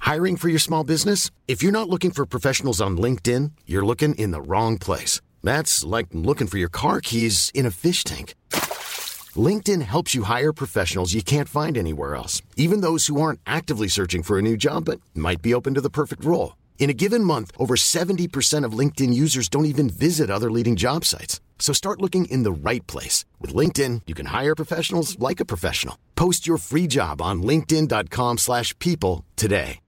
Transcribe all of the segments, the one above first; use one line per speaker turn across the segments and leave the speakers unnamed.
Hiring for your small business? If you're not looking for professionals on LinkedIn, you're looking in the wrong place. That's like looking for your car keys in a fish tank. LinkedIn helps you hire professionals you can't find anywhere else, even those who aren't actively searching for a new job but might be open to the perfect role. In a given month, over 70% of LinkedIn users don't even visit other leading job sites. So start looking in the right place. With LinkedIn, you can hire professionals like a professional. Post your free job on linkedin.com/people today.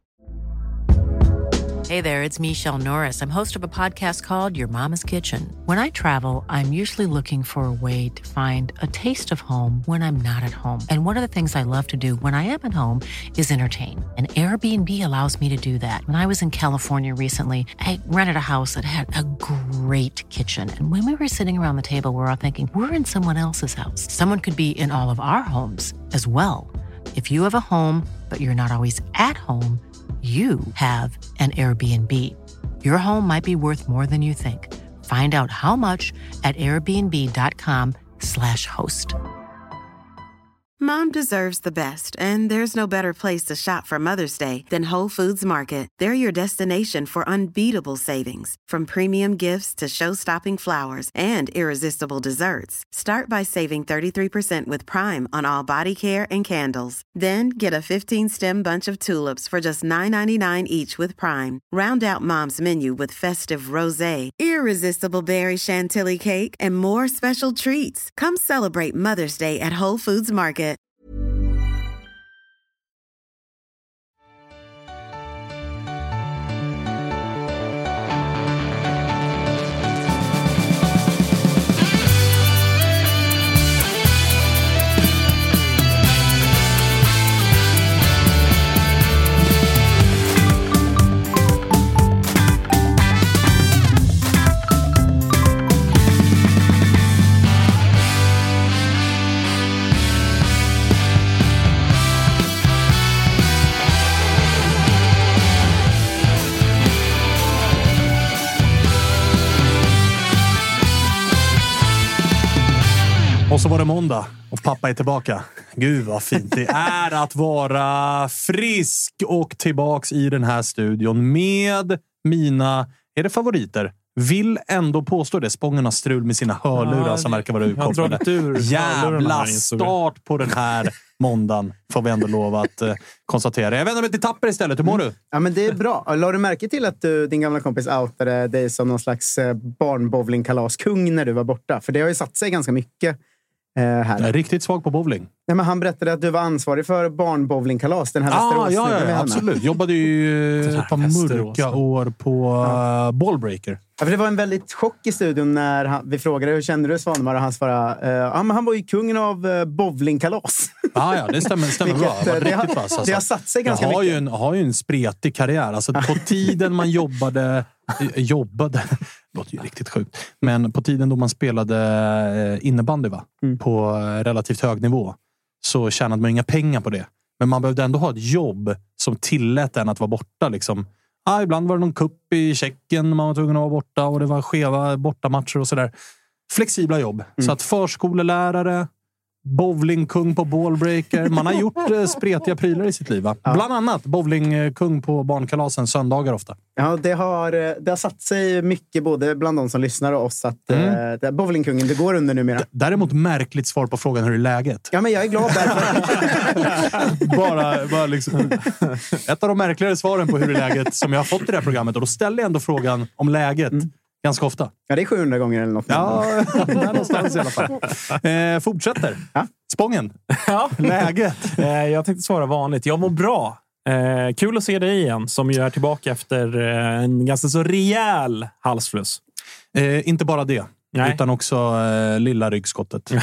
Hey there, it's Michelle Norris. I'm host of a podcast called Your Mama's Kitchen. When I travel, I'm usually looking for a way to find a taste of home when I'm not at home. And one of the things I love to do when I am at home is entertain. And Airbnb allows me to do that. When I was in California recently, I rented a house that had a great kitchen. And when we were sitting around the table, we're all thinking, we're in someone else's house. Someone could be in all of our homes as well. If you have a home, but you're not always at home, you have an Airbnb. Your home might be worth more than you think. Find out how much at airbnb.com/host.
Mom deserves the best, and there's no better place to shop for Mother's Day than Whole Foods Market. They're your destination for unbeatable savings, from premium gifts to show-stopping flowers and irresistible desserts. Start by saving 33% with Prime on all body care and candles. Then get a 15-stem bunch of tulips for just $9.99 each with Prime. Round out Mom's menu with festive rosé, irresistible berry chantilly cake, and more special treats. Come celebrate Mother's Day at Whole Foods Market.
Och så var det måndag och pappa är tillbaka. Gud vad fint det är att vara frisk och tillbaks i den här studion med mina, är det favoriter? Vill ändå påstå det. Spången har strul med sina hörlurar som verkar vara utkopplade. Jävla start på den här måndagen får vi ändå lov att konstatera. Jag vänder mig till Tapper istället. Hur mår du?
Ja, men det är bra. Lade du märke till att din gamla kompis outade dig som någon slags barnbowlingkalaskung när du var borta? För det har ju satt sig ganska mycket här.
Jag är riktigt svag på bowling.
Nej, men han berättade att du var ansvarig för barnbowlingkalas. Den här Västerås.
Ja, absolut. Jobbade ju ett par mörka år på Ballbreaker.
Ja, för det var en väldigt chock i studion när vi frågade hur kände du Svanemar, och han svarade men han var ju kungen av bowlingkalas.
Ja, det stämmer bra.
Det har satt sig ganska mycket.
Har ju en spretig karriär. Alltså på tiden man jobbade det låter ju riktigt sjukt. Men på tiden då man spelade innebandy på relativt hög nivå, så tjänade man inga pengar på det. Men man behövde ändå ha ett jobb som tillät en att vara borta liksom. Ibland var det någon kupp i Tjeckien man var tvungen att vara borta, och det var skeva bortamatcher och sådär. Flexibla jobb. Så att förskolelärare, bowlingkung på Ballbreaker. Man har gjort spretiga prylar i sitt liv, va? Ja. Bland annat bowlingkung på barnkalasen söndagar ofta.
Ja, det har satt sig mycket både bland de som lyssnar och oss att bowlingkungen, det går under numera.
Däremot märkligt svar på frågan hur är läget?
Ja, men jag är glad därför.
bara liksom ett av de märkligare svaren på hur är läget som jag har fått i det här programmet, och då ställer jag ändå frågan om läget ganska ofta.
Ja, det är 700 gånger eller något.
Ja, där någonstans i alla fall. Fortsätter. Ja? Spången.
Ja.
Läget.
Jag tänkte svara vanligt. Jag mår bra. Kul att se dig igen, som ju är tillbaka efter en ganska så rejäl halsfluss.
Inte bara det. Nej. Utan också lilla ryggskottet. Det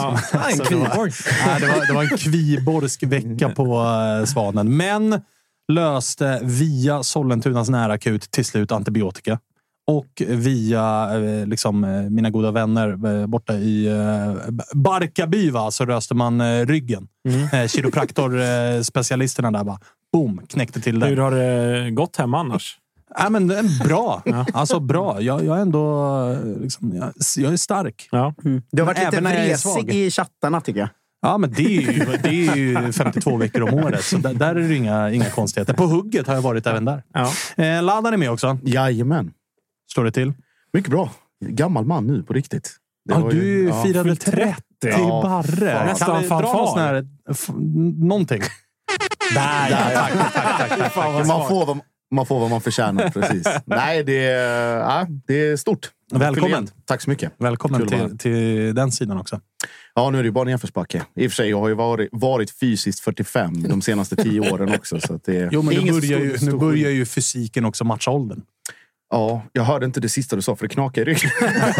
var en kviborsk vecka på Svanen. Men löste via Sollentunas närakut till slut antibiotika. Och via mina goda vänner borta i Barkarby, så röste man ryggen. Kiropraktor-specialisterna där bara, boom, knäckte till det.
Hur har det gått hem annars?
Ja, men bra. Alltså bra. Jag är ändå jag är stark.
Ja. Du har varit lite vresig i chattarna, tycker jag.
Ja, men det är ju 52 veckor om året. Så där är det inga konstigheter. På hugget har jag varit även där. Ja. Ladan är med också.
Jajamän.
Står det till?
Mycket bra. Gammal man nu på riktigt.
Du firade 30 till Barre.
Nästan fanfar.
Någonting. Tack.
Man får vad man förtjänar, precis. Nej, det är stort.
Välkommen.
Tack så mycket.
Välkommen till den sidan också.
Ja, nu är det ju bara en jämförsbacke. I och för sig, jag har ju varit fysiskt 45 de senaste 10 åren också. Så att det
jo, men nu börjar ju fysiken också matcha åldern.
Ja, jag hörde inte det sista du sa för det knakar i ryggen.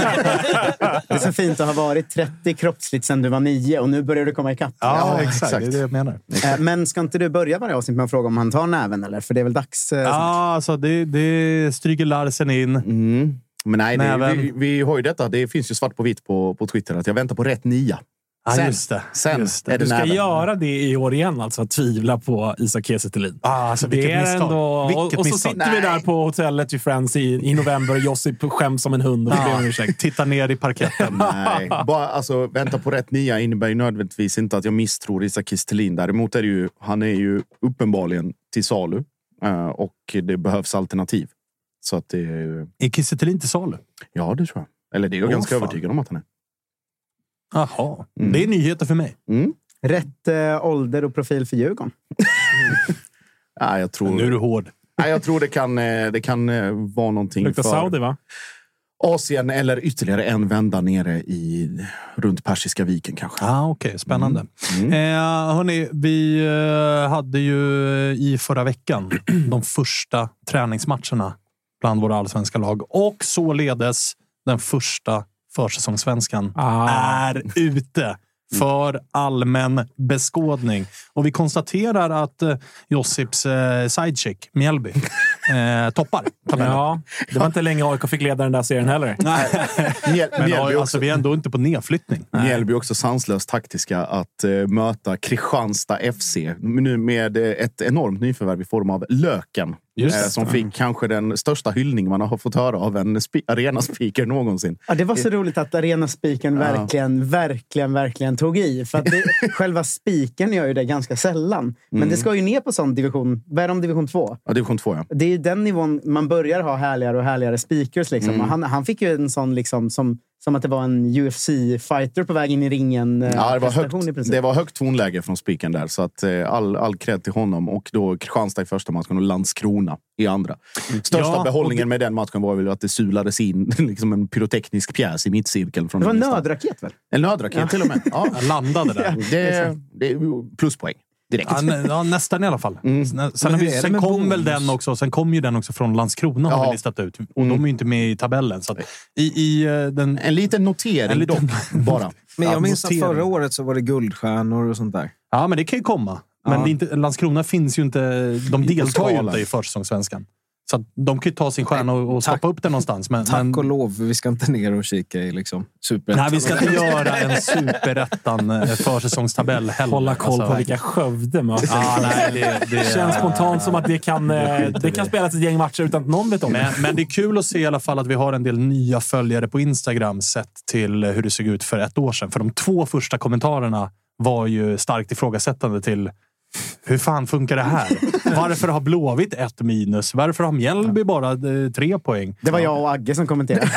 Det är så fint att ha varit 30 kroppsligt sedan du var 9 och nu börjar du komma ikapp.
Ja, exakt. Det är det jag menar.
Men ska inte du börja varje avsnitt med att fråga om han tar näven eller? För det är väl dags.
Alltså det stryker Larsen in.
Men nej, vi har ju detta. Det finns ju svart på vitt på Twitter att jag väntar på rätt 9.
Just det.
Är det
du ska göra det i år igen, alltså att tvivla på Isak Kiese Thelin.
Alltså, det är ändå,
och så sitter vi där på hotellet i Friends i november och Josip skäms som en hund och
tittar ner i parketten.
Nej, bara alltså vänta på rätt 9 innebär ju nödvändigtvis inte att jag misstror Isak Kiese Thelin. Däremot är det ju, han är ju uppenbarligen till salu och det behövs alternativ. Så att det
är Kiese Thelin till salu?
Ja, det tror jag. Eller det är jag ganska övertygad om att han är.
Jaha, det är nyheter för mig.
Rätt ålder och profil för Djurgården.
Ja, jag tror.
Nu är du hård.
Ja, jag tror det kan vara någonting
för Saudi, va?
Asien eller ytterligare en vända nere runt Persiska viken kanske.
Okej, spännande. Hörrni, vi hade ju i förra veckan de första träningsmatcherna bland våra allsvenska lag och således den första försäsongssvenskan är ute för allmän beskådning. Och vi konstaterar att Josips sidechick, Mjällby, toppar tabellen.
Ja, det var inte länge AIK fick leda den där serien heller.
Men alltså, vi är ändå inte på nedflyttning.
Mjällby också sanslöst taktiska att möta Kristianstad FC. Nu med ett enormt nyförvärv i form av Löken. Som fick kanske den största hyllning man har fått höra av en arenaspeaker någonsin.
Ja, det var så roligt att arenaspikern verkligen tog i. För att själva spikern gör ju det ganska sällan. Men det ska ju ner på sån division. Vad är de, division 2?
Ja, division 2, ja.
Det är den nivån man börjar ha härligare och härligare speakers. Liksom. Han fick ju en sån liksom som att det var en UFC-fighter på väg in i ringen.
Ja, det var högt tonläge från spiken där. Så att all cred till honom. Och då Kristianstad i första matchen och Landskrona i andra. Största behållningen med den matchen var väl att det sulades in liksom en pyroteknisk pjäs i mittcirkeln. Från
det var en nödraket väl?
En nödraket till och med. Ja.
Jag landade där.
Det är pluspoäng. Direkt.
Ja, nästan i alla fall. Sen kom väl den också. Sen kom ju den också från Landskrona har vi listat ut. Och de är ju inte med i tabellen. Så att
en liten notering dock, bara.
Men jag minns att förra året så var det guldstjärnor och sånt där.
Ja, men det kan ju komma. Men det är inte, Landskrona finns ju inte. De deltar ju inte i försäsongssvenskan. Så att de kan ju ta sin stjärna och stoppa upp den någonstans.
Tack och lov, vi ska inte ner och kika i liksom superettan.
Nej, vi ska inte göra en superettan försäsongstabell heller.
Hålla koll på vilka Skövde möter. Det känns spontant som att det kan spelas ett gäng matcher utan att någon vet om det.
Men det är kul att se i alla fall att vi har en del nya följare på Instagram sett till hur det såg ut för ett år sedan. För de 2 första kommentarerna var ju starkt ifrågasättande till hur fan funkar det här? Varför har Blåvitt 1-? Varför har Mjällby bara 3 poäng?
Det var jag och Agge som kommenterade.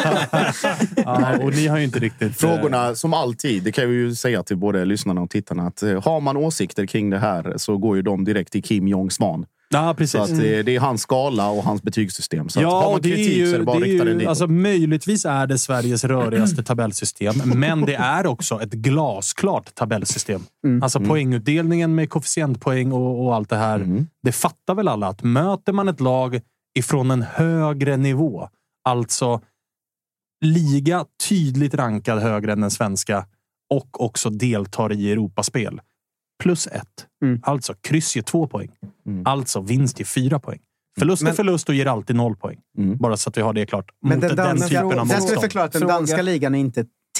Och ni har ju inte riktigt...
Frågorna som alltid, det kan vi ju säga till både lyssnarna och tittarna, att har man åsikter kring det här så går ju de direkt till Kim Jong-Svan.
Ja, precis.
Så att det är hans skala och hans betygssystem. Så att har man kritik så är det bara rikta den dit.
Alltså, möjligtvis är det Sveriges rörigaste tabellsystem. Men det är också ett glasklart tabellsystem. Alltså poängutdelningen med koefficientpoäng och allt det här. Det fattar väl alla att möter man ett lag ifrån en högre nivå, alltså liga tydligt rankad högre än den svenska och också deltar i Europaspel. +1. Alltså kryss ger 2 poäng. Alltså vinst ger 4 poäng. Förlust är förlust och ger alltid 0 poäng. Bara så att vi har det klart.
Men
den typen av
jag skulle förklara att den danska ligan är inte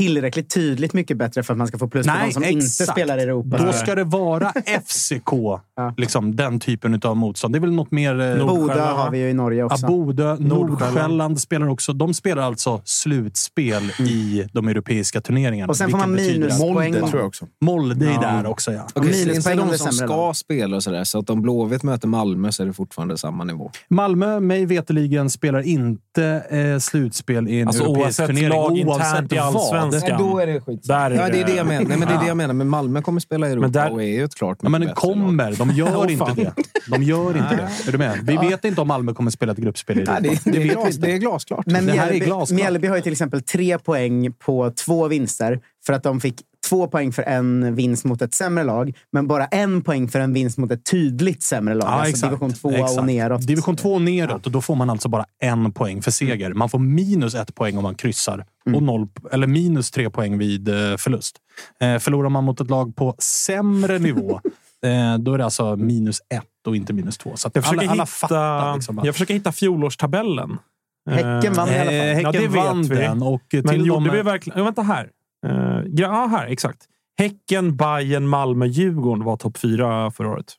tillräckligt tydligt mycket bättre för att man ska få plus på de som inte spelar i Europa.
Då ska det vara FCK, liksom den typen av motstånd. Det är väl något mer...
Boda har vi ju i Norge också.
Boda, Nordsjälland spelar också. De spelar alltså slutspel i de europeiska turneringarna.
Och sen får man minuspoäng.
Molde tror jag också.
Molde är där också, ja.
Okej, minuspoäng de som ska spela och sådär. Så att om Blåvitt möter Malmö så är det fortfarande samma nivå.
Malmö, mig veteligen, spelar inte slutspel i en europeisk turnering.
Oavsett i allsvenskan.
Då är det skit.
Där är
det är det jag menar. Nej, men det är det jag menar. Men Malmö kommer spela i Europa och är ju ett klart
men det kommer. De gör inte det. De gör inte det. Är du med? Vi vet inte om Malmö kommer spela ett gruppspel i Europa.
Det är glasklart.
Men
det här är glasklart.
Mjällby har ju till exempel 3 poäng på 2 vinster för att de fick 2 poäng för en vinst mot ett sämre lag, men bara 1 poäng för en vinst mot ett tydligt sämre lag. Alltså division 2 och neråt.
Division 2 och neråt, och då får man alltså bara 1 poäng för seger. Man får minus 1 poäng om man kryssar och 0, eller minus 3 poäng vid förlust. Förlorar man mot ett lag på sämre nivå, då är det alltså minus 1 och inte minus 2. Så att alla fattar liksom.
Jag försöker hitta fjolårstabellen.
Häcken vann i alla fall.
Häcken vann den. Och
men gjorde vi verkligen... Vänta här. Här, exakt. Häcken, Bayern, Malmö, Djurgården var topp 4 förra året.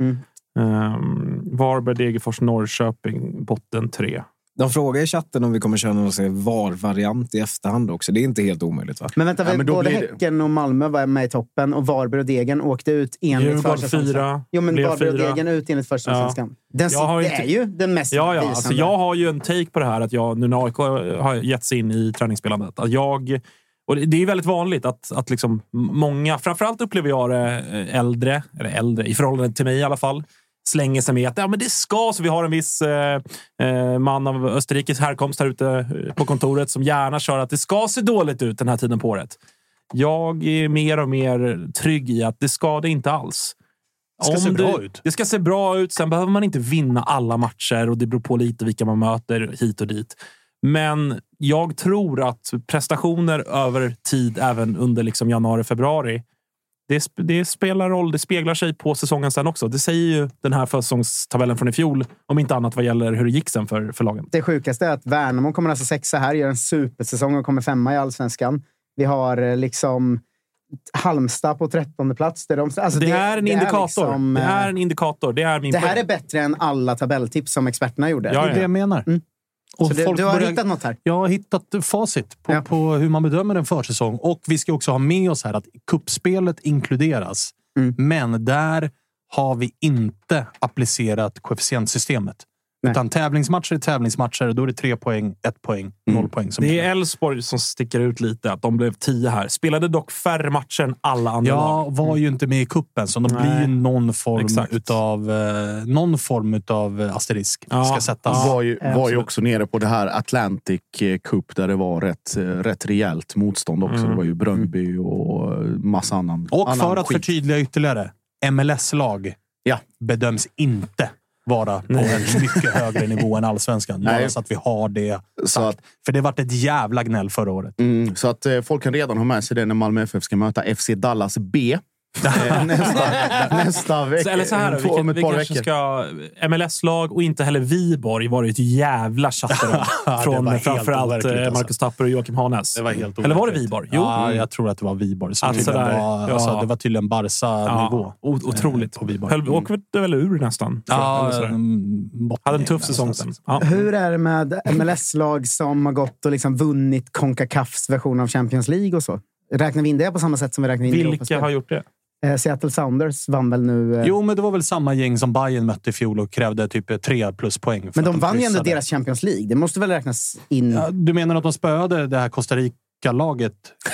Varberg, Degerfors, Norrköping, botten 3.
De frågar i chatten om vi kommer köra någon VAR-variant i efterhand också. Det är inte helt omöjligt, va?
Men vänta, både Häcken och Malmö var med i toppen och Varberg och Degen åkte ut enligt försäsongssvenskan. Jo, men Varberg och Degen ut enligt försäsongssvenskan. Det är ju den mest visande.
Alltså jag har ju en take på det här att jag, nu när AIK har gett sig in i träningsspelandet, att och det är väldigt vanligt att liksom många, framförallt upplever jag det äldre i förhållande till mig i alla fall, slänger sig med att men det ska, så vi har en viss man av Österrikes härkomst här ute på kontoret som gärna kör att det ska se dåligt ut den här tiden på året. Jag är mer och mer trygg i att det ska det inte alls. Det ska se bra ut. Sen behöver man inte vinna alla matcher och det beror på lite vilka man möter hit och dit. Men jag tror att prestationer över tid, även under liksom januari, februari, det spelar roll. Det speglar sig på säsongen sen också. Det säger ju den här försäsongstabellen från i fjol, om inte annat vad gäller hur det gick sen för lagen.
Det sjukaste är att Värnamo kommer alltså 6 här, gör en supersäsong och kommer 5 i Allsvenskan. Vi har liksom Halmstad på 13:e plats.
Det är en indikator. Liksom, det är en indikator. Det är min
det här är bättre än alla tabelltips som experterna gjorde.
Ja, det är det jag menar.
Och du har hittat något här?
Jag har hittat facit på hur man bedömer en försäsong. Och vi ska också ha med oss här att kuppspelet inkluderas. Men där har vi inte applicerat koefficientsystemet. Utan tävlingsmatcher är tävlingsmatcher. Då är det 3 poäng, 1 poäng, 0 poäng.
Det är Elfsborg som sticker ut lite. Att de blev 10 här. Spelade dock färre matcher än alla andra lag.
Var ju inte med i kuppen. Så de blir ju någon form utav asterisk. Ska sättas.
Var ju också nere på det här Atlantic Cup där det var rätt rejält motstånd också. Det var ju Bröndby och massa annan.
Och för att förtydliga ytterligare. MLS-lag bedöms inte vara på en mycket högre nivå än Allsvenskan. Bara så att vi har det sagt. För det varit ett jävla gnäll förra året.
Så att folk kan redan ha med sig det när Malmö FF ska möta FC Dallas B. nästa vecka.
Eller så här, vi kanske ska MLS-lag och inte heller Viborg var det ett jävla chatter från framförallt Marcus Tapper och Joakim Hanes.
Det var helt
eller var det Viborg? Jo.
Ja, jag tror att det var Viborg. Det var tydligen Barca-nivå.
Otroligt.
På Viborg.
Åkte väl ur nästan. Hade en tuff säsong sen.
Hur är det med MLS-lag som har gått och liksom vunnit CONCACAFs version av Champions League och så? Räknar vi in det på samma sätt som vi räknar in det?
Vilka har gjort det?
Seattle Sounders vann väl nu...
Jo, men det var väl samma gäng som Bayern mötte i fjol och krävde typ 3 plus poäng.
Men de vann ju ändå deras Champions League. Det måste väl räknas in...
Ja, du menar att de spöade det här Costa Rica-laget?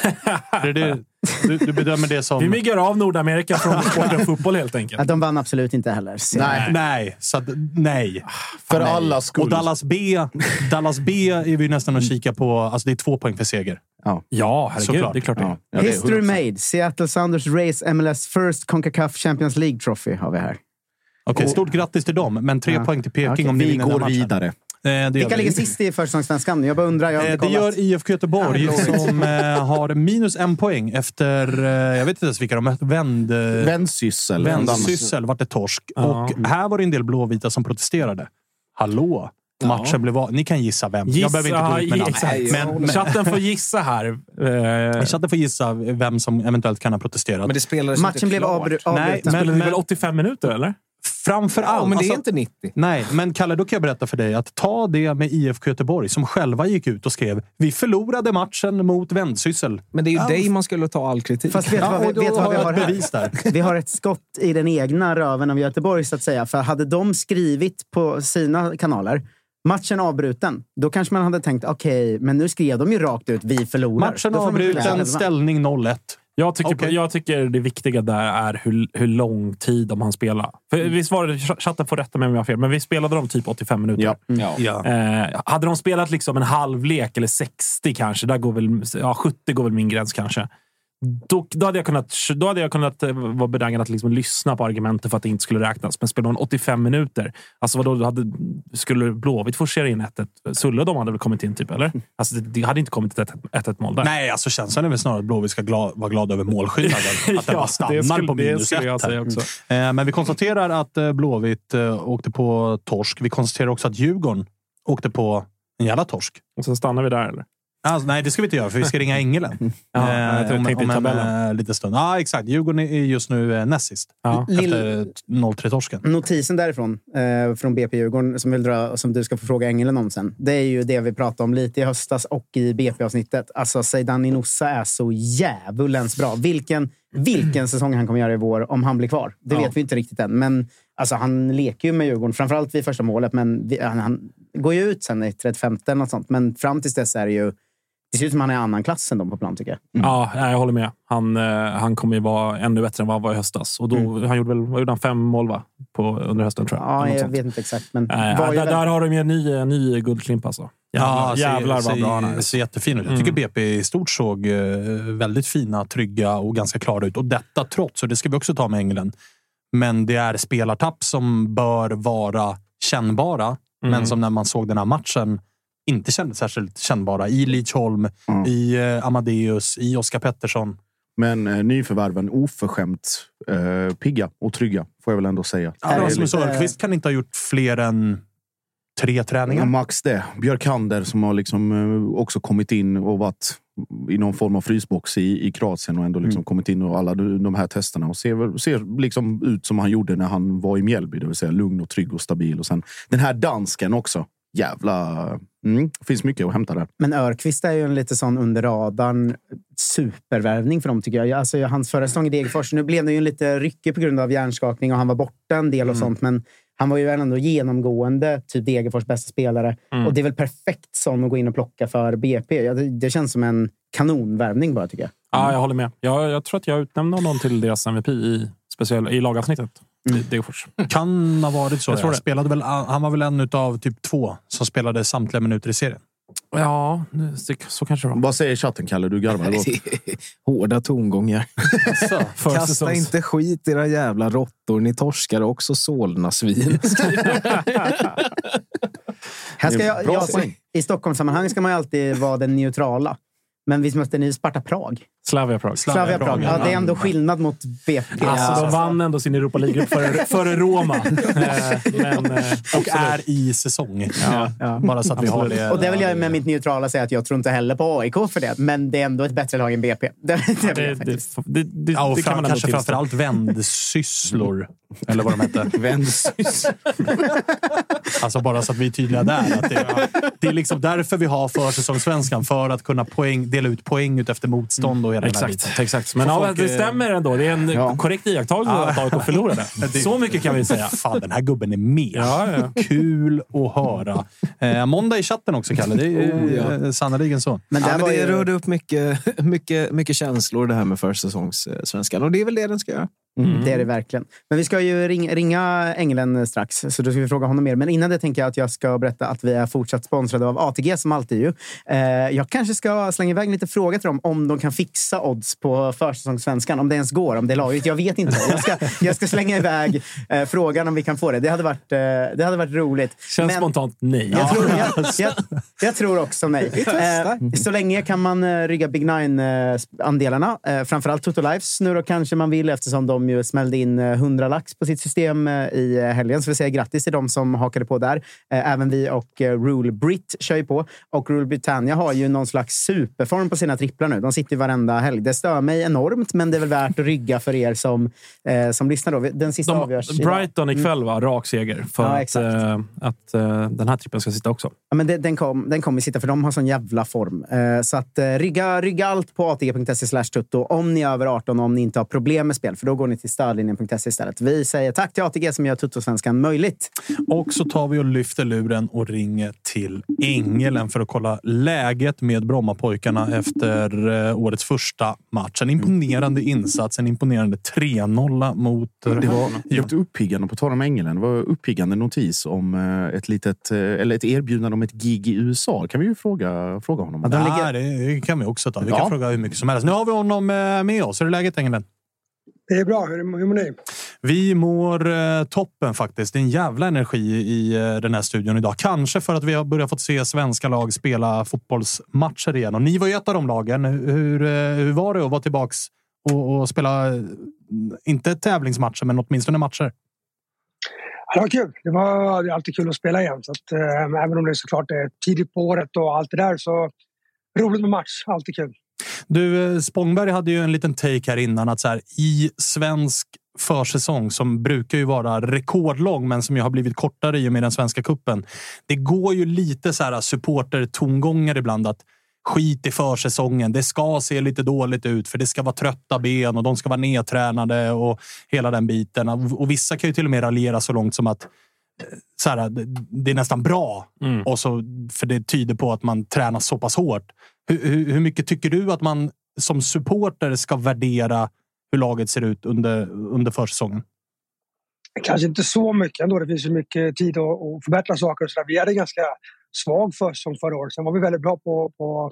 Du bedömer det som...
Vi myggar av Nordamerika från sporten fotboll helt enkelt.
Att de vann absolut inte heller.
Nej. Så att, nej.
För alla skull.
Och Dallas B är vi nästan att kika på. Alltså det är 2 poäng för seger.
Ja, herregud.
Såklart.
Det är klart det.
Ja,
History made. Seattle Sounders race MLS first CONCACAF Champions League trophy har vi här.
Okej, stort grattis till dem. Men 3 poäng till Peking om ni vinner
går vidare.
Vilka ligger sist i försäsongssvenskan? Jag bara undrar.
Det gör IFK Göteborg som har minus 1 poäng efter, jag vet inte ens vilka de mötte, Vändsyssel vart det torsk. Och här var det en del blåvita som protesterade. Hallå? matchen blev av. Ni kan gissa vem. Jag behöver inte gå ut med namn.
Men chatten får gissa här.
Chatten får gissa vem som eventuellt kan ha protesterat.
Men det spelades
matchen blev avbruten.
Nej, men väl 85 minuter, eller?
Framförallt.
Men det är inte 90.
Nej, men Kalle, då kan jag berätta för dig att ta det med IFK Göteborg som själva gick ut och skrev vi förlorade matchen mot Vändsyssel.
Men det är ju dig man skulle ta all kritik.
Fast vet vad vi har
bevis där.
Vi har ett skott i den egna röven av Göteborg, så att säga. För hade de skrivit på sina kanaler matchen avbruten, då kanske man hade tänkt okej, men nu skrev de ju rakt ut vi förlorar.
Matchen avbruten, ställning 0-1.
Jag tycker det viktiga där är hur lång tid de han spelar. För visst var det, chatten får rätta mig om jag har fel, men vi spelade dem typ 85 minuter.
Ja.
Hade de spelat liksom en halvlek eller 60 kanske, där går väl 70 går väl min gräns kanske. Då hade jag kunnat vara benägen att liksom lyssna på argumenten för att det inte skulle räknas. Men spelar man 85 minuter, alltså skulle Blåvitt forcera in 1-1? Sulle de hade väl kommit in typ, eller? Alltså det hade inte kommit ett 1-1 mål där.
Nej, alltså känslan är väl snarare att Blåvitt ska vara glad över målskillnaden. Att den bara stannar på minus 1. Men vi konstaterar att Blåvitt åkte på torsk. Vi konstaterar också att Djurgården åkte på en jävla torsk.
Och så stannar vi där, eller?
Alltså, nej, det ska vi inte göra, för vi ska ringa Engelen. Om en liten stund. Ja, exakt. Djurgården är just nu näst sist. Efter 0-3-torsken.
Notisen därifrån, från BP Djurgården, som vill dra, som du ska få fråga Engelen om sen. Det är ju det vi pratade om lite i höstas och i BP-avsnittet. Alltså, Zeidan Inoussa är så jävulens bra. Vilken säsong han kommer göra i vår om han blir kvar. Det vet vi inte riktigt än. Men alltså, han leker ju med Djurgården, framförallt vid första målet. Men han går ju ut sen i 35 eller något sånt. Men fram tills dess är det ju... Det ser ut som han är annan klass än de på plan, tycker jag.
Ja, jag håller med. Han kommer ju vara ännu bättre än vad han var i höstas. Och då, han gjorde han 5 mål, va? Under hösten, tror jag.
Ja, jag vet inte exakt. Men
där har de ju en ny guldklimp, alltså. Jävlar vad bra han är.
Det ser jättefin ut. Jag tycker BP i stort såg väldigt fina, trygga och ganska klara ut. Och detta trots, och det ska vi också ta med England. Men det är spelartapp som bör vara kännbara. Men som när man såg den här matchen inte kändes särskilt kännbara. I Lidsholm, i Amadeus, i Oskar Pettersson.
Men nyförvärven oförskämt pigga och trygga, får jag väl ändå säga.
Rasmus Örqvist kan inte ha gjort fler än 3 träningar.
Ja, max det. Björkander som har liksom också kommit in och varit i någon form av frysbox i Kroatien och ändå liksom kommit in och alla de här testerna och ser liksom ut som han gjorde när han var i Mjällby, det vill säga lugn och trygg och stabil. Och sen den här dansken också. Jävla... finns mycket att hämta där.
Men Örqvist är ju en lite sån under radarn supervärvning för dem, tycker jag. Alltså, hans förra säsong i Degerfors, nu blev det ju en lite ryckig på grund av hjärnskakning och han var borta en del och sånt, men han var ju ändå genomgående typ Degerfors bästa spelare. Och det är väl perfekt sån att gå in och plocka för BP. Det känns som en kanonvärvning bara, tycker jag.
Ja, jag håller med. Jag tror att jag utnämnde honom till deras MVP i lagavsnittet. Degerfors.
Kan ha varit så. Han var väl en av typ 2 som spelade samtliga minuter i serien.
Ja, så kanske det var.
Vad säger chatten, Kalle? Du garvar gott.
Hårda tongångar. Kasta inte skit i era jävla råttor. Ni torskar också Solna-svin.
Här ska i Stockholmssammanhang ska man ju alltid vara den neutrala. Men vi mötte ni Sparta Prag.
Slavia Prag.
Ja, det är ändå skillnad mot BP.
Alltså, de vann ändå sin Europa League före Roma.
Och är i säsong.
Ja.
Bara så att vi har det.
Och det vill jag med mitt neutrala säga att jag tror inte heller på AIK för det. Men det är ändå ett bättre lag än BP.
Det kan man kanske framförallt vändsysslor. Eller vad de hette.
Vändsysslor.
Alltså bara så att vi är tydliga där. Att det är liksom därför vi har försäsongssvenskan. För att kunna dela ut poäng ut efter motstånd och hela
exakt. Men det stämmer ändå. Det är en korrekt iakttagelse att AIK förlorade. Så mycket kan vi säga.
Fan, den här gubben är med. Ja. Kul att höra. Måndag i chatten också, Kalle. Det är sannoliken så.
Men det rörde upp mycket känslor, det här med försäsongssvenskan. Och det är väl det den ska göra.
Det är det verkligen. Men vi ska ju ringa Engelen strax, så då ska vi fråga honom mer. Men innan det tänker jag att jag ska berätta att vi är fortsatt sponsrade av ATG, som alltid ju. Jag kanske ska slänga iväg lite frågor till dem om de kan fixa odds på försäsongssvenskan, om det ens går, om det är lagligt. Jag vet inte. Jag ska slänga iväg frågan om vi kan få det. Det hade varit roligt.
Känns spontant nej.
Jag tror också nej. Så länge kan man rygga Big Nine-andelarna. Framförallt Toto Lives nu då kanske man vill, eftersom de som ju smällde in 100 lax på sitt system i helgen. Så vi säger grattis till de som hakade på där. Även vi och Rule Brit kör ju på. Och Rule Britannia har ju någon slags superform på sina tripplar nu. De sitter ju varenda helg. Det stör mig enormt, men det är väl värt att rygga för er som lyssnar då. Den sista avgörs
Brighton ikväll, va? Rak seger. För att den här trippen ska sitta också.
Ja, men den kommer sitta, för de har sån jävla form. Så att rygga allt på atg.se/tutto om ni är över 18, om ni inte har problem med spel. För då går ni till stödlinjen.se istället. Vi säger tack till ATG som gör Tuttosvenskan möjligt.
Och så tar vi och lyfter luren och ringer till Ängelen för att kolla läget med Brommapojkarna efter årets första match. En imponerande insats, en imponerande 3-0 mot...
Det var lite uppiggande, på tal om Ängelen. Det var uppiggande notis om ett erbjudande om ett gig i USA. Kan vi ju fråga honom.
Ja, det kan vi också ta. Vi kan fråga hur mycket som helst. Nu har vi honom med oss. Är det läget, Ängelen?
Det är bra. Hur mår ni?
Vi mår toppen faktiskt. Det är en jävla energi i den här studion idag. Kanske för att vi har börjat få se svenska lag spela fotbollsmatcher igen. Och ni var ju ett av de lagen. Hur var det att vara tillbaks och spela, inte tävlingsmatcher, men åtminstone matcher?
Det var kul. Det var alltid kul att spela igen. Så att, även om det är såklart är tidigt på året och allt det där, så roligt med match. Alltid kul.
Du, Spångberg hade ju en liten take här innan att så här, i svensk försäsong som brukar ju vara rekordlång men som ju har blivit kortare i och med den svenska kuppen. Det går ju lite så här supporter-tongångar ibland att skit i försäsongen. Det ska se lite dåligt ut för det ska vara trötta ben och de ska vara nedtränade och hela den biten. Och vissa kan ju till och med raljera så långt som att så här, det är nästan bra. Och så, för det tyder på att man tränar så pass hårt. Hur mycket tycker du att man som supporter ska värdera hur laget ser ut under försäsongen?
Kanske inte så mycket ändå. Det finns ju mycket tid att förbättra saker. Så där. Vi hade en ganska svag försäsong förra året. Sen var vi väldigt bra på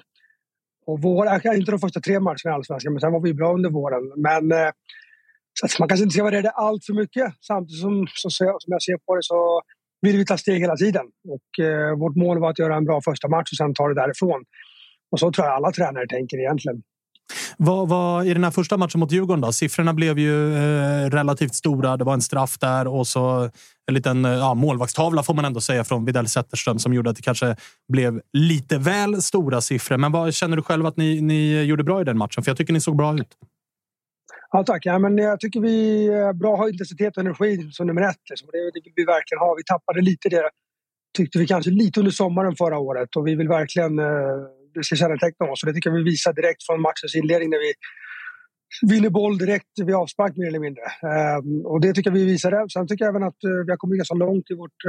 våren. Inte de första 3 matcherna i Allsvenskan, men sen var vi bra under våren. Men så att man kanske inte ska vara rädd allt för mycket. Samtidigt som jag ser på det så vill vi ta steg hela tiden. Och vårt mål var att göra en bra första match och sen ta det därifrån. Och så tror jag alla tränare tänker egentligen.
Vad i den här första matchen mot Djurgården då? Siffrorna blev ju relativt stora. Det var en straff där och så en liten målvaktstavla får man ändå säga från Widell Zetterström som gjorde att det kanske blev lite väl stora siffror. Men vad känner du själv att ni gjorde bra i den matchen? För jag tycker ni såg bra ut.
Ja, tack. Ja, men jag tycker vi bra har intensitet och energi som nummer 1. Liksom. Det vill vi verkligen ha. Vi tappade lite det. Tyckte vi kanske lite under sommaren förra året. Och vi vill verkligen... det ska känneteckna oss. Så det tycker jag vi visar direkt från matchens inledning när vi vinner boll direkt vid avspark mer eller mindre. Och det tycker jag vi visar det. Sen tycker jag även att vi har kommit ganska långt i vårt...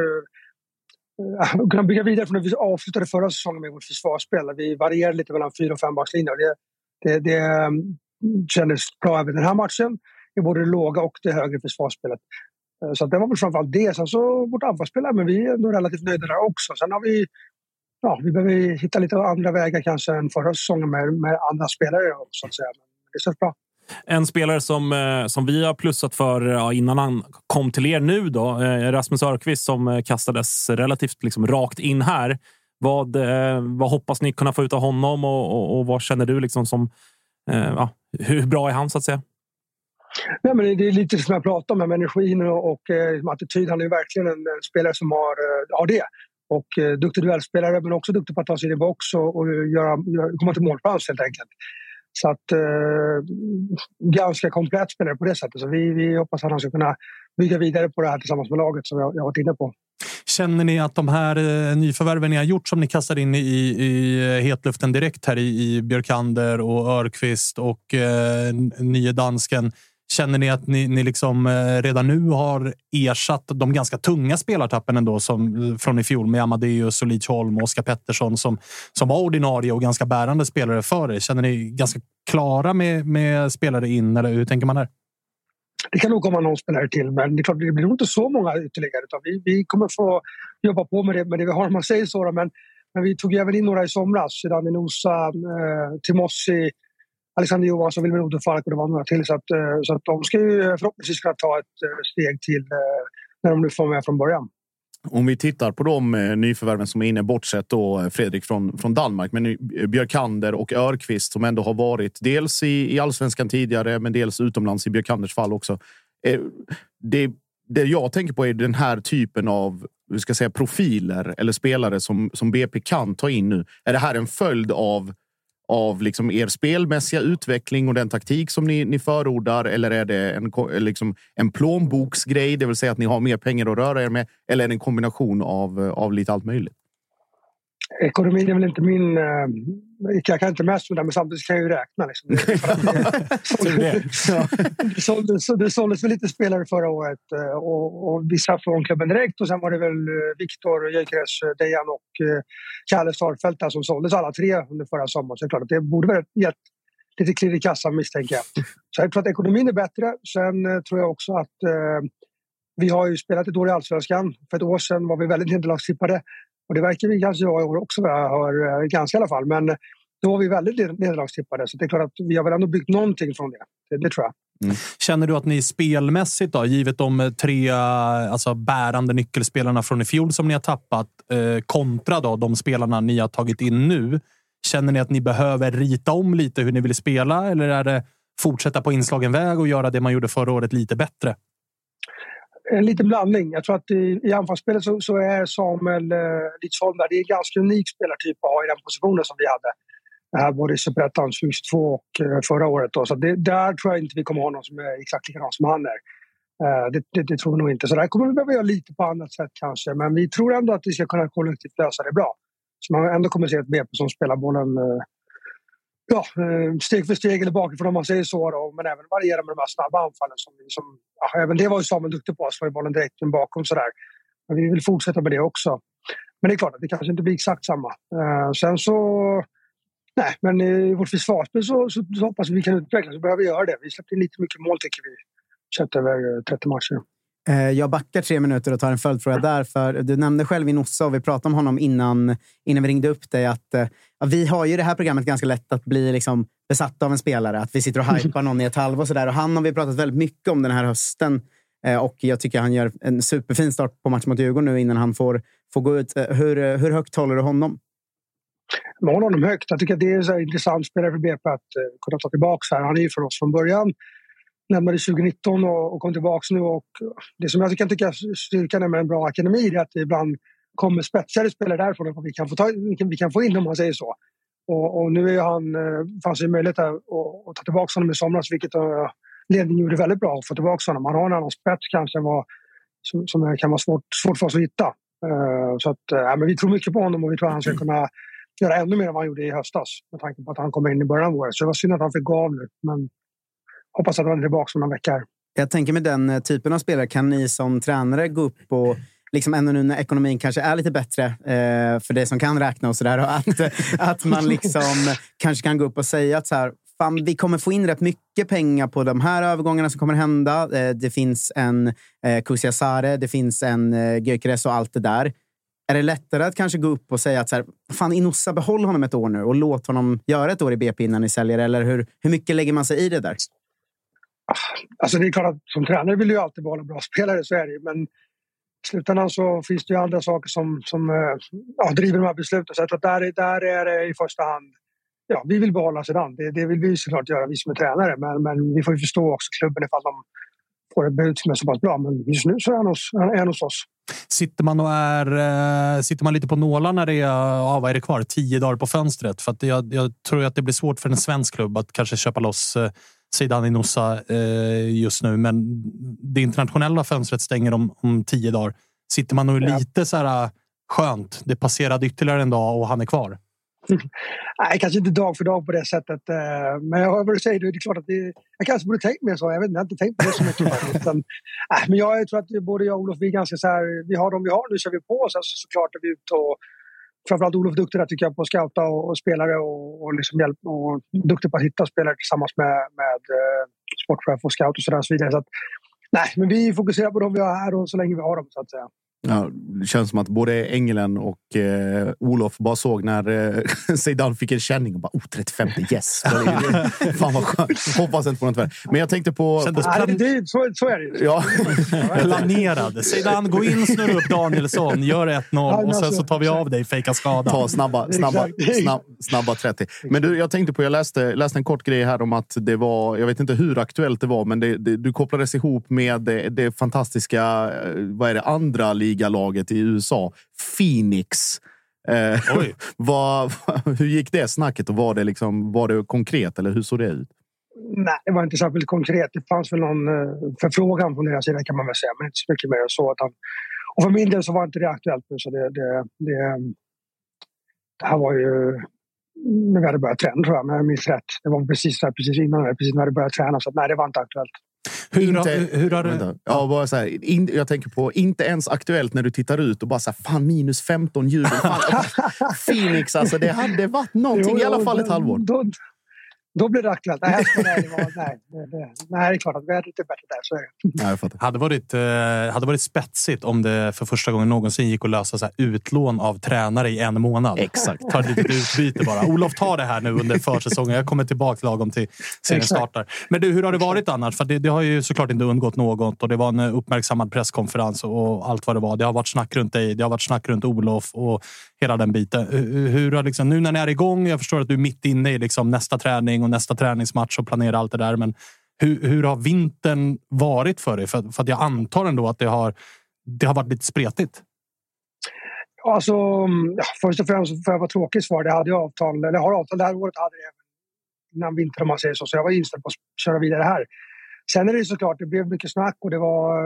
kunna bygga vidare från när vi avslutade förra säsongen med vårt försvarsspel. Vi varierade lite mellan 4- och 5-backslinjer. Det kändes bra även den här matchen. I både det låga och det högre försvarsspelet. Så det var väl framförallt det. Sen så vårt anfallsspel, men vi är ändå relativt nöjda där också. Sen har vi... Ja, vi behöver hitta lite andra vägar kanske än förra säsongen med andra spelare så att säga. Men det känns bra.
En spelare som vi har plussat för innan han kom till er nu då, Rasmus Örqvist som kastades relativt liksom rakt in här. Vad hoppas ni kunna få ut av honom och vad känner du liksom som hur bra är han så att säga?
Nej, men det är lite som jag pratade om med energin och attityd. Han är verkligen en spelare som har det. Och duktig duellspelare men också duktig på att ta sig i box och komma till målplats helt enkelt. Så att ganska komplett spelare på det sättet. Så vi hoppas att han ska kunna bygga vidare på det här tillsammans med laget som jag har varit inne på.
Känner ni att de här nyförvärven ni har gjort som ni kastar in i hetluften direkt här i Björkander och Örqvist och nye dansken, känner ni att ni liksom redan nu har ersatt de ganska tunga spelartappen ändå som från i fjol med Amadeus och Lidsholm och Oskar Pettersson som var ordinarie och ganska bärande spelare för er? Känner ni ganska klara med spelare in eller hur tänker man här?
Det kan nog komma någon spelare till, men det är klart det blir inte så många ytterligare. Utan vi kommer få jobba på med det vi har, man säger så. Men vi tog även in några i somras. Dani Nosa, Timossi, Alexander Johansson, Wilmer Odenfalk och det var några till. Så att de ska ju förhoppningsvis kunna ta ett steg till när de nu får med från början.
om vi tittar på de nyförvärven som är inne, bortsett då Fredrik från Danmark, men Björkander och Örqvist som ändå har varit dels i Allsvenskan tidigare, men dels utomlands i Björkanders fall också. Det jag tänker på är den här typen av profiler eller spelare som BP kan ta in nu. Är det här en följd av liksom er spelmässiga utveckling och den taktik som ni förordar, eller är det en plånboksgrej, det vill säga att ni har mer pengar att röra er med, eller är det en kombination av lite allt möjligt?
Ekonomin är väl inte min... Jag kan inte mest med det, men samtidigt kan jag ju räkna. Liksom. Det såldes väl lite spelare förra året och vissa från klubben direkt, och sen var det väl Viktor, Gyökeres, Dejan och Kalle Starfelt som såldes alla tre under förra sommaren. Så det är klart att det borde väl gett lite klirr i kassan, misstänker jag. Så jag tror att ekonomin är bättre. Sen tror jag också att vi har ju spelat ett år i Allsvenskan. För ett år sedan var vi väldigt nederlagstippade. Och det verkar vi kanske ha i år också, har ganska i alla fall. Men då var vi väldigt nederlagstippade. Så det är klart att vi har väl ändå byggt någonting från det tror jag.
Mm. Känner du att ni spelmässigt då, givet de 3 bärande nyckelspelarna från i fjol som ni har tappat, kontra då de spelarna ni har tagit in nu, känner ni att ni behöver rita om lite hur ni vill spela, eller är det fortsätta på inslagen väg och göra det man gjorde förra året lite bättre?
En liten blandning. Jag tror att i anfallsspelet så är Samuel Lidsholm där. Det är en ganska unik spelartyp att ha i den positionen som vi hade. Här både i Superettan 2022 och förra året. Då. Så där tror jag inte vi kommer ha någon som är exakt likadan som han är. Det tror vi nog inte. Så där kommer vi behöva göra lite på annat sätt kanske. Men vi tror ändå att vi ska kunna kollektivt lösa det bra. Så man ändå kommer se ett BP som spelar bollen steg för steg eller bakifrån om man säger så. Då. Men även variera med de här snabba anfallen. Även det var ju Samuel duktig på. Så var bollen direkt bakom sådär. Men vi vill fortsätta med det också. Men det är klart att det kanske inte blir exakt samma. Sen så... Nej, men i vårt försvarsspel så hoppas vi kan utvecklas. Så behöver vi göra det. Vi släppte in lite mycket mål tycker vi. Sett över 30 matcher.
Jag backar 3 minuter och tar en följdfråga där. För du nämnde själv Inossa och vi pratade om honom innan vi ringde upp dig. Att vi har ju det här programmet ganska lätt att bli liksom besatt av en spelare. Att vi sitter och hypar någon i ett halvår och sådär. Och han har vi pratat väldigt mycket om den här hösten. Och jag tycker han gör en superfin start på match mot Djurgården nu innan han får gå ut. Hur högt håller du honom?
Man håller honom högt. Jag tycker att det är en intressant spelare för BP att kunna ta tillbaka här. Han är ju för oss från början. Lämnade 2019 och kom tillbaka nu. Och det som jag kan tycka styrkan med en bra akademi är att det ibland kommer spetsade spelare därifrån och vi kan få in om man säger så. Och nu är fanns det möjlighet att ta tillbaka honom i somras, vilket ledningen gjorde väldigt bra att få tillbaka honom. Han har en annan spets kanske som kan vara svårt för oss att hitta. Så att, men vi tror mycket på honom och vi tror att han ska kunna göra ännu mer än vad han gjorde i höstas. Med tanke på att han kommer in i början av året. Så det var synd att han fick gå av nu. Men hoppas att han är tillbaka om några veckor.
Jag tänker med den typen av spelare kan ni som tränare gå upp och liksom ännu nu när ekonomin kanske är lite bättre för det som kan räkna och sådär. Att man liksom kanske kan gå upp och säga att så här, fan, vi kommer få in rätt mycket pengar på de här övergångarna som kommer hända. Det finns en Kusiasare, det finns en Gyökeres och allt det där. Är det lättare att kanske gå upp och säga att så här, fan, Inossa, behåll honom ett år nu och låt honom göra ett år i BP innan ni säljer? Eller hur mycket lägger man sig i det där?
Alltså det är klart att som tränare vill ju alltid behålla bra spelare, så är det ju. Men i slutändan så finns det ju andra saker som driver de här besluten. Så jag tror att där är det i första hand, vi vill behålla sedan. Det vill vi såklart göra, vi som är tränare. Men vi får ju förstå också klubben ifall de får ett bud som är så pass bra. Men just nu så är han hos oss.
Sitter man lite på nålar när det är, vad är det kvar? 10 dagar på fönstret? För att jag tror att det blir svårt för en svensk klubb att kanske köpa loss Zeidan Inossa just nu. Men det internationella fönstret stänger om 10 dagar. Sitter man nog lite så här skönt. Det passerade ytterligare en dag och han är kvar.
Nej, kanske inte dag för dag på det sättet. Men jag hör vad du säger. Det är klart att jag kanske borde tänkt mer så. Jag vet inte, jag har inte tänkt på det så mycket. Men jag tror att både jag och Olof, vi är ganska så här, vi har de vi har, nu kör vi på. Sen såklart är vi ute och framförallt Olof duktig där tycker jag på att scouta och spelare och liksom hjälp och duktig på att hitta spelare tillsammans med sportchef och scout och så vidare. Så att, nej, men vi fokuserar på de vi har här och så länge vi har dem så att säga.
Ja, det känns som att både Engelen och Olof bara såg när Zidane fick en känning och bara 35 yes. Fan vad skönt. Hoppas inte på något värre. Men jag tänkte på...
Så är det ju.
Ja.
Planerad. Zidane, gå in, snurra upp Danielsson, gör 1-0 och sen så tar vi av dig, fejka skada.
Ta snabba 30. Men du, jag tänkte på, jag läste en kort grej här om att det var, jag vet inte hur aktuellt det var, men du kopplades ihop med det fantastiska, vad är det, andra ligalaget i USA, Phoenix. Hur gick det snacket och var det konkret eller hur såg det ut?
Nej, det var inte särskilt konkret. Det fanns väl någon förfrågan från deras sida kan man väl säga, men inte så mycket mer än så. Och för min del så var inte det aktuellt nu, så det här var ju när vi hade börjat träna, tror jag, men jag minns rätt. Det var precis innan när vi hade börjat träna, så nej, det var inte aktuellt.
Hur har det...
Ja, bara så här, jag tänker på, inte ens aktuellt när du tittar ut och bara så här, fan, minus 15 ljud. Phoenix, alltså, det hade varit någonting i alla fall ett halvår.
Då blir det aktuellt. Nej, det är klart att vi är lite bättre där. Så är
det. Hade varit spetsigt om det för första gången någonsin gick att lösa så här utlån av tränare i 1 månad.
Exakt.
Ta ett litet utbyte bara. Olof, tar det här nu under försäsongen. Jag kommer tillbaka lagom till serien startar. Men du, hur har det varit annars? För det har ju såklart inte undgått något. Och det var en uppmärksammad presskonferens och allt vad det var. Det har varit snack runt dig. Det har varit snack runt Olof och hela den biten. Hur har liksom, nu när ni är igång, jag förstår att du är mitt inne i liksom nästa träning och nästa träningsmatch och planerar allt det där. Men hur har vintern varit för dig? För att jag antar ändå att det har varit lite spretigt.
Alltså, först och främst för att vara tråkigt svar, det hade jag avtal, eller har avtal det här året, hade det innan vintern om man säger så. Så jag var inställd på att köra vidare här. Sen är det såklart, det blev mycket snack och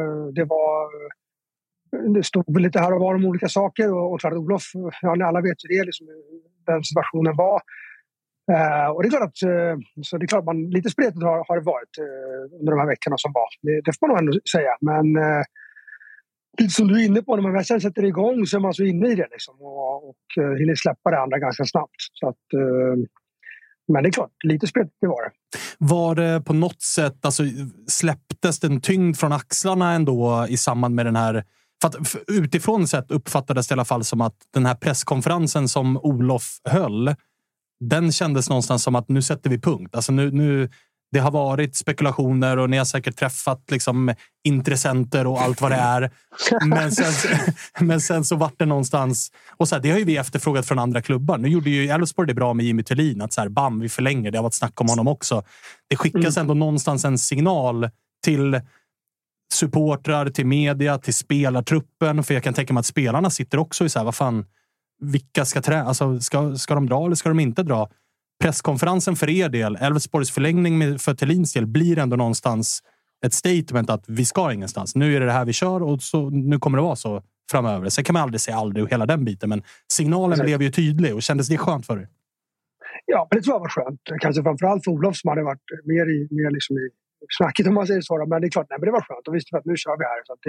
det stod väl lite här och var om olika saker och klart att Olof, alla vet ju det, liksom, den situationen var. Och det är klart att man lite spretigt har det varit under de här veckorna som var. Det får man nog ändå säga. Men lite som du är inne på, när man väl sen sätter igång så är man så inne i det liksom, och hinner släppa det andra ganska snabbt. Så att, men det är klart, lite spretigt det var det.
Var det på något sätt, alltså, släpptes den tyngd från axlarna ändå i samband med den här... För utifrån sett uppfattades det i alla fall som att den här presskonferensen som Olof höll, den kändes någonstans som att nu sätter vi punkt. Alltså nu det har varit spekulationer och ni har säkert träffat liksom intressenter och allt vad det är. Men sen så vart det någonstans... Och så här, det har ju vi efterfrågat från andra klubbar. Nu gjorde ju Elfsborg det bra med Jimmy Thelin. Att så här, bam, vi förlänger. Det har varit snack om honom också. Det skickas ändå någonstans en signal till supportrar, till media, till spelartruppen. För jag kan tänka mig att spelarna sitter också i så här, vad fan... Vilka ska alltså, ska de dra eller ska de inte dra? Presskonferensen för er del, Elfsborgs förlängning för Thelins del, blir ändå någonstans ett statement att vi ska ingenstans. Nu är det här vi kör och så, nu kommer det vara så framöver. Sen kan man aldrig säga aldrig och hela den biten, men signalen blev ju tydlig och kändes det skönt för er?
Ja, men det tror jag var skönt. Kanske framförallt för Olof som hade varit mer liksom i snacket om man säger så. Men det är klart, nej, men det var skönt och visste att nu kör vi här. Så att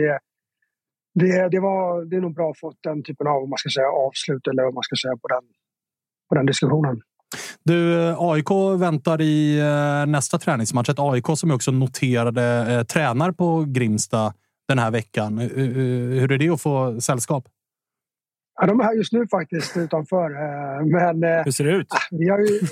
det är nog bra att få den typen av, om man ska säga, avslut eller vad man ska säga på den diskussionen.
Du, AIK väntar i nästa träningsmatch. Ett AIK som också noterade tränar på Grimsta den här veckan. Hur är det att få sällskap?
Ja, de är här just nu faktiskt utanför. Men,
hur ser det ut?
Vi har ju...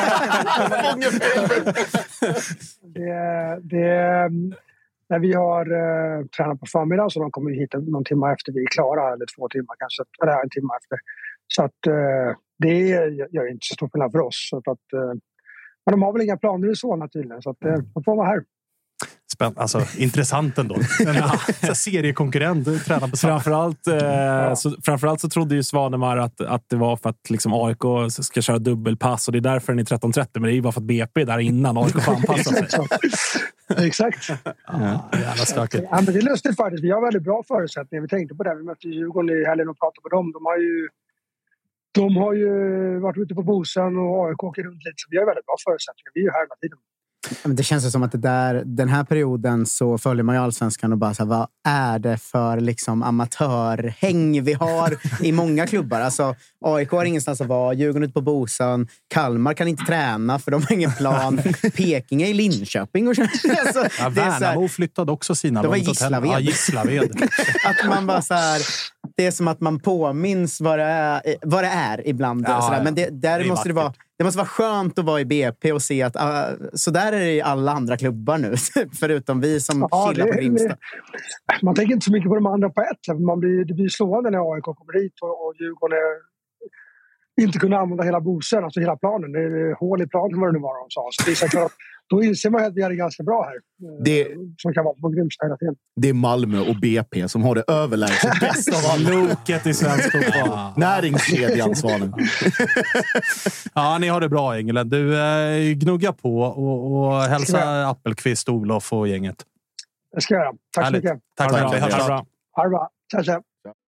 När vi har tränat på förmiddag så de kommer hit någon timme efter vi är klara, eller 2 timmar kanske, eller 1 timme efter. Så att det gör inte så stor skillnad för oss. Så att, men de har väl inga planer i Solna tydligen, så att de får vara här.
Alltså, intressant ändå. Seriekonkurrent, tränar på
framförallt så trodde ju Svanemar att det var för att liksom AIK ska köra dubbelpass och det är därför den är 13.30, men det är ju bara för att BP där innan AIK får anpassa sig.
Exakt.
Jävla stökigt.
Ja, men det är lustigt faktiskt. Vi har väldigt bra förutsättningar. Vi tänkte på det. Vi mötte Djurgården i helgen och pratade på dem. De har ju varit ute på Bosen och AIK åker runt lite. Så vi har väldigt bra förutsättningar. Vi är ju här hela tiden.
Det känns som att den här perioden så följer man ju Allsvenskan och bara så här, vad är det för liksom amatörhäng vi har i många klubbar? Alltså AIK har ingenstans att vara, Djurgården ute på Bosön, Kalmar kan inte träna för de har ingen plan, Peking är i Linköping och alltså,
Värnamo flyttade också sina.
De var Gislaved. Att man bara så här, det är som att man påminns vad det är ibland. Ja, men det måste vara skönt att vara i BP och se att så där är det i alla andra klubbar nu. Förutom vi som chillar på Grimsta.
Man tänker inte så mycket på de andra på ett sätt. Det blir slående när AIK kommer dit och Djurgården inte kunna använda hela Bosön, alltså hela planen. Det är hål i planen vad det nu var de sa. Så det är så klart, då inser man att vi är ganska bra här. Som kan vara på Grimsta hela tiden.
Det är Malmö och BP som har det överlägset bäst av alla.
Loket i svensk fotboll.
Näringskedjan, Svanen.
Ja, ni har det bra, England. Du gnuggar på och hälsa Appelqvist, Olof och gänget.
Det ska jag göra. Tack så mycket.
Tack.
Ha det bra.
Ha det bra. Tja.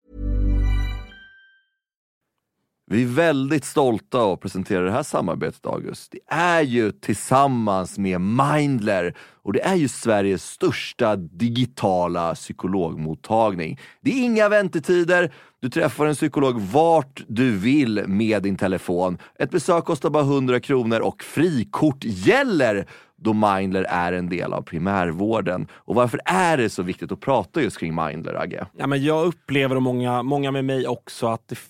Vi är väldigt stolta att presentera det här samarbetet, August. Det är ju tillsammans med Mindler och det är ju Sveriges största digitala psykologmottagning. Det är inga väntetider. Du träffar en psykolog vart du vill med din telefon. Ett besök kostar bara 100 kronor och frikort gäller då Mindler är en del av primärvården. Och varför är det så viktigt att prata just kring Mindler, Agge?
Ja, men jag upplever och många med mig också att det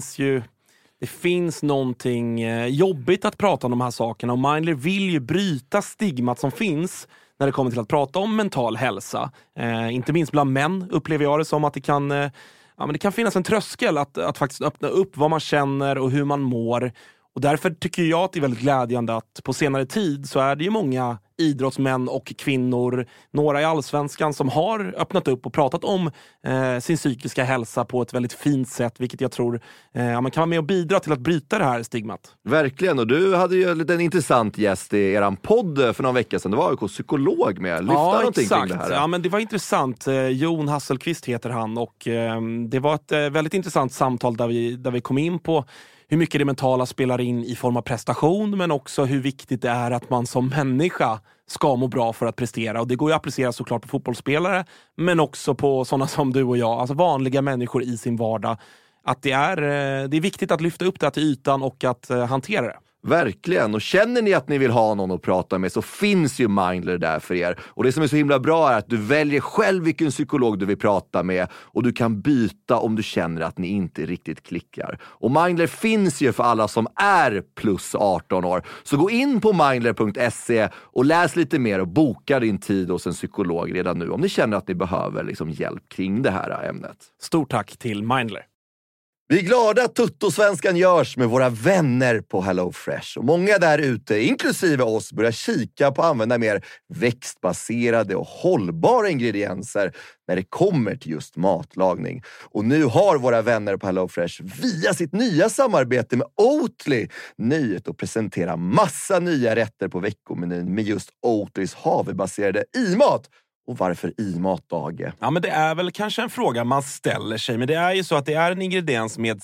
finns någonting jobbigt att prata om de här sakerna. Och Mindler vill ju bryta stigmat som finns när det kommer till att prata om mental hälsa. Inte minst bland män upplever jag det som att det kan finnas en tröskel att faktiskt öppna upp vad man känner och hur man mår. Och därför tycker jag att det är väldigt glädjande att på senare tid så är det ju många idrottsmän och kvinnor, några i Allsvenskan, som har öppnat upp och pratat om sin psykiska hälsa på ett väldigt fint sätt, vilket jag tror man kan vara med och bidra till att bryta det här stigmat.
Verkligen, och du hade ju en intressant gäst i eran podd för några veckor sedan. Det var ju psykolog med. Lyfta någonting kring det här.
Ja, men det var intressant. Jon Hasselqvist heter han och det var ett väldigt intressant samtal där vi kom in på hur mycket det mentala spelar in i form av prestation, men också hur viktigt det är att man som människa ska må bra för att prestera. Och det går ju att applicera såklart på fotbollsspelare, men också på sådana som du och jag, alltså vanliga människor i sin vardag. Att det är viktigt att lyfta upp det här till ytan och att hantera det.
Verkligen, och känner ni att ni vill ha någon att prata med så finns ju Mindler där för er. Och det som är så himla bra är att du väljer själv vilken psykolog du vill prata med och du kan byta om du känner att ni inte riktigt klickar. Och Mindler finns ju för alla som är plus 18 år. Så gå in på mindler.se och läs lite mer och boka din tid hos en psykolog redan nu om ni känner att ni behöver hjälp kring det här ämnet.
Stort tack till Mindler.
Vi är glada att Tuttosvenskan görs med våra vänner på HelloFresh. Och många där ute, inklusive oss, börjar kika på att använda mer växtbaserade och hållbara ingredienser när det kommer till just matlagning. Och nu har våra vänner på HelloFresh via sitt nya samarbete med Oatly nöjet att presentera massa nya rätter på veckomenyn med just Oatlys havrebaserade i-mat. Och varför i-mat, Dage?
Ja, men det är väl kanske en fråga man ställer sig. Men det är ju så att det är en ingrediens med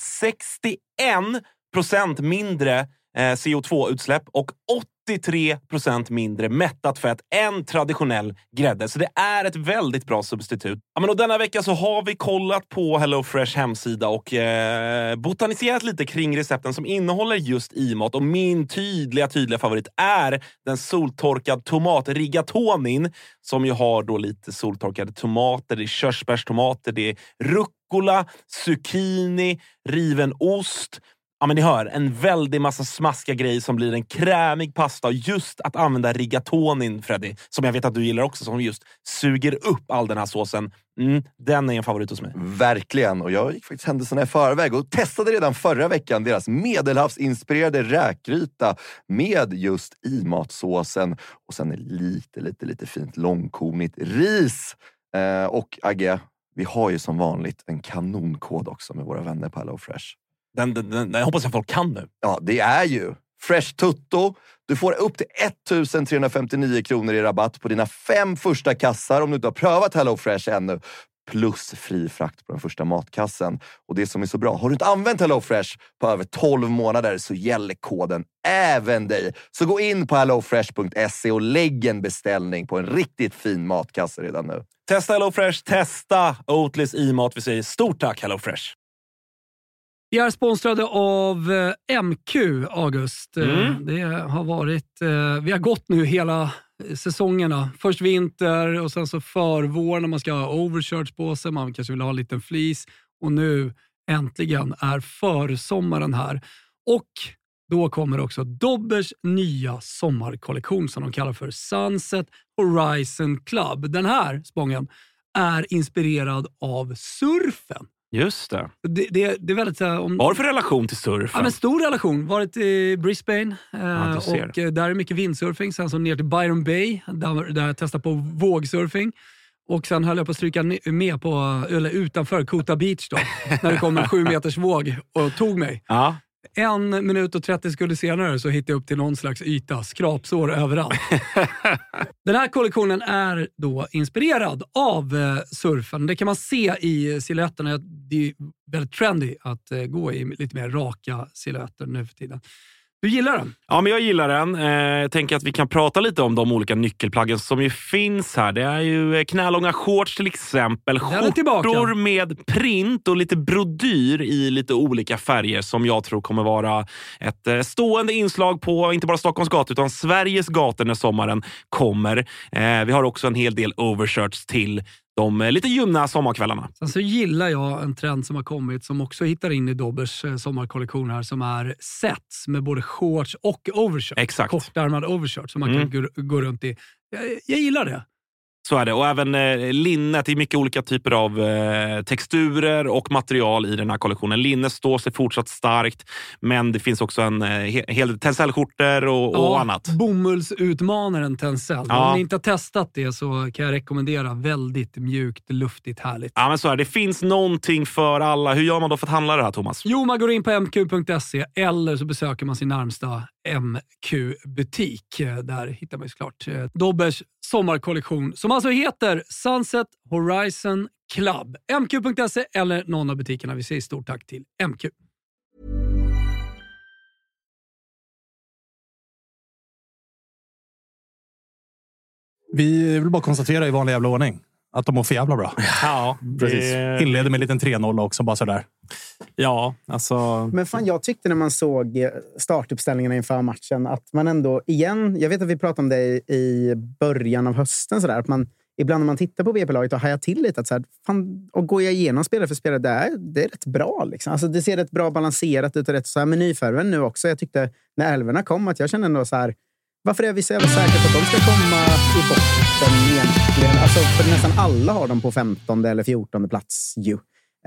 61% mindre CO2-utsläpp och 83% mindre mättat fett än traditionell grädde. Så det är ett väldigt bra substitut. Ja, men och denna vecka så har vi kollat på HelloFresh hemsida och botaniserat lite kring recepten som innehåller just i-mat. Och min tydliga favorit är den soltorkad tomat rigatonin, som ju har då lite soltorkade tomater, det är körsbärstomater, det är rucola, zucchini, riven ost. Ja, men ni hör, en väldig massa smaskiga grejer som blir en krämig pasta. Och just att använda rigatonin, Freddy, som jag vet att du gillar också, som just suger upp all den här såsen. Den är en favorit hos mig.
Verkligen, och jag gick faktiskt händelserna i förväg och testade redan förra veckan deras medelhavsinspirerade räkgryta med just i-matsåsen. Och sen lite fint långkornigt ris. Och Agge, vi har ju som vanligt en kanonkod också med våra vänner på HelloFresh.
Den hoppas jag folk kan nu.
Ja, det är ju Fresh Tutto. Du får upp till 1359 kronor i rabatt på dina 5 första kassar om du inte har prövat HelloFresh ännu. plus fri frakt på den första matkassen. Och det som är så bra, har du inte använt HelloFresh på över 12 månader så gäller koden även dig. Så gå in på hellofresh.se och lägg en beställning på en riktigt fin matkasse redan nu.
Testa HelloFresh, testa Oatlys i-mat. Vi säger stort tack HelloFresh.
Vi är sponsrade av MQ, August. Det har varit... Vi har gått nu hela säsongerna. Först vinter och sen så förvår när man ska ha overshirts på sig. Man kanske vill ha en liten fleece. Och nu äntligen är försommaren här. Och då kommer också Dobbers nya sommarkollektion som de kallar för Sunset Horizon Club. Den här spången är inspirerad av surfen.
Just det.
Det är väldigt...
Vad har du för relation till surfen?
Ja, men stor relation. Varit i Brisbane och där är mycket windsurfing. Sen så ner till Byron Bay där jag testade på vågsurfing. Och sen höll jag på att stryka med på, eller utanför Kota Beach då. När det kom en 7 meters våg och tog mig.
Ja.
1 minut och 30 sekunder senare så hittade jag upp till någon slags yta. Skrapsår överallt. Den här kollektionen är då inspirerad av surfen. Det kan man se i silhuetterna. Det är väldigt trendy att gå i lite mer raka silhuetter nu för tiden. Du gillar den?
Ja, men jag gillar den. Jag tänker att vi kan prata lite om de olika nyckelplaggen som ju finns här. Det är ju knälånga shorts till exempel. Skjortor med print och lite brodyr i lite olika färger som jag tror kommer vara ett stående inslag på inte bara Stockholms gator utan Sveriges gator när sommaren kommer. Vi har också en hel del overshirts till de lite ljumna sommarkvällarna.
Sen så gillar jag en trend som har kommit som också hittar in i Dobbers sommarkollektion här som är sets med både shorts och overshirt.
Exakt.
Kortärmad overshirt som man kan gå runt i. Jag gillar det.
Så är det. Och även linnet. Det är mycket olika typer av texturer och material i den här kollektionen. Linne står sig fortsatt starkt. Men det finns också en hel del tencellskjortor och annat.
Bomullsutmanaren tencell. Om ni inte har testat det så kan jag rekommendera väldigt mjukt, luftigt, härligt.
Ja, men så är det. Det finns någonting för alla. Hur gör man då för att handla det här, Thomas?
Jo, man går in på mq.se eller så besöker man sin närmsta MQ-butik. Där hittar man ju såklart Dobbers sommarkollektion som alltså heter Sunset Horizon Club. MQ.se eller någon av butikerna. Vi säger stort tack till MQ.
Vi vill bara konstatera i vanlig jävla ordning att de mår för jävla bra.
Ja,
precis. Inleder med en liten 3-0 också, bara sådär.
Ja, alltså...
Men fan, jag tyckte när man såg startuppställningarna inför matchen att man ändå, igen, jag vet att vi pratade om det i början av hösten sådär, att man ibland när man tittar på VP-laget och hajar till lite att såhär, fan, och går jag igenom spelare för spelare, det är rätt bra liksom. Alltså det ser rätt bra balanserat ut och rätt så här med nyförvärven nu också. Jag tyckte när älvorna kom att jag kände ändå så här, varför är vi så jävla säkra på att de ska komma i botten egentligen? Alltså för nästan alla har dem på 15:e eller 14:e plats ju.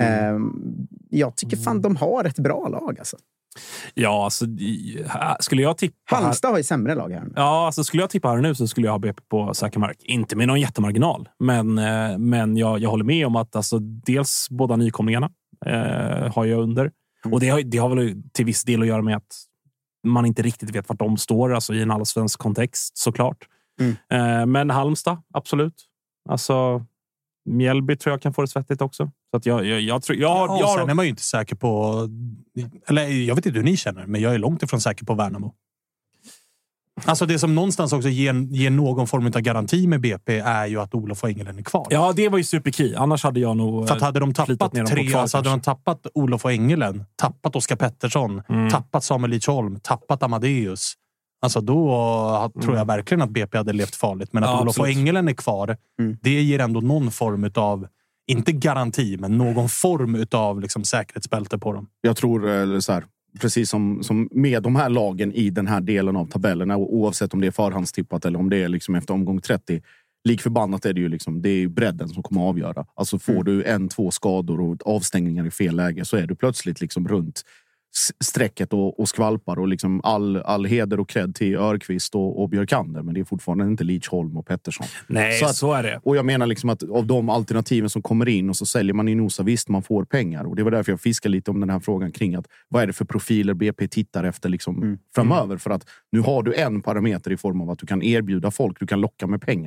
Jag tycker fan de har ett bra lag alltså.
Ja, alltså skulle jag tippa...
Halmstad har ju sämre lag här.
Ja, alltså skulle jag tippa här nu så skulle jag ha BP på säker mark. Inte med någon jättemarginal. Men jag håller med om att alltså, dels båda nykomlingarna har jag under. Och det har väl till viss del att göra med att man inte riktigt vet vart de står. Alltså i en allsvensk kontext såklart. Men Halmstad, absolut. Alltså... Mjällby tror jag kan få det svettigt också. Så att jag tror...
Sen är man ju inte säker på... Eller jag vet inte hur ni känner, men jag är långt ifrån säker på Värnamo. Alltså det som någonstans också ger någon form av garanti med BP är ju att Olof och Engelen är kvar.
Ja, det var ju superkey. Annars hade jag nog...
För att hade de tappat hade de tappat Olof och Engelen, tappat Oskar Pettersson, tappat Samuel Lidsholm, tappat Amadeus... Alltså då tror jag verkligen att BP hade levt farligt. Men att Olof och Engelen är kvar, det ger ändå någon form av, inte garanti, men någon form av liksom säkerhetsbälte på dem.
Jag tror så här, precis som med de här lagen i den här delen av tabellerna, oavsett om det är förhandstippat eller om det är liksom efter omgång 30, likförbannat är det ju liksom, det är ju bredden som kommer att avgöra. Alltså får du 1-2 skador och avstängningar i fel läge så är du plötsligt liksom runt strecket och skvalpar och liksom all heder och cred till Örqvist och Björkander, men det är fortfarande inte Lidsholm och Pettersson.
Nej, så är det.
Och jag menar liksom att av de alternativen som kommer in och så säljer man i Nosa, visst man får pengar, och det var därför jag fiskar lite om den här frågan kring att vad är det för profiler BP tittar efter liksom framöver, för att nu har du en parameter i form av att du kan erbjuda folk, du kan locka med pengar.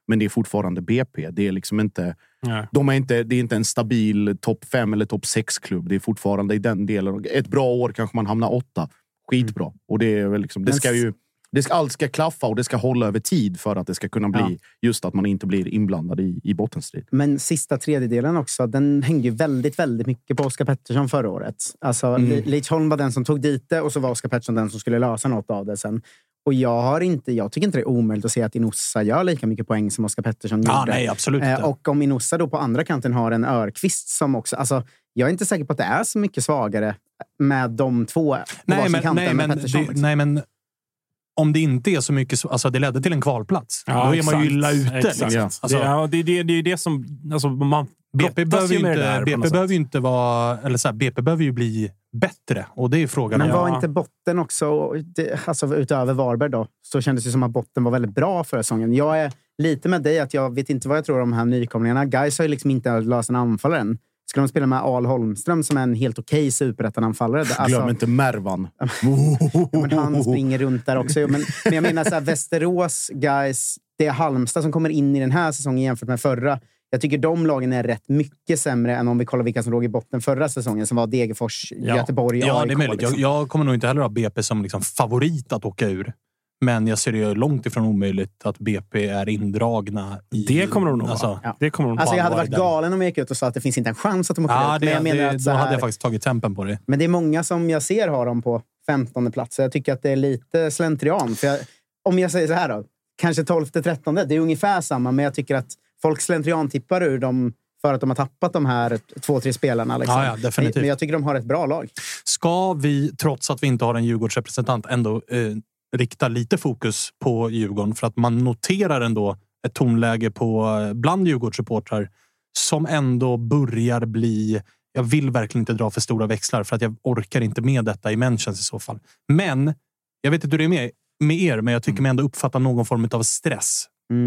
Men det är fortfarande BP. Det är liksom inte... Det är inte en stabil topp 5 eller topp 6-klubb. Det är fortfarande i den delen. Ett bra år kanske man hamnar 8. Skitbra. Och det är väl liksom... Allt ska klaffa och det ska hålla över tid för att det ska kunna bli just att man inte blir inblandad i bottenstrid.
Men sista tredjedelen också, den hängde ju väldigt, väldigt mycket på Oskar Pettersson förra året. Alltså, Lidsholm var den som tog dit det och så var Oskar Pettersson den som skulle lösa något av det sen. Och jag tycker inte det är omöjligt att se att Inossa gör lika mycket poäng som Oskar Pettersson gjorde.
Nej, absolut inte.
Och om Inossa då på andra kanten har en Örqvist som också... Alltså, jag är inte säker på att det är så mycket svagare med de två på varsin kanten med Pettersson.
Nej, men om det inte är så mycket... Alltså det ledde till en kvalplats. Då är man ju illa ute. Liksom.
Alltså, det är det som... Alltså, man
BP behöver ju inte vara... Eller så här, BP behöver ju bli bättre. Och det är frågan.
Men var inte botten också... Alltså utöver Varberg då. Så kändes det som att botten var väldigt bra förra säsongen. Jag är lite med dig att jag vet inte vad jag tror om de här nykomlingarna. Guys har ju liksom inte löst en anfallare än. Ska de spela med Al Holmström som är en helt okej superettananfallare? Alltså,
glöm inte Mervan.
Men han springer runt där också. Men jag menar så här, Västerås, Guys, det är Halmstad som kommer in i den här säsongen jämfört med förra. Jag tycker de lagen är rätt mycket sämre än om vi kollar vilka som låg i botten förra säsongen som var Degerfors, Göteborg,
Ja,
AIK,
det är möjligt.
liksom.
Jag kommer nog inte heller ha BP som liksom favorit att åka ur. Men jag ser det långt ifrån omöjligt att BP är indragna i...
Det kommer de nog
det kommer de
alltså jag hade varit galen om jag gick ut och sa att det finns inte en chans att de åker ut.
Men jag menar att då hade jag faktiskt tagit tempen på det.
Men det är många som jag ser har dem på 15:e plats. Så jag tycker att det är lite slentrian. För om jag säger så här då, kanske 12:e, 13:e, det är ungefär samma. Men jag tycker att folk slentrian tippar ur dem för att de har tappat de här 2-3 spelarna. Liksom.
Ja, definitivt.
Men jag tycker de har ett bra lag.
Ska vi, trots att vi inte har en Djurgårdsrepresentant, ändå rikta lite fokus på Djurgården? För att man noterar ändå ett tonläge bland Djurgårdssupportrar som ändå börjar bli... Jag vill verkligen inte dra för stora växlar för att jag orkar inte med detta i mentions i så fall. Men, jag vet inte hur det är med er, men jag tycker mig ändå uppfatta någon form av stress.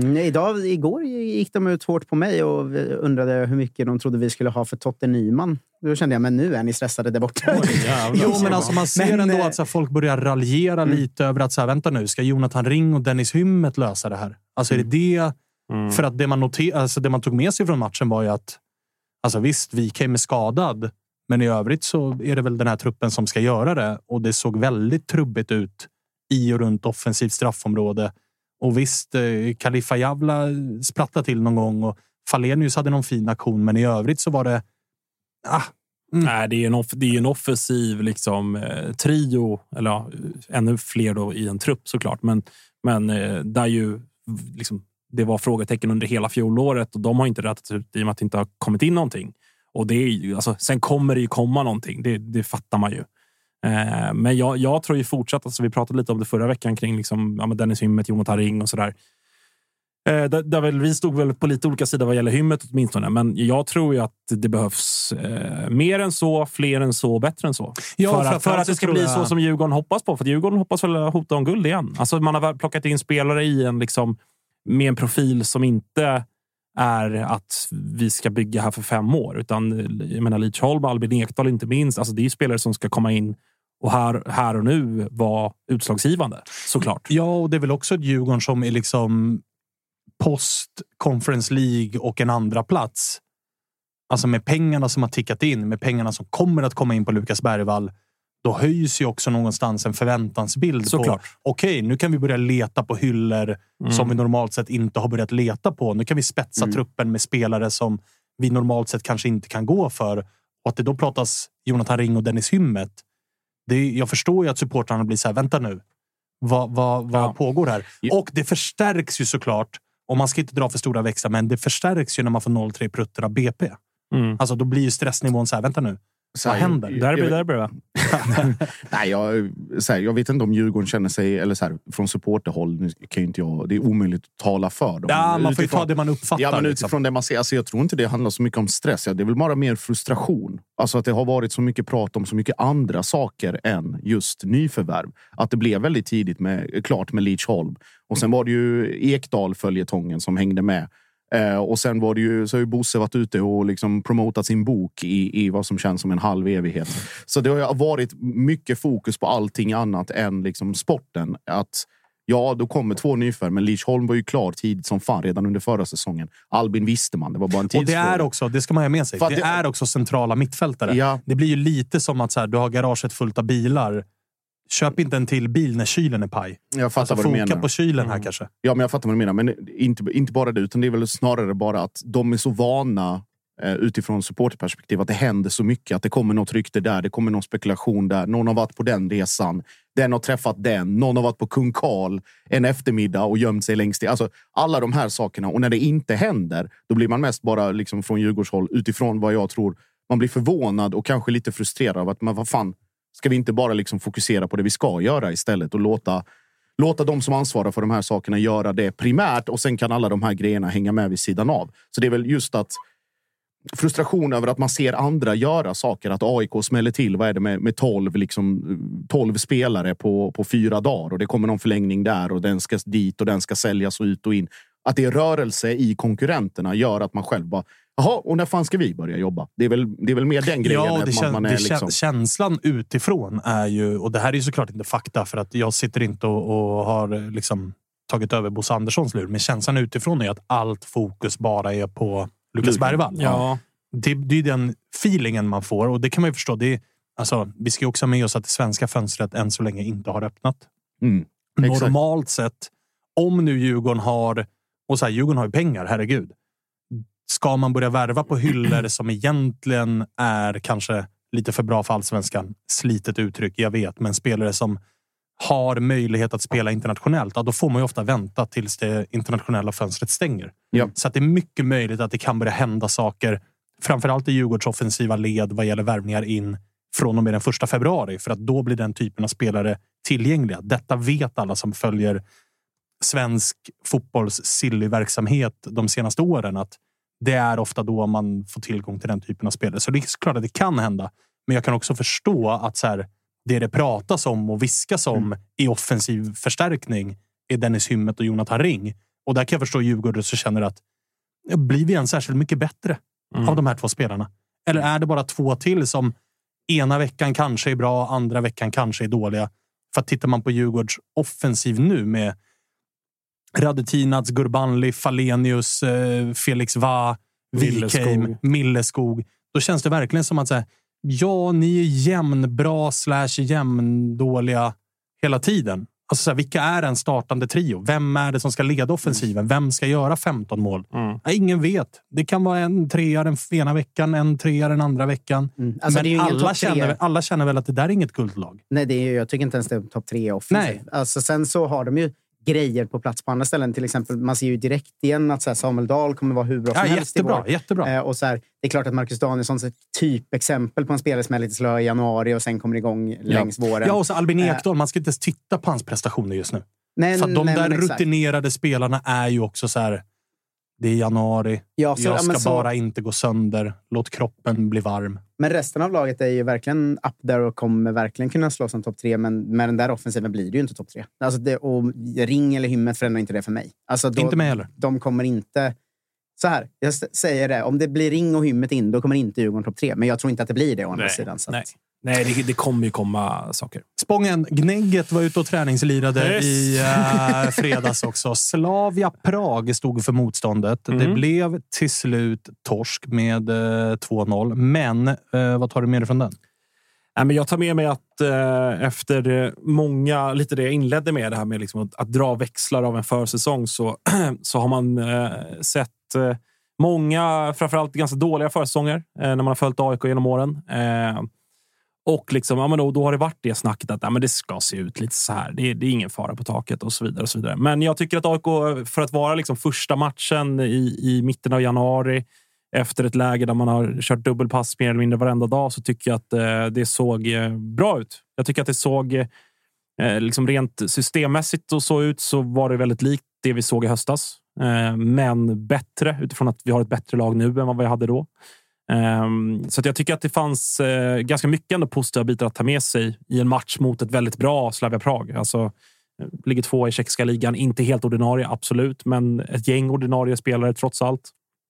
Igår gick de ut hårt på mig och undrade hur mycket de trodde vi skulle ha för Totte Nyman. Då kände jag, men nu är ni stressade där borta.
Jo, men alltså man ser ändå att så här, folk börjar raljera lite över att så här, vänta nu, ska Jonathan Ring och Dennis Hymmet lösa det här? Alltså är det för att det man tog med sig från matchen var ju att alltså visst, Wikheim är skadad, men i övrigt så är det väl den här truppen som ska göra det, och det såg väldigt trubbigt ut i och runt offensivt straffområde. Och visst, Khalifa Javla sprattlade till någon gång och Falenius hade någon fin aktion, men i övrigt så var det...
Nej, det är en offensiv liksom, trio, eller ännu fler då i en trupp såklart. Men där ju liksom, det var frågetecken under hela fjolåret och de har inte rättat ut i och med att det inte har kommit in någonting. Och det är ju, alltså, sen kommer det ju komma någonting, det fattar man ju. Men jag tror ju fortsatt, alltså vi pratade lite om det förra veckan kring liksom, Dennis Hymmet, Jonathan Ring och sådär. Där väl, vi stod väl på lite olika sidor vad gäller Hymmet åtminstone, men jag tror ju att det behövs mer än så, fler än så, bättre än så. Ja, för att det ska bli så som Djurgården hoppas på. För Djurgården hoppas väl hota om guld igen. Alltså man har plockat in spelare i en liksom, med en profil som inte är att vi ska bygga här för 5 år. Utan jag menar Lidsholm, Albin Ekdal inte minst. Alltså det är ju spelare som ska komma in och här och nu vara utslagsgivande, såklart.
Ja, och det är väl också ett Djurgården som är liksom post Conference League och en andra plats. Alltså med pengarna som har tickat in, med pengarna som kommer att komma in på Lukas Bergvall, då höjs ju också någonstans en förväntansbild på okej, nu kan vi börja leta på hyllor som vi normalt sett inte har börjat leta på. Nu kan vi spetsa truppen med spelare som vi normalt sett kanske inte kan gå för. Och att det då pratas Jonathan Ring och Dennis Hymmet. Jag förstår ju att supportrarna blir så här, vänta nu. Vad pågår här? Och det förstärks ju såklart, och man ska inte dra för stora växlar, men det förstärks ju när man får 0-3 prutter av BP. Alltså då blir ju stressnivån så här, vänta nu. Vad händer?
Derby, va?
Nej, jag vet inte om Djurgården känner sig, eller så här, från supporterhåll, nu kan ju inte jag, det är omöjligt att tala för dem.
Ja, man får ju ta det man uppfattar.
Ja, men utifrån
liksom
det man ser, alltså jag tror inte det handlar så mycket om stress. Det är väl bara mer frustration. Alltså att det har varit så mycket prat om så mycket andra saker än just nyförvärv. Att det blev väldigt tidigt klart med Lidsholm. Och sen var det ju Ekdal-följetongen som hängde med. Och sen var det ju, så har ju Bosse varit ute och liksom promotat sin bok i vad som känns som en halv evighet. Så det har varit mycket fokus på allting annat än liksom sporten. Att Ja, då kommer 2 nyförvärv, men Lidsholm var ju klar tidigt som fan redan under förra säsongen. Albin visste man, det var bara en tidsfråga.
Och det är också, det ska man ha med sig, det är också centrala mittfältare. Ja. Det blir ju lite som att så här, du har garaget fullt av bilar. Köp inte en till bil när kylen är paj.
Jag fattar vad du menar.
Foka på kylen här kanske.
Ja, men jag fattar vad du menar. Men inte bara det, utan det är väl snarare bara att de är så vana utifrån supporterperspektiv att det händer så mycket. Att det kommer något rykte där, det kommer någon spekulation där. Någon har varit på den resan. Den har träffat den. Någon har varit på Kung Karl en eftermiddag och gömt sig längst i. Alltså alla de här sakerna. Och när det inte händer, då blir man mest bara liksom från Djurgårdshåll utifrån vad jag tror. Man blir förvånad och kanske lite frustrerad av att man, vad fan, ska vi inte bara liksom fokusera på det vi ska göra istället och låta de som ansvarar för de här sakerna göra det primärt och sen kan alla de här grejerna hänga med vid sidan av. Så det är väl just att frustration över att man ser andra göra saker, att AIK smäller till, vad är det med 12 spelare på 4 dagar och det kommer någon förlängning där och den ska dit och den ska säljas och ut och in. Att det är rörelse i konkurrenterna gör att man själv bara, jaha, och när fan ska vi börja jobba? Det är väl mer den grejen.
Ja,
man är liksom...
känslan utifrån är ju, och det här är ju såklart inte fakta för att jag sitter inte och har liksom tagit över Bosse Anderssons lur, men känslan utifrån är att allt fokus bara är på Lukas Bergvall.
Ja.
Det är den feelingen man får och det kan man ju förstå. Det är, alltså, vi ska ju också ha med oss att det svenska fönstret än så länge inte har öppnat. Normalt sett, om nu Djurgården har, och så här, Djurgården har ju pengar, herregud. Ska man börja värva på hyllor som egentligen är kanske lite för bra för allsvenskan, slitet uttryck, jag vet, men spelare som har möjlighet att spela internationellt, ja, då får man ju ofta vänta tills det internationella fönstret stänger. Ja. Så att det är mycket möjligt att det kan börja hända saker, framförallt i Djurgårds offensiva led vad gäller värvningar in från och med den 1 februari, för att då blir den typen av spelare tillgängliga. Detta vet alla som följer svensk fotbolls silly verksamhet de senaste åren, att det är ofta då man får tillgång till den typen av spelare. Så det är klart att det kan hända. Men jag kan också förstå att så här, det pratas om och viskas om i offensiv förstärkning är Dennis Hymmet och Jonathan Ring. Och där kan jag förstå Djurgården så känner att blir vi en särskilt mycket bättre av de här 2 spelarna? Eller är det bara 2 till som ena veckan kanske är bra, andra veckan kanske är dåliga? För att tittar man på Djurgårds offensiv nu med Radetinac, Gurbanli, Falenius, Felix Va, Wikheim, Milleskog. Då känns det verkligen som att säga, ja, ni är jämnbra / jämndåliga hela tiden. Alltså så här, vilka är en startande trio? Vem är det som ska leda offensiven? Vem ska göra 15 mål? Ja, ingen vet. Det kan vara en 3:are den ena veckan, en 3:are den andra veckan.
Alltså,
men alla känner väl att det där är inget guldlag.
Nej, jag tycker inte ens det är topp 3 offensiv. Alltså, sen så har de ju grejer på plats på andra ställen. Till exempel, man ser ju direkt igen att så här, Samuel Dahl kommer vara hur bra som helst i vår.
Jättebra.
Och så här, det är klart att Marcus Danielsson är ett typexempel på en spelare som är lite slö i januari och sen kommer igång längs våren.
Ja, och så Albin Ekdal, man ska inte ens titta på hans prestationer just nu. Nej, för de där rutinerade spelarna är ju också så här, det är januari, jag ska bara inte gå sönder, låt kroppen bli varm.
Men resten av laget är ju verkligen up there och kommer verkligen kunna slå som topp 3, men med den där offensiven blir det ju inte topp 3. Alltså och Ring eller Hymmet förändrar inte det för mig. Alltså
inte mig heller.
De kommer inte... Så här, jag säger det, om det blir Ring och Hymmet in, då kommer inte Djurgården topp 3. Men jag tror inte att det blir det å andra sidan. Så
Nej, det kommer ju komma saker.
Spången, Gnägget var ute och träningslirade i fredags också. Slavia Prag stod för motståndet. Det blev till slut torsk med 2-0. Men vad tar du med dig från den?
Jag tar med mig att efter många, lite det jag inledde med det här med liksom att dra växlar av en försäsong så har man sett många, framförallt ganska dåliga försäsonger när man har följt AIK genom åren. Och liksom, ja, men då har det varit det snacket att ja, men det ska se ut lite så här. Det är ingen fara på taket och så vidare och så vidare. Men jag tycker att AIK, för att vara liksom första matchen i mitten av januari efter ett läge där man har kört dubbelpass mer eller mindre varenda dag, så tycker jag att det såg bra ut. Jag tycker att det såg liksom rent systemmässigt och så ut, så var det väldigt likt det vi såg i höstas. Men bättre utifrån att vi har ett bättre lag nu än vad vi hade då. Så att jag tycker att det fanns ganska mycket ändå positiva bitar att ta med sig i en match mot ett väldigt bra Slavia Prag. Alltså ligger 2 i tjeckiska ligan, inte helt ordinarie, absolut, men ett gäng ordinarie spelare trots allt.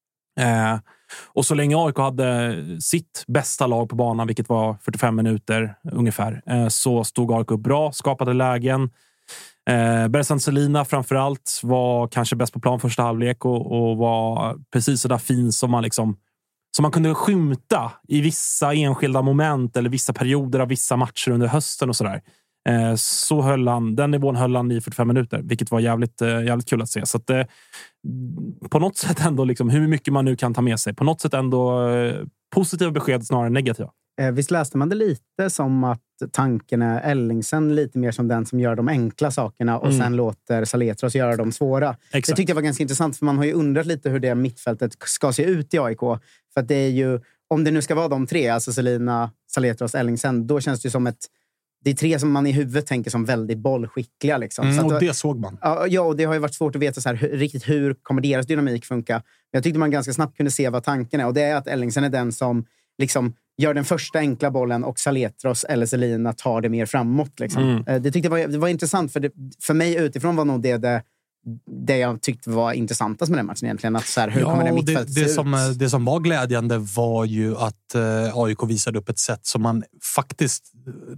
Och så länge AIK hade sitt bästa lag på banan, vilket var 45 minuter ungefär, så stod AIK upp bra, skapade lägen. Bersan Selina framförallt var kanske bäst på plan första halvlek och var precis så där fin som man kunde skymta i vissa enskilda moment eller vissa perioder av vissa matcher under hösten och sådär. Så den nivån höll han i 45 minuter, vilket var jävligt kul att se. Så att på något sätt ändå hur mycket man nu kan ta med sig, på något sätt ändå positiva besked snarare än negativa.
Visst läste man det lite som att tanken är Ellingsen lite mer som den som gör de enkla sakerna och sen låter Saletros göra de svåra. Exakt. Det tyckte jag var ganska intressant, för man har ju undrat lite hur det mittfältet ska se ut i AIK. För att det är ju, om det nu ska vara de tre, alltså Selina, Saletros, Ellingsen, då känns det ju som det är tre som man i huvudet tänker som väldigt bollskickliga. Liksom. Så
och det såg man.
Ja, och det har ju varit svårt att veta så här, riktigt hur kommer deras dynamik funka. Men jag tyckte man ganska snabbt kunde se vad tanken är. Och det är att Ellingsen är den som gör den första enkla bollen och Saletros eller Selina tar det mer framåt. Det tyckte jag det var intressant, för mig utifrån var nog det jag tyckte var intressantast med den matchen egentligen. Att så här, hur kommer det mittfältet se ut?
Det som var glädjande var ju att AIK visade upp ett sätt som man faktiskt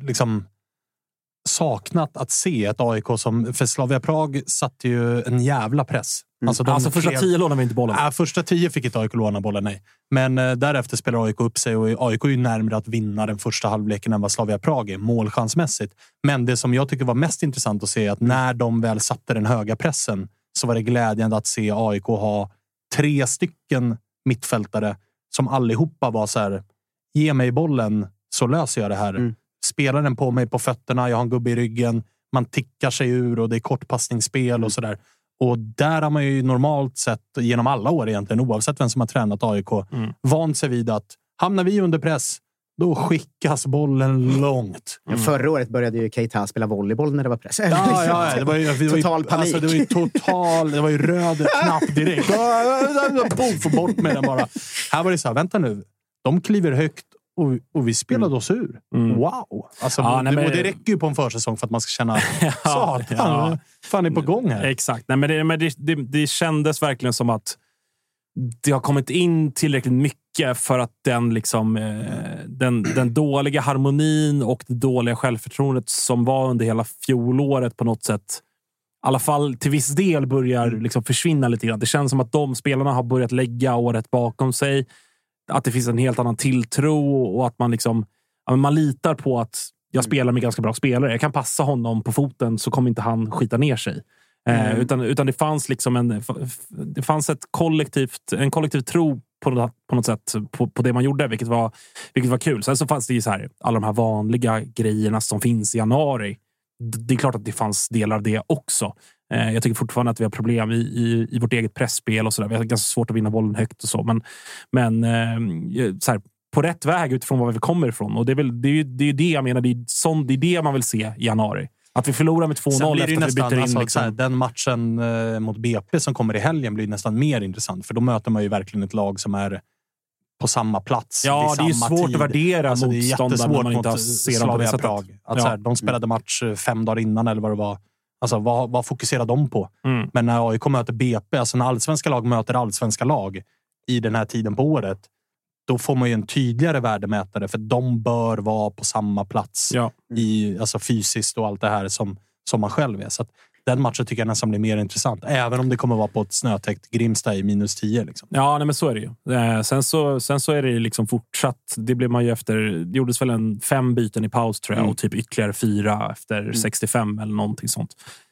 saknat att se ett AIK som, för Slavia Prag satte ju en jävla press.
Alltså första 10 lånade vi inte bollen.
Första 10 fick inte AIK låna bollen, nej. Men därefter spelar AIK upp sig och AIK är ju närmare att vinna den första halvleken än vad Slavia Prag är, målchansmässigt. Men det som jag tycker var mest intressant att se är att när de väl satte den höga pressen så var det glädjande att se AIK ha 3 stycken mittfältare som allihopa var så här: ge mig bollen så löser jag det här. Spelar den på mig på fötterna, jag har en gubbe i ryggen, man tickar sig ur och det är kortpassningsspel och sådär. Och där har man ju normalt sett genom alla år egentligen, oavsett vem som har tränat AIK, vant sig vid att hamnar vi under press, då skickas bollen långt.
Förra året började ju Keita spela volleyboll när det var press.
Ja, det var ju
total panik.
Alltså, det var ju röd knapp direkt. Få bort med den bara. Här var det så här, vänta nu. De kliver högt och vi spelade oss ur. Wow! Alltså, och det räcker ju på en försäsong för att man ska känna fan är på gång här.
Exakt. Nej, men det kändes verkligen som att det har kommit in tillräckligt mycket för att den dåliga harmonin och det dåliga självförtroendet som var under hela fjolåret på något sätt, i alla fall till viss del, börjar försvinna lite grann. Det känns som att de spelarna har börjat lägga året bakom sig. Att det finns en helt annan tilltro och att man litar på att jag spelar med ganska bra spelare. Jag kan passa honom på foten så kommer inte han skita ner sig. Utan det fanns det fanns en kollektiv tro på något sätt på det man gjorde, vilket var kul. Sen så fanns det ju så här, alla de här vanliga grejerna som finns i januari. Det är klart att det fanns delar av det också. Jag tycker fortfarande att vi har problem i vårt eget pressspel och sådär. Vi har ganska svårt att vinna bollen högt och så. Men så här, på rätt väg utifrån var vi kommer ifrån. Och det är det jag menar. Det är det man vill se i januari. Att vi förlorar med 2-0 efter att vi byter in.
Här, den matchen mot BP som kommer i helgen blir nästan mer intressant. För då möter man ju verkligen ett lag som är på samma plats.
Ja, det är ju svårt att värdera
motståndaren
när man inte ser
Slavia Prag. De spelade match 5 dagar innan eller vad det var. Alltså, vad fokuserar de på? Men när AIK möter BP, alltså när allsvenska lag möter allsvenska lag i den här tiden på året, då får man ju en tydligare värdemätare, för de bör vara på samma plats alltså fysiskt och allt det här som man själv är. Så att den matchen tycker jag nästan blir mer intressant, även om det kommer vara på ett snötäckt Grimsta i -10.
Ja, nej, men så är det ju. Sen så är det ju fortsatt. Det blev man ju efter. Det gjordes väl 5 byten i paus tror jag, och typ ytterligare 4 efter 65 eller någonting sånt.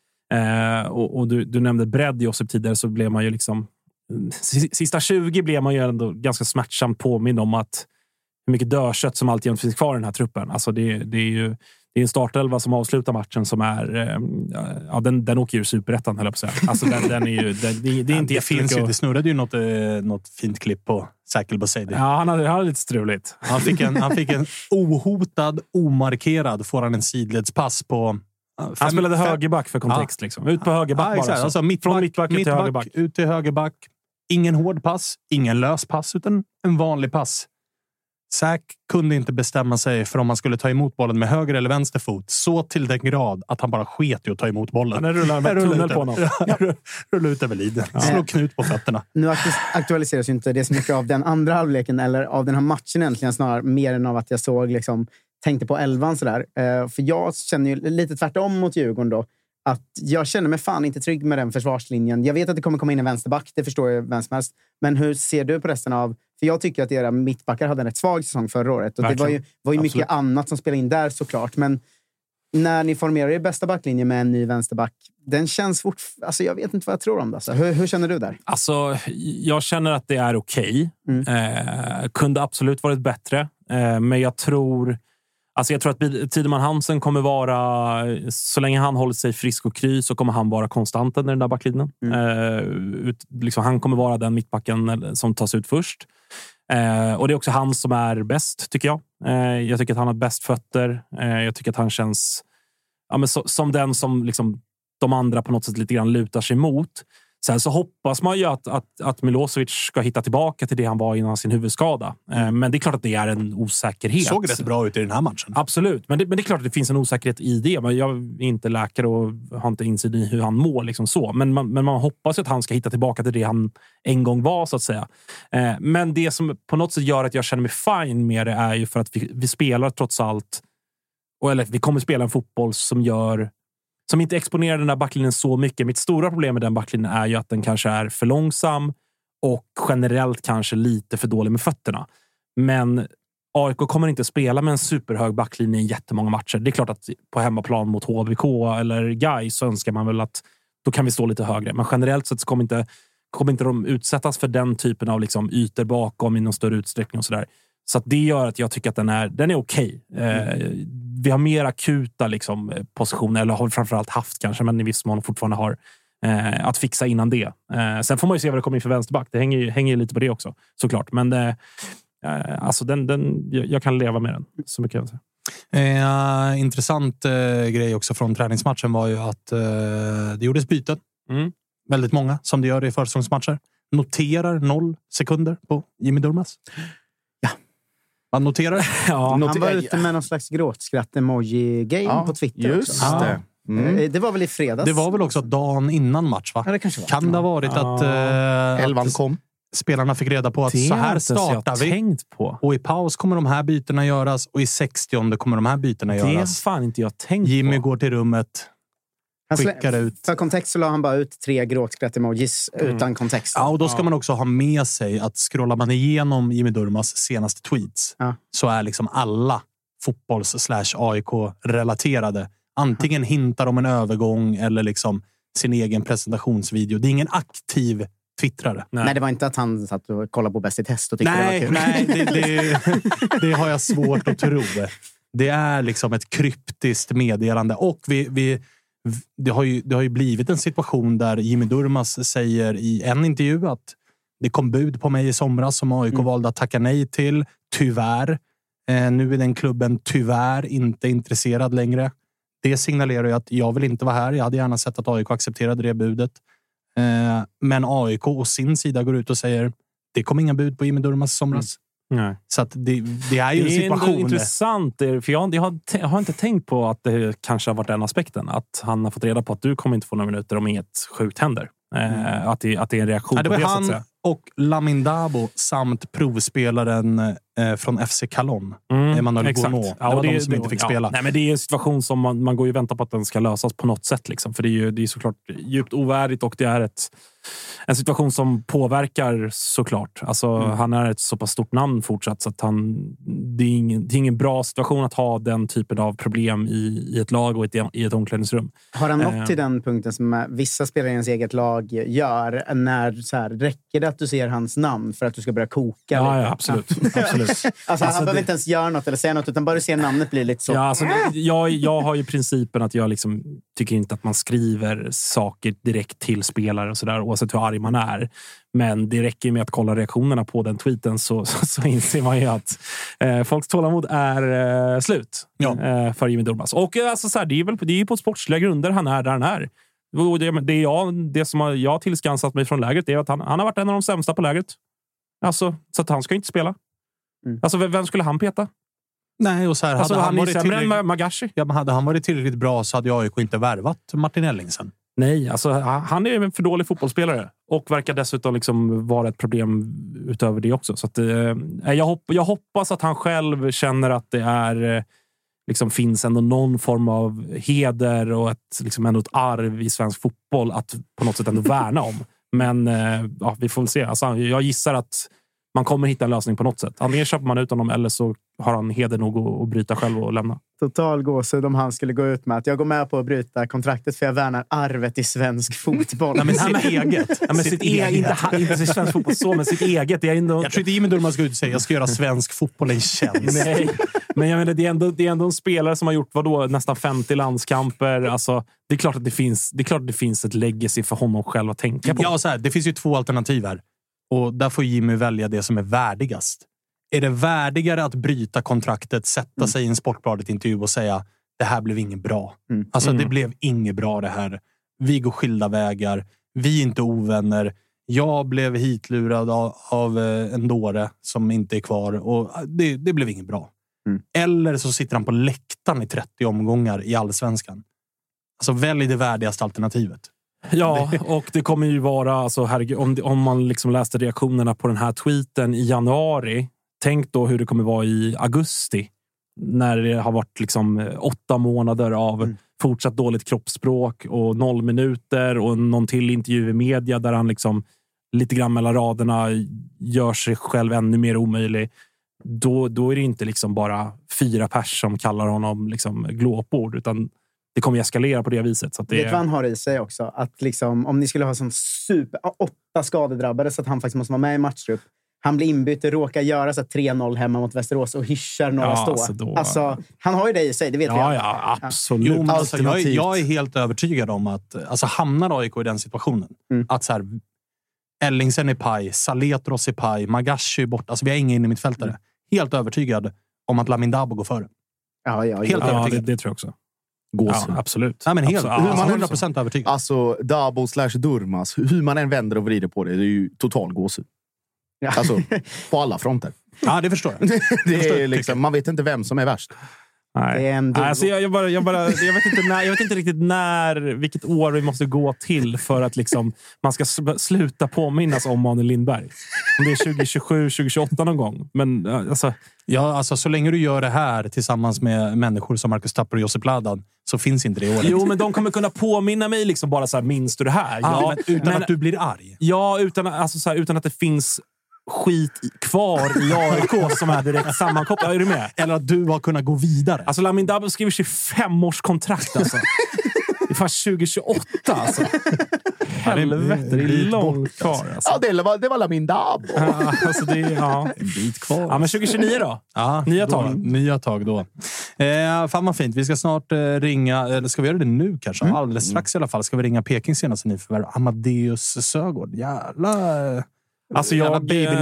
Och du nämnde bredd, Josip, tidigare, så blev man ju sista 20 blev man ju ändå ganska smärtsamt påminn om att hur mycket dödkött som alltid finns kvar i den här truppen. Alltså det är ju en startelva som avslutar matchen som är den åker ju superettan, höll jag på att säga. Alltså den är ju det är inte
det snurrade ju något fint klipp på Säkel Boseidi.
Ja, han hade lite struligt.
Han fick en ohotad, omarkerad, får han en sidledspass på.
Han spelade högerback för kontext Ut på högerback bara.
Alltså, från mittback till högerback. Ut till högerback. Ingen hård pass, ingen lös pass, utan en vanlig pass. Säk kunde inte bestämma sig för om man skulle ta emot bollen med höger eller vänster fot, så till den grad att han bara sket i att ta emot bollen.
Han rullar med tunnel på honom.
Rulla ut över liden. Slå knut på fötterna.
Nu aktualiseras ju inte det så mycket av den andra halvleken eller av den här matchen egentligen, snarare mer än av att jag såg tänkte på 11 sådär. För jag känner ju lite tvärtom mot Djurgården då. att jag känner mig fan inte trygg med den försvarslinjen. Jag vet att det kommer komma in en vänsterback, det förstår jag vem som helst. Men hur ser du på resten av... För jag tycker att era mittbackar hade en rätt svag säsong förra året. Och det var ju mycket annat som spelade in där såklart. Men när ni formerar er bästa backlinje med en ny vänsterback, den känns alltså jag vet inte vad jag tror om det. Alltså, hur känner du där?
Alltså, jag känner att det är okej. Kunde absolut varit bättre. Men jag tror att Tideman Hansen kommer vara, så länge han håller sig frisk och kry, så kommer han vara konstanten i den där backlinjen. Liksom, han kommer vara den mittbacken som tas ut först. Och det är också han som är bäst, tycker jag. Jag tycker att han har bäst fötter. Jag tycker att han känns som den som liksom, de andra på något sätt lite grann lutar sig mot. Sen så hoppas man ju att Milosevic ska hitta tillbaka till det han var innan sin huvudskada. Men det är klart att det är en osäkerhet.
Såg rätt bra ut i den här matchen.
Absolut, men det är klart att det finns en osäkerhet i det. Men jag är inte läkare och har inte insyn i hur han mår. Liksom så. Men man hoppas att han ska hitta tillbaka till det han en gång var, så att säga. Men det som på något sätt gör att jag känner mig fine med det är ju för att vi spelar trots allt, eller vi kommer spela en fotboll som inte exponerar den där backlinjen så mycket. Mitt stora problem med den backlinjen är ju att den kanske är för långsam och generellt kanske lite för dålig med fötterna. Men AIK kommer inte spela med en superhög backlinje i jättemånga matcher. Det är klart att på hemmaplan mot HBK eller Gais så önskar man väl att då kan vi stå lite högre. Men generellt sett så kommer inte de utsättas för den typen av liksom ytor bakom i någon större utsträckning och sådär. Så att det gör att jag tycker att den är okej. Vi har mer akuta liksom, positioner, eller har vi framförallt haft kanske, men i viss mån fortfarande har att fixa innan det. Sen får man ju se vad det kommer in för vänsterback. Det hänger ju lite på det också, såklart. Men alltså jag kan leva med den. Så mycket jag vill säga.
Intressant grej också från träningsmatchen var ju att det gjordes byten. Väldigt många, som det gör i försäsongsmatcher. Noterar 0 sekunder på Jimmy Durmaz. Man noterar.
Han var ute med någon slags gråtskratt-emoji-game på Twitter.
Just
också.
det.
Det var väl i fredags.
Det var väl också dagen innan match, va?
Ja, det kanske var.
Kan det ha varit att
elvan kom?
Spelarna fick reda på att så här startar vi.
Tänkt på.
Och i paus kommer de här bytena göras. Och i 60:e kommer de här bytena göras.
Det är fan inte jag tänkt
Jimmy
på.
går till rummet. Skickar ut.
För kontext så la han bara ut 3 gråtskratt-emojis utan kontext.
Ja, och då ska man också ha med sig att scrollar man igenom Jimmy Durmaz senaste tweets så är liksom alla fotbolls/AIK-relaterade. Antingen hintar om en övergång eller liksom sin egen presentationsvideo. Det är ingen aktiv twittrare.
Nej, det var inte att han satt och kollade på Bäst i test och tyckte det var kul.
Nej, det har jag svårt att tro. Det är liksom ett kryptiskt meddelande. Och det har ju blivit en situation där Jimmy Durmaz säger i en intervju att det kom bud på mig i somras som AIK valde att tacka nej till. Tyvärr. Nu är den klubben tyvärr inte intresserad längre. Det signalerar ju att jag vill inte vara här. Jag hade gärna sett att AIK accepterade det budet. Men AIK och sin sida går ut och säger det kom inga bud på Jimmy Durmaz i somras.
Nej.
Så att det är ju en situation. Det är
intressant, för jag har inte tänkt på att det kanske har varit den aspekten. Att han har fått reda på att du kommer inte få några minuter om inget sjukt händer. Att det är en reaktion på det, så att säga.
Och Lamin Dabo samt provspelaren från FC Calon. Emanuel Bono. Det var de som inte fick spela.
Nej, men det är en situation som man går ju och väntar på att den ska lösas på något sätt. Liksom. För det är såklart djupt ovärdigt och det är en situation som påverkar såklart. Alltså, han är ett så pass stort namn fortsatt så att det är ingen bra situation att ha den typen av problem i ett lag och i ett omklädningsrum.
Har han nått till den punkten som vissa spelare i ens eget lag gör när så här, räcker det att du ser hans namn för att du ska börja koka?
Ja, absolut.
Alltså, han behöver inte ens göra något eller säga något utan bara du ser namnet blir lite så.
Ja, alltså, jag har ju principen att jag liksom tycker inte att man skriver saker direkt till spelare och sådär oavsett hur arg man är. Men det räcker med att kolla reaktionerna på den tweeten så inser man ju att folks tålamod är slut för Jimmy Durmaz. Och alltså, så här, det är ju på sportsliga grunder han är där han är. Det som jag tillskansat mig från lägret är att han har varit en av de sämsta på lägret. Alltså, så att han ska inte spela. Alltså, vem skulle han peta?
Nej, och så här,
alltså,
hade
han varit sämre än Magashi.
Ja, men hade han varit tillräckligt bra så hade AIK inte värvat Martin Ellingsen.
Nej, alltså han är en för dålig fotbollsspelare och verkar dessutom liksom vara ett problem utöver det också. Så att, jag hoppas att han själv känner att det är liksom finns ändå någon form av heder och ändå ett arv i svensk fotboll att på något sätt ändå värna om. Men vi får väl se. Alltså, jag gissar att man kommer hitta en lösning på något sätt. Antingen köper man ut honom eller så har han heder nog att bryta själv och lämna.
Total gåshud om han skulle gå ut med att jag går med på att bryta kontraktet för jag värnar arvet i svensk fotboll.
Nej, men sitt eget. Ja, men sitt eget. Inte svensk fotboll så, men sitt eget. Det är ändå...
Jag tror inte Jimmy Durmaz ska ut och säga jag ska göra svensk fotboll en tjänst.
Nej, men jag menar, det är ändå en spelare som har gjort nästan 50 landskamper. Alltså, det är klart att det finns ett legacy för honom själv att tänka på.
Ja, så här, det finns ju 2 alternativ här. Och där får Jimmy välja det som är värdigast. Är det värdigare att bryta kontraktet, sätta sig i en Sportbladet-intervju och säga det här blev inget bra. Alltså det blev inget bra det här. Vi går skilda vägar. Vi är inte ovänner. Jag blev hitlurad av en dåre som inte är kvar. Och det blev inget bra. Eller så sitter han på läktaren i 30 omgångar i Allsvenskan. Alltså välj det värdigaste alternativet.
Ja, och det kommer ju vara, alltså, herregud, om man liksom läste reaktionerna på den här tweeten i januari, tänk då hur det kommer vara i augusti när det har varit liksom 8 månader av fortsatt dåligt kroppsspråk och 0 minuter och någon till intervju i media där han liksom lite grann mellan raderna gör sig själv ännu mer omöjlig. Då är det inte liksom bara 4 pers som kallar honom liksom glåpord, utan det kommer att eskalera på det viset. Så att
Vet vad han har i sig också? Att liksom, om ni skulle ha som 8 skadedrabbade så att han faktiskt måste vara med i matchtrupp. Han blir inbytt, råkar göra så 3-0 hemma mot Västerås och hyschar några stå. Alltså, han har ju det i sig, det vet vi.
Ja, absolut.
Jo, alltså, jag är helt övertygad om att alltså, hamnar AIK i den situationen. Att så här, Ellingsen är paj, Saletros är paj, Magashi är bort. Alltså vi har ingen in i mittfältare. Helt övertygad om att Lamin Dabo går före. Helt övertygad.
Det tror jag också.
Ja, absolut. Nej, men helt,
absolut.
100% övertygad.
Alltså, Dabo / Durmaz, hur man än vänder och vrider på det är ju total gåshud. Alltså, på alla fronter.
Ja, det förstår jag.
Det är liksom, man vet inte vem som är värst.
Nej. Alltså jag vet inte riktigt vilket år vi måste gå till för att liksom man ska sluta påminnas om Manuel Lindberg. Om det är 2027, 2028 någon gång. Men alltså...
Ja, alltså så länge du gör det här tillsammans med människor som Marcus Tapper och Josip Ladan så finns inte det året.
Jo, men de kommer kunna påminna mig liksom bara så här, minns du det här?
Ja, utan att du blir arg.
Ja, utan att det finns skit kvar i AIK som är direkt sammankopplat. Är du med?
Eller att du har kunnat gå vidare.
Alltså Lamin Dabo skriver 25-årskontrakt alltså. Det är fast 2028 alltså. Helvete, det är långt kvar alltså.
Ja, det var Lamin Dabo.
Alltså det är en bit kvar. Ja, men 2029 då?
Ja, nya tag då. Fan vad fint. Vi ska snart ringa, eller ska vi göra det nu kanske? Alldeles strax i alla fall ska vi ringa Peking senaste nyförvärv. Amadeus Sögaard. Jävla...
Alltså det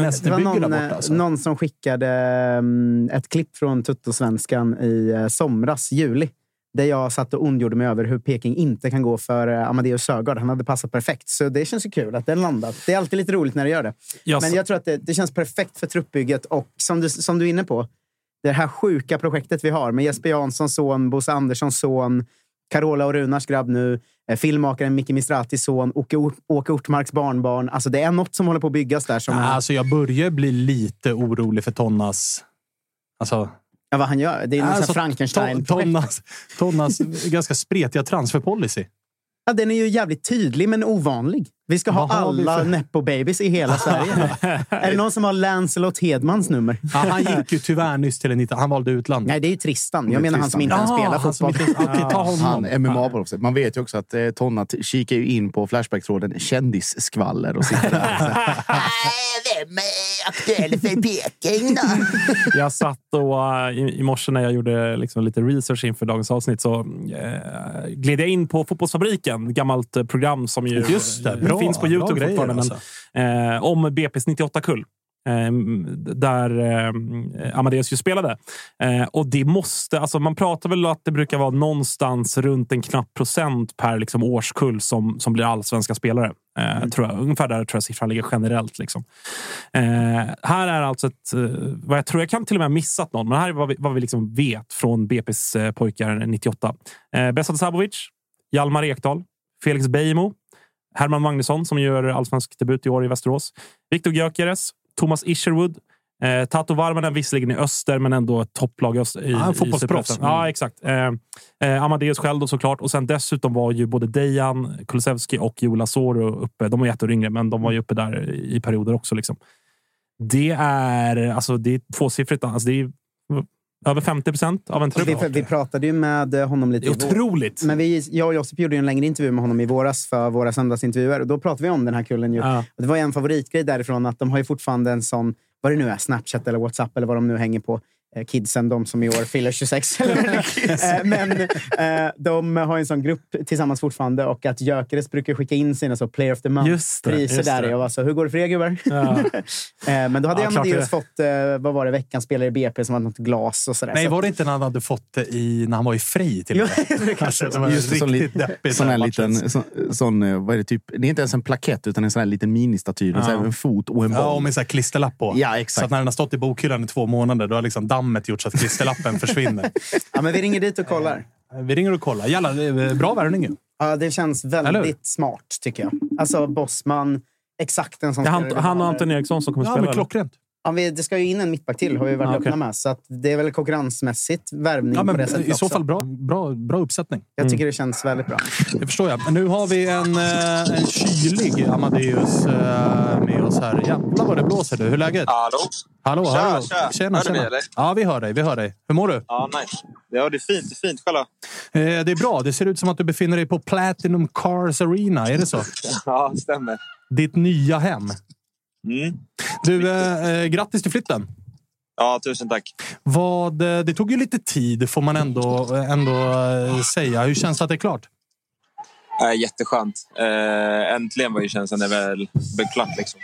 var någon som skickade ett klipp från Tuttosvenskan i somras, juli. Där jag satt och ondgjorde mig över hur Peking inte kan gå för Amadeus Sögaard. Han hade passat perfekt. Så det känns ju kul att den landat. Det är alltid lite roligt när det gör det. Men jag tror att det känns perfekt för truppbygget. Och som du är inne på, det här sjuka projektet vi har med Jesper Janssons son, Bosse Anderssons son, Carola och Runars grabb nu, filmmakaren Micke Mistratis son, Åke Ortmarks barnbarn. Alltså det är något som håller på att byggas där. Som
alltså jag börjar bli lite orolig för Tonnas... Alltså...
Ja, vad han gör. Det är någon sån Frankenstein-projekt.
Tonnas ganska spretiga transferpolicy.
Ja, den är ju jävligt tydlig men ovanlig. Vi ska ha alla Nepo-babies i hela Sverige. Är det någon som har Lancelot Hedmans nummer?
Ja, han gick ju tyvärr nyss till en... Han valde utlandet.
Nej, det är ju Tristan. Jag menar han som inte kan spela fotboll.
Han MMA-proffs. Man vet ju också att Tonna kikar ju in på Flashback-tråden kändisskvaller och sitter där.
Vem är aktuell för Peking då?
Jag satt och i morse när jag gjorde liksom lite research inför dagens avsnitt så gled jag in på Fotbollsfabriken. Gammalt program som ju...
Just det, bra.
Finns på YouTube fortfarande, alltså. Om BP's 98-kull. Där Amadeus ju spelade. Och det måste, alltså man pratar väl att det brukar vara någonstans runt en knapp procent per liksom årskull som blir allsvenska spelare. Tror jag. Ungefär där tror jag siffran ligger generellt. Liksom. Här är alltså vad jag tror jag kan till och med ha missat någon, men här är vad vi liksom vet från BP's pojkar 98. Besat Sabovic, Hjalmar Ekdal, Felix Beijmo, Herman Magnusson som gör allsvensk debut i år i Västerås, Viktor Gyökeres, Thomas Isherwood, Tato Varmanen visserligen i öster, men ändå ett topplag i
fotbollsproffs.
Ja, exakt. Amadeus själv då såklart. Och sen dessutom var ju både Dejan Kulusevski och Joel Asoro uppe. De var jätteår yngre, men de var ju uppe där i perioder också. Liksom. Det är tvåsiffrigt. Alltså det är över 50% av en trupp.
Vi pratade ju med honom lite.
Otroligt!
Men jag och Josip gjorde ju en längre intervju med honom i våras för våra söndagsintervjuer. Och då pratade vi om den här kullen ju. Ja. Och det var en favoritgrej därifrån att de har ju fortfarande en sån, vad det nu är, Snapchat eller WhatsApp eller vad de nu hänger på. Kidsen, de som i år fyller 26. Men de har en sån grupp tillsammans fortfarande och att Gyökeres brukar skicka in sina så Player of the Month-priser där. Och alltså, hur går det för er, gubbar? Ja. Men då hade Amadeus fått, vad var det, veckans spelare i BP som hade något glas och sådär.
Nej, var det inte när han hade fått det när han var i Frej till och med? Alltså, det var riktigt deppigt.
Sån här liten, vad är det typ? Det är inte ens en plakett utan en sån här liten ministaty. En fot och en boll.
Ja, och med så här klisterlapp på.
Ja, exakt.
Så att när den har stått i bokhyllan i 2 månader, då har liksom dammet gjort så att klisterlappen försvinner.
Ja, men vi ringer dit och kollar.
Vi ringer och kollar. Jävla, bra värvning ju.
Ja, det känns väldigt smart, tycker jag. Alltså, Bosman, exakt en sån...
Han och Anton Eriksson som kommer spela.
Men klockrent.
Ja, det ska ju in en mittback till, har vi varit öppna med. Så att det är väl konkurrensmässigt värvning på det sättet
i så fall bra uppsättning.
Jag tycker det känns väldigt bra.
Det förstår jag. Men nu har vi en kylig Amadeus med oss här. Jävlar vad det blåser du. Hur är läget? Hallå. Tjena.
Hör du mig, eller?
Ja, vi hör dig. Hur mår du?
Ja, nice. Ja, det är fint. Själva.
Det är bra. Det ser ut som att du befinner dig på Platinum Cars Arena. Är det så?
Ja, det stämmer.
Ditt nya hem. Du, grattis till flytten.
Ja, tusen tack.
Det tog ju lite tid, får man ändå säga. Hur känns det att det är klart?
Jätteskönt. Äntligen var ju känslan väl klart liksom.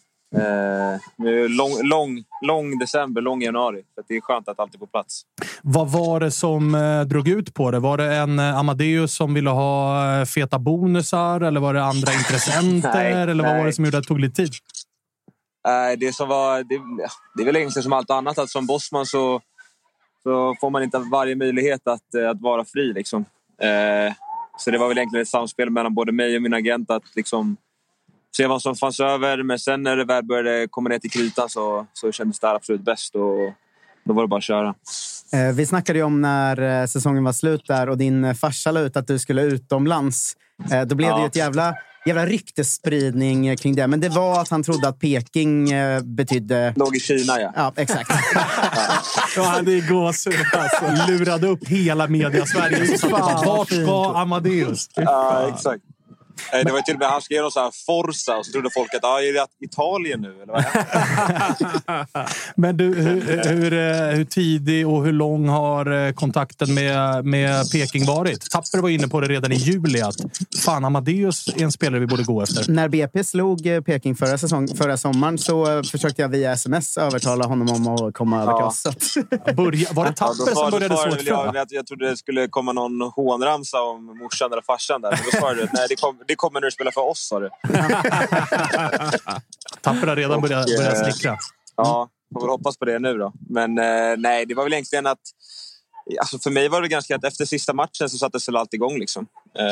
Lång december, lång januari. Så det är skönt att allt är på plats.
Vad var det som drog ut på det? Var det en Amadeus som ville ha feta bonusar? Eller var det andra intressenter? Eller vad var det som gjorde att det tog lite tid?
Det är väl egentligen som allt annat. Att som bossman så får man inte varje möjlighet att vara fri. Liksom. Så det var väl egentligen ett samspel mellan både mig och min agent att liksom se vad som fanns över. Men sen när det väl började komma ner till kritan så kändes det absolut bäst. Och då var det bara att köra.
Vi snackade ju om när säsongen var slut där och din farsa la ut att du skulle utomlands. Då blev det ju ett jävla ryktesspridning kring det. Men det var att han trodde att Peking betydde...
Låg i Kina, ja.
Ja, exakt.
Ja, det är gåshud. Alltså, lurade upp hela media-Sverige. Vart var Amadeus?
Ja, exakt. Det var till och med han skrev någon så här Forza och så trodde folk att är det Italien nu eller vad?
Men du, hur tidig och hur lång har kontakten med Peking varit? Tapper var inne på det redan i juli att fan, Amadeus är en spelare vi borde gå efter.
När BP slog Peking förra sommaren så försökte jag via sms övertala honom om att komma över till oss.
Var det Tapper som började så ett frö?
Jag trodde det skulle komma någon hånramsa om morsan eller farsan där. Men då sa du att nej, det kommer när du spelar för oss, sa du.
Tapper har redan börjat snickra.
Ja, får väl hoppas på det nu då. Men nej, det var väl egentligen att... Alltså för mig var det ganska att efter sista matchen så satte sig allt igång liksom.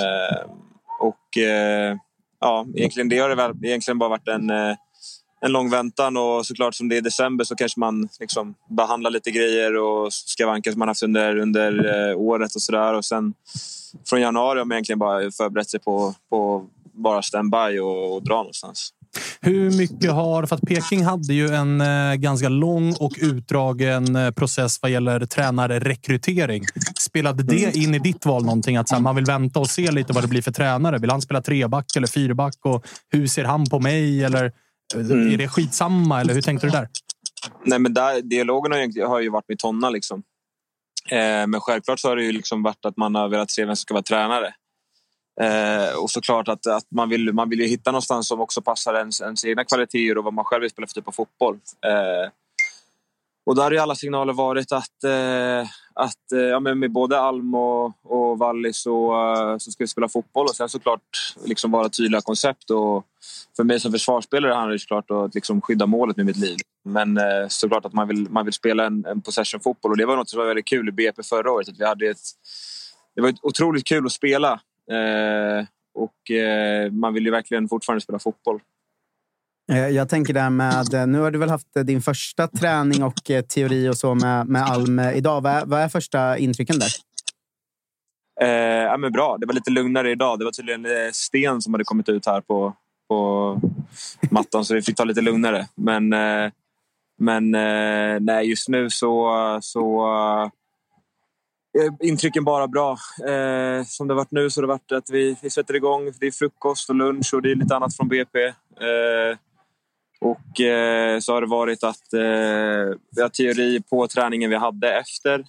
Ja, egentligen det har det väl egentligen bara varit en lång väntan och såklart som det är december så kanske man liksom behandlar lite grejer och skavanker som man haft under året och sådär och sen från januari har man egentligen bara förberett sig på bara standby och dra någonstans.
Hur mycket för att Peking hade ju en ganska lång och utdragen process vad gäller tränare-rekrytering. Spelade det in i ditt val någonting? Att så här, man vill vänta och se lite vad det blir för tränare. Vill han spela 3-back eller 4-back? Och hur ser han på mig? Eller är det skitsamma? Eller hur tänkte du där?
Nej, men dialogen har ju varit med tonna liksom. Men självklart så har det ju liksom varit att man har velat se vem som ska vara tränare. Och såklart att man vill ju hitta någonstans som också passar ens egna kvaliteter och vad man själv vill spela för typ av fotboll. Och där har ju alla signaler varit att ja, men med både Alm och Valli så ska vi spela fotboll och sen såklart liksom vara tydliga koncept och för mig som försvarsspelare handlar det såklart att liksom skydda målet med mitt liv. Men såklart att man vill spela en possession-fotboll och det var något som var väldigt kul i BP förra året. Att vi hade det var otroligt kul att spela och man vill ju verkligen fortfarande spela fotboll.
Jag tänker där med, nu har du väl haft din första träning och teori och så med Alm idag. Vad är första intrycken där?
Ja, men bra. Det var lite lugnare idag. Det var tydligen sten som hade kommit ut här på mattan, så vi fick ta lite lugnare. Men nej, just nu så intrycken bara bra. Som det varit nu så har det varit att vi sätter igång. Det är frukost och lunch och det är lite annat från BP. Och så har det varit att vi har teori på träningen vi hade efter.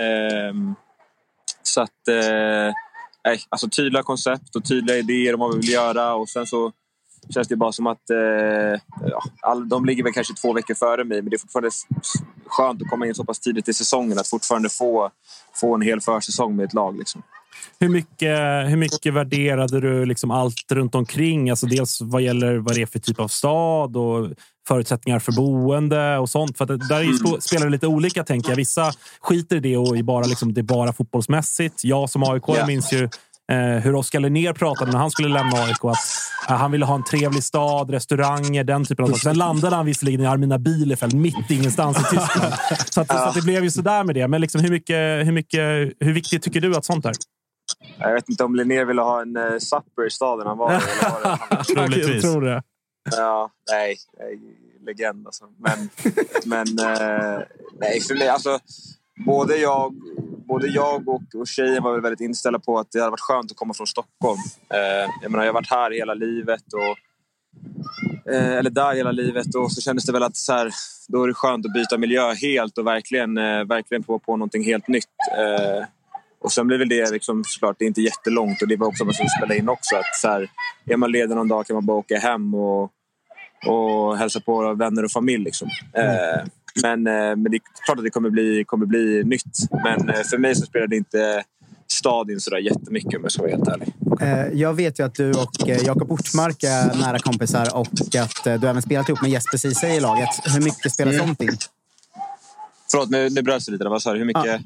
Så att alltså tydliga koncept och tydliga idéer om vad vi vill göra. Och sen så känns det bara som att de ligger väl kanske 2 veckor före mig, men det är fortfarande skönt att komma in så pass tidigt i säsongen att fortfarande få en hel försäsong med ett lag liksom.
Hur mycket värderade du liksom allt runt omkring? Alltså dels vad gäller vad det är för typ av stad och förutsättningar för boende och sånt. För att där spelar det lite olika, tänker jag. Vissa skiter i det och det är bara fotbollsmässigt. Jag som AIK minns ju hur Oskar Linnér pratade när han skulle lämna AIK att han ville ha en trevlig stad, restauranger, den typen av saker. Sen landade han visserligen i Armina Bielefeld mitt ingenstans i Tyskland. Så att det blev ju sådär med det. Men liksom hur viktigt tycker du att sånt är?
Jag vet inte om Linnér ville ha en supper i staden han var. Eller var det?
Troligtvis. Jag tror det.
Ja, nej, legend alltså. Men nej, för mig alltså både jag och tjejen var väl väldigt inställda på att det hade varit skönt att komma från Stockholm. Jag menar, jag har varit här hela livet eller där hela livet, och så kändes det väl att så här, då är det skönt att byta miljö helt och verkligen prova på någonting helt nytt. Och sen blir väl det liksom, såklart, det är inte jättelångt, och det var också vad som spelade in också, att så här, är man ledig någon dag kan man bara åka hem och hälsa på vänner och familj liksom. Men det är klart att det kommer bli nytt. Men för mig så spelar det inte stadien sådär jättemycket, om jag ska vara helt ärlig.
Jag vet ju att du och Jakob Ortmark är nära kompisar, och att du även spelat ihop med Jesper Ceesay i laget. Hur mycket spelar sånt in?
Förlåt, nu bröts det lite. Vad sa du? Hur mycket?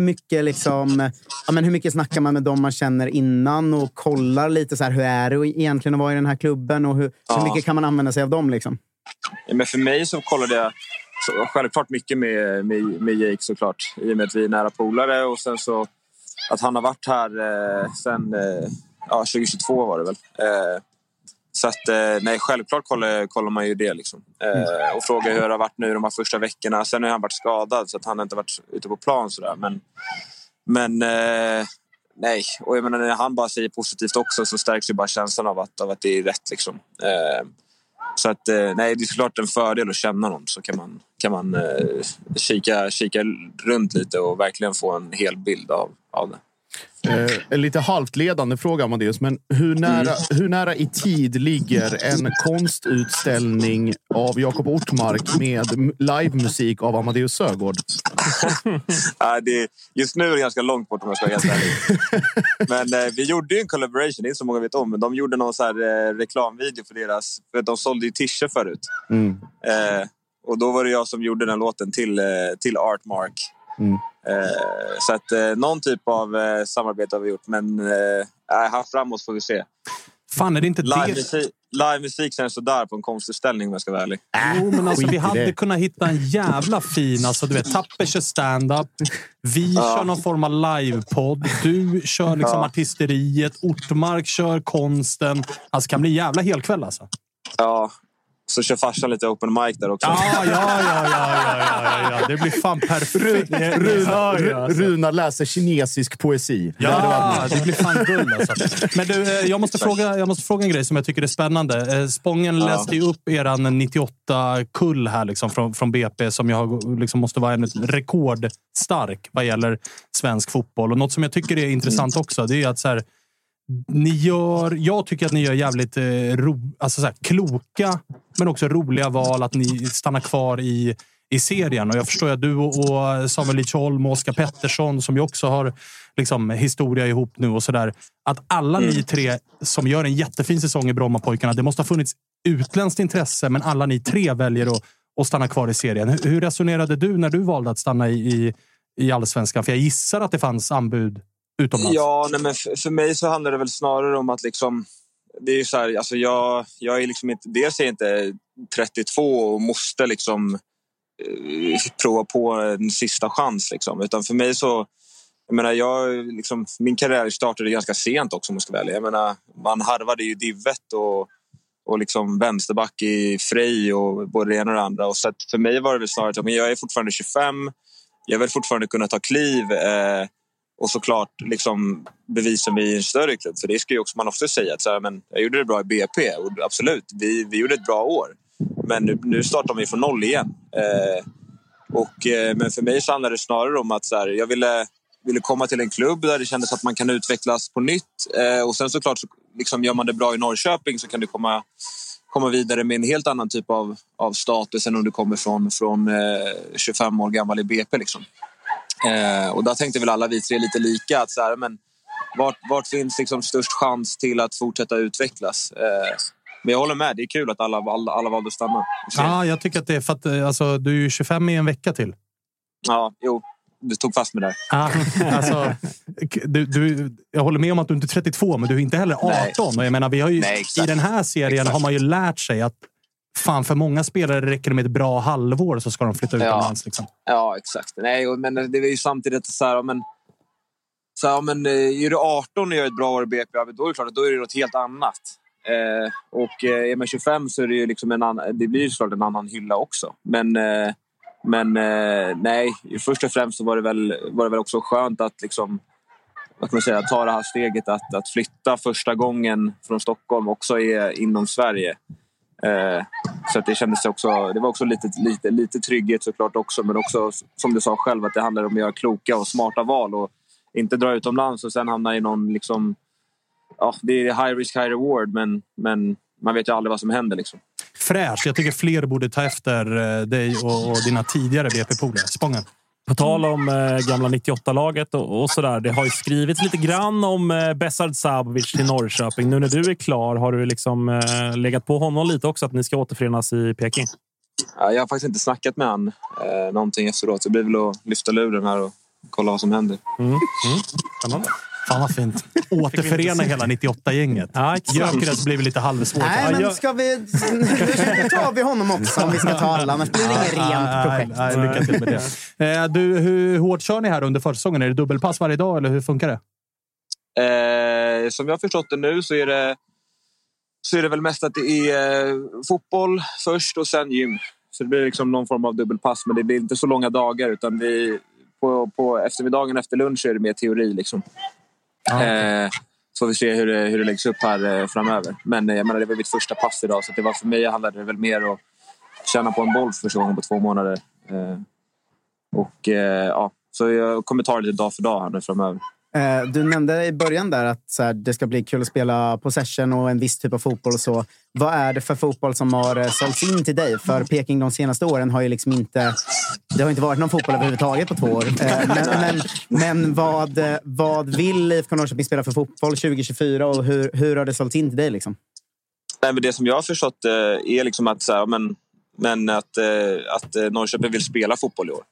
Hur mycket snackar man med dem man känner innan och kollar lite så här, hur är det egentligen att vara i den här klubben, och hur mycket kan man använda sig av dem liksom?
Ja, men för mig så kollade jag självklart mycket med Jake, såklart, i och med att vi är nära polare, och sen så att han har varit här sen 2022 var det väl. Så att nej, självklart kollar man ju det liksom. Och frågar hur det har varit nu de här första veckorna. Sen har han varit skadad så att han inte varit ute på plan sådär. Men nej, och jag menar, när han bara säger positivt också, så stärks ju bara känslan av att det är rätt liksom. Så att nej, det är såklart en fördel att känna någon, så kan man kika runt lite och verkligen få en hel bild av det.
En lite halvt ledande fråga, Amadeus, men hur nära i tid ligger en konstutställning av Jakob Ortmark med livemusik av Amadeus Sögaard?
Just nu är det ganska långt bort, om jag ska vara helt ärlig. Men vi gjorde ju en collaboration, det är inte så många vet om, men de gjorde någon så här reklamvideo för de sålde ju t-shirt förut. Och då var det jag som gjorde den låten till Artmark. Så att någon typ av samarbete har vi gjort, men här framåt får vi se.
Fan, är det inte
live-musik känns så där på en konstutställning, om jag ska vara ärlig.
Jo, men alltså, vi hade kunnat hitta en jävla fin, alltså du vet, Tapper kör stand-up, vi kör någon form av livepodd, du kör liksom artisteriet, Ortmark kör konsten, alltså kan bli jävla helkväll alltså.
Ja. Så kör farsan lite open mic där också.
Ja. Det blir fan perfekt.
Runa läser kinesisk poesi.
Ja, det blir fan guld alltså. Men du, jag måste fråga en grej som jag tycker är spännande. Spången läste ju upp eran 98-kull här liksom från BP, som jag liksom måste vara en rekordstark vad gäller svensk fotboll. Och något som jag tycker är intressant också, det är att så här, jag tycker att ni gör jävligt alltså så här, kloka men också roliga val, att ni stannar kvar i serien. Och jag förstår att du och Samuel Lidsholm och Oskar Pettersson, som ju också har liksom historia ihop nu och sådär, att alla ni tre som gör en jättefin säsong i Brommapojkarna, det måste ha funnits utländskt intresse, men alla ni tre väljer att stanna kvar i serien. Hur resonerade du när du valde att stanna i Allsvenskan? För jag gissar att det fanns anbud utomlands.
Ja, nej, men för mig så handlar det väl snarare om att liksom, det är ju så här, alltså jag är liksom inte, dels är jag inte 32 och måste liksom prova på en sista chans liksom. Utan för mig så, jag menar, liksom, min karriär startade ganska sent också, måste jag välja. Jag menar, man harvade ju divet och liksom vänsterback i Frej och både det ena och det andra. Och så att för mig var det väl snarare att jag är fortfarande 25, jag vill fortfarande kunna ta kliv och såklart liksom bevisa mig i en större klubb. För det ska ju också man ofta säga att så här, men jag gjorde det bra i BP och absolut, vi gjorde ett bra år. Men nu startar vi från noll igen. Men för mig så handlar det snarare om att så här, jag ville komma till en klubb där det kändes att man kan utvecklas på nytt. Och sen såklart så liksom, gör man det bra i Norrköping så kan du komma vidare med en helt annan typ av status än om du kommer från 25 år gammal i BP liksom. Och där tänkte väl alla vi tre lite lika att så här, men vart finns liksom störst chans till att fortsätta utvecklas? Men jag håller med, det är kul att alla valde att stanna.
Ja, jag tycker att det är för att alltså, du är ju 25 i en vecka till. Ja,
jo. Du tog fast med det.
Alltså, jag håller med om att du inte är 32, men du är inte heller 18. Nej. Och jag menar, vi har ju, i den här serien har man ju lärt sig att fan, för många spelare räcker det med ett bra halvår så ska de flytta utomlands. Liksom.
Ja, exakt. Nej, men det är ju samtidigt så här, men är du 18 och gör ett bra år i BP, då är det klart att då är det något helt annat. Och är man 25 så är det ju liksom det blir ju såklart en annan hylla också. Men nej, först och främst så var det väl också skönt att liksom, vad kan man säga, ta det här steget att flytta första gången från Stockholm också är inom Sverige. Så att det kändes också, det var också lite trygghet såklart också, men också som du sa själv att det handlar om att göra kloka och smarta val och inte dra utomlands och sen hamna i någon liksom, ja, det är high risk high reward, men man vet ju aldrig vad som händer liksom.
Fräsch, jag tycker fler borde ta efter dig och dina tidigare BP-polare. Spången.
På tal om gamla 98-laget och sådär. Det har ju skrivits lite grann om Besard Sabovic till Norrköping. Nu när du är klar, har du liksom legat på honom lite också att ni ska återförenas i Peking?
Ja, jag har faktiskt inte snackat med han någonting efteråt. Så det blir väl att lyfta luren här och kolla vad som händer.
Spännande. Fan vad fint. Återförena hela 98-gänget. Ja, Jökeres blir lite halvsvårt.
Nej, men ska vi... Nu tar vi honom också om vi ska ta alla. Annars blir det inget rent projekt.
Nej, lycka till med det. Du, hur hårt kör ni här under försäsongen? Är det dubbelpass varje dag eller hur funkar det?
Som jag har förstått det nu så är det väl mest att det är fotboll först och sen gym. Så det blir liksom någon form av dubbelpass. Men det blir inte så långa dagar utan på eftermiddagen efter lunch är det mer teori liksom. Så vi ser hur det läggs upp här framöver. Men jag menar, det var mitt första pass idag. Så det var för mig handlade det väl mer att känna på en boll första gången på 2 månader. Så jag kommer ta det lite dag för dag här nu framöver.
Du nämnde i början där att så här, det ska bli kul att spela possession och en viss typ av fotboll och så. Vad är det för fotboll som har sålts in till dig? För Peking de senaste åren har ju liksom inte... Det har inte varit någon fotboll överhuvudtaget på 2 år. Men vad vill IFK Norrköping spela för fotboll 2024 och hur har det sålts in till dig liksom?
Nej, men det som jag har förstått är liksom att, så här, att Norrköping vill spela fotboll i år.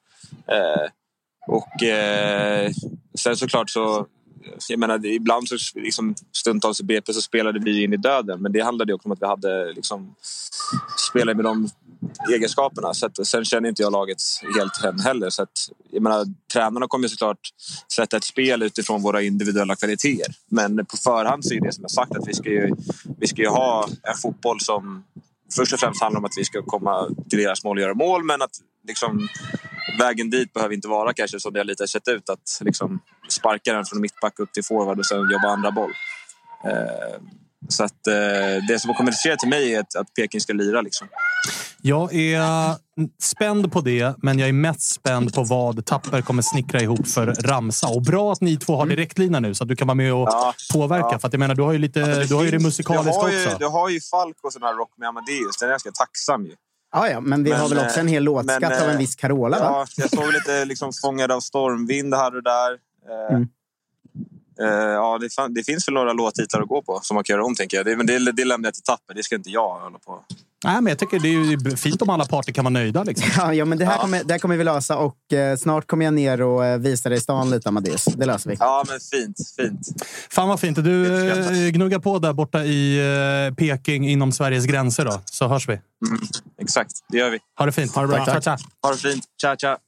Sen såklart så, jag menar, ibland så liksom, stundtals i BP så spelade vi in i döden, men det handlade ju också om att vi hade liksom spelat med de egenskaperna, så att, sen känner inte jag laget helt hem heller, så att, jag menar, tränarna kommer ju såklart sätta ett spel utifrån våra individuella kvaliteter, men på förhand så är det som jag sagt att vi ska ju ha en fotboll som först och främst handlar om att vi ska komma till deras mål och göra mål, men att liksom vägen dit behöver inte vara kanske som det har lite sett ut, att liksom sparka den från mittback upp till forward och sen jobba andra boll. Så att det som har kommunicerat till mig är att Peking ska lira liksom.
Jag är spänd på det, men jag är mest spänd på vad Tapper kommer snickra ihop för ramsa. Och bra att ni två har direktlina nu så att du kan vara med och påverka. Ja. För att jag menar, du har ju lite, du har ju det musikaliska också.
Du har ju Falk och sån här rock med Amadeus. Den är ganska tacksam ju.
Ja, men vi har väl också en hel låtskatt av en viss Carola, va?
Ja, jag såg lite liksom fångad av stormvind här och där. Det finns väl några låttitlar att gå på som man kan göra om, tänker jag. Men det lämnar jag till Tapper. Det ska inte jag hålla på.
Nej, men jag tycker det är ju fint om alla parter kan vara nöjda. Liksom.
Ja, men det här kommer vi lösa och snart kommer jag ner och visar dig stan lite, Amadeus. Det löser vi.
Ja, men fint.
Fan vad fint. Du gnuggar på där borta i Peking inom Sveriges gränser då. Så hörs vi.
Exakt, det gör vi.
Ha det fint.
Ha det bra.
Tack.
Ha det fint. Ciao.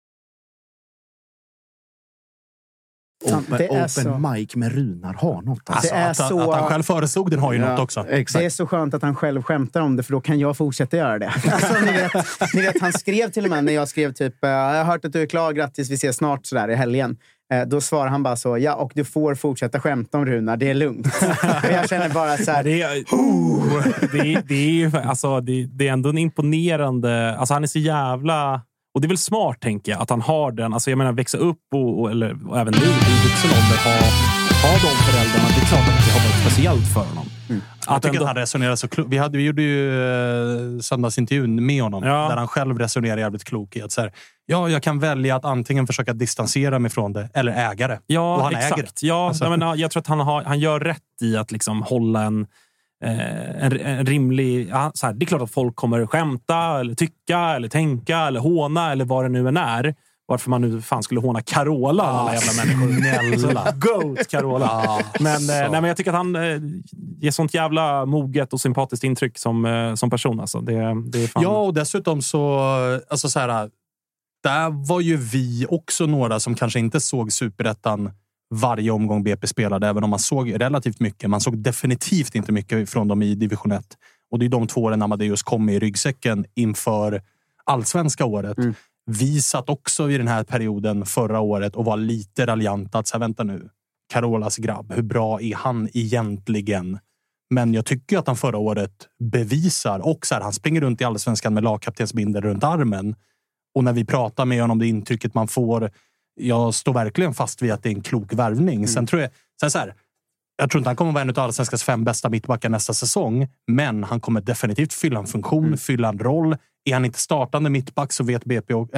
Open mic med Runar har något.
Alltså, att han själv föreslog den har ju något också.
Exakt.
Det är så skönt att han själv skämtar om det, för då kan jag fortsätta göra det. Alltså, ni vet, han skrev till och med när jag skrev typ, jag har hört att du är klar, grattis, vi ses snart sådär i helgen. Då svarar han bara så, ja, och du får fortsätta skämta om Runar, det är lugnt. Jag känner bara så här,
det är ändå en imponerande, alltså han är så jävla. Och det är väl smart, tänker jag, att han har den. Alltså jag menar, växa upp och även nu i vuxen ålder ha de föräldrarna. Det är klart att det har varit speciellt för honom.
Jag tycker att han resonerar så klokt. Vi gjorde ju söndagsintervjun med honom. Där han själv resonerar jävligt klokt i att så här, jag kan välja att antingen försöka distansera mig från det eller äga det.
Ja,
och han
exakt.
Äger det.
Ja, alltså. Jag tror att han gör rätt i att liksom hålla en rimlig. Ja, så här, det är klart att folk kommer skämta eller tycka eller tänka eller håna eller vad det nu än är. Varför man nu fan skulle håna Carola alla jävla människor. Goat Carola. Men jag tycker att han ger sånt jävla moget och sympatiskt intryck som person. Alltså. Det är fan.
Ja, och dessutom så, alltså så här, där var ju vi också några som kanske inte såg Superettan varje omgång BP spelade, även om man såg relativt mycket. Man såg definitivt inte mycket från dem i division 1. Och det är de 2 åren Amadeus kom i ryggsäcken inför allsvenska året. Vi satt också i den här perioden förra året och var lite raljanta att så här, vänta nu, Carolas grabb, hur bra är han egentligen? Men jag tycker att han förra året bevisar, och så här, han springer runt i allsvenskan med lagkaptensbindel runt armen. Och när vi pratar med honom, det intrycket man får, jag står verkligen fast vid att det är en klok värvning. Sen tror jag, jag tror inte han kommer vara en av allsvenskans 5 bästa mittbackar nästa säsong, men han kommer definitivt fylla en funktion, fylla en roll. Är han inte startande mittback så vet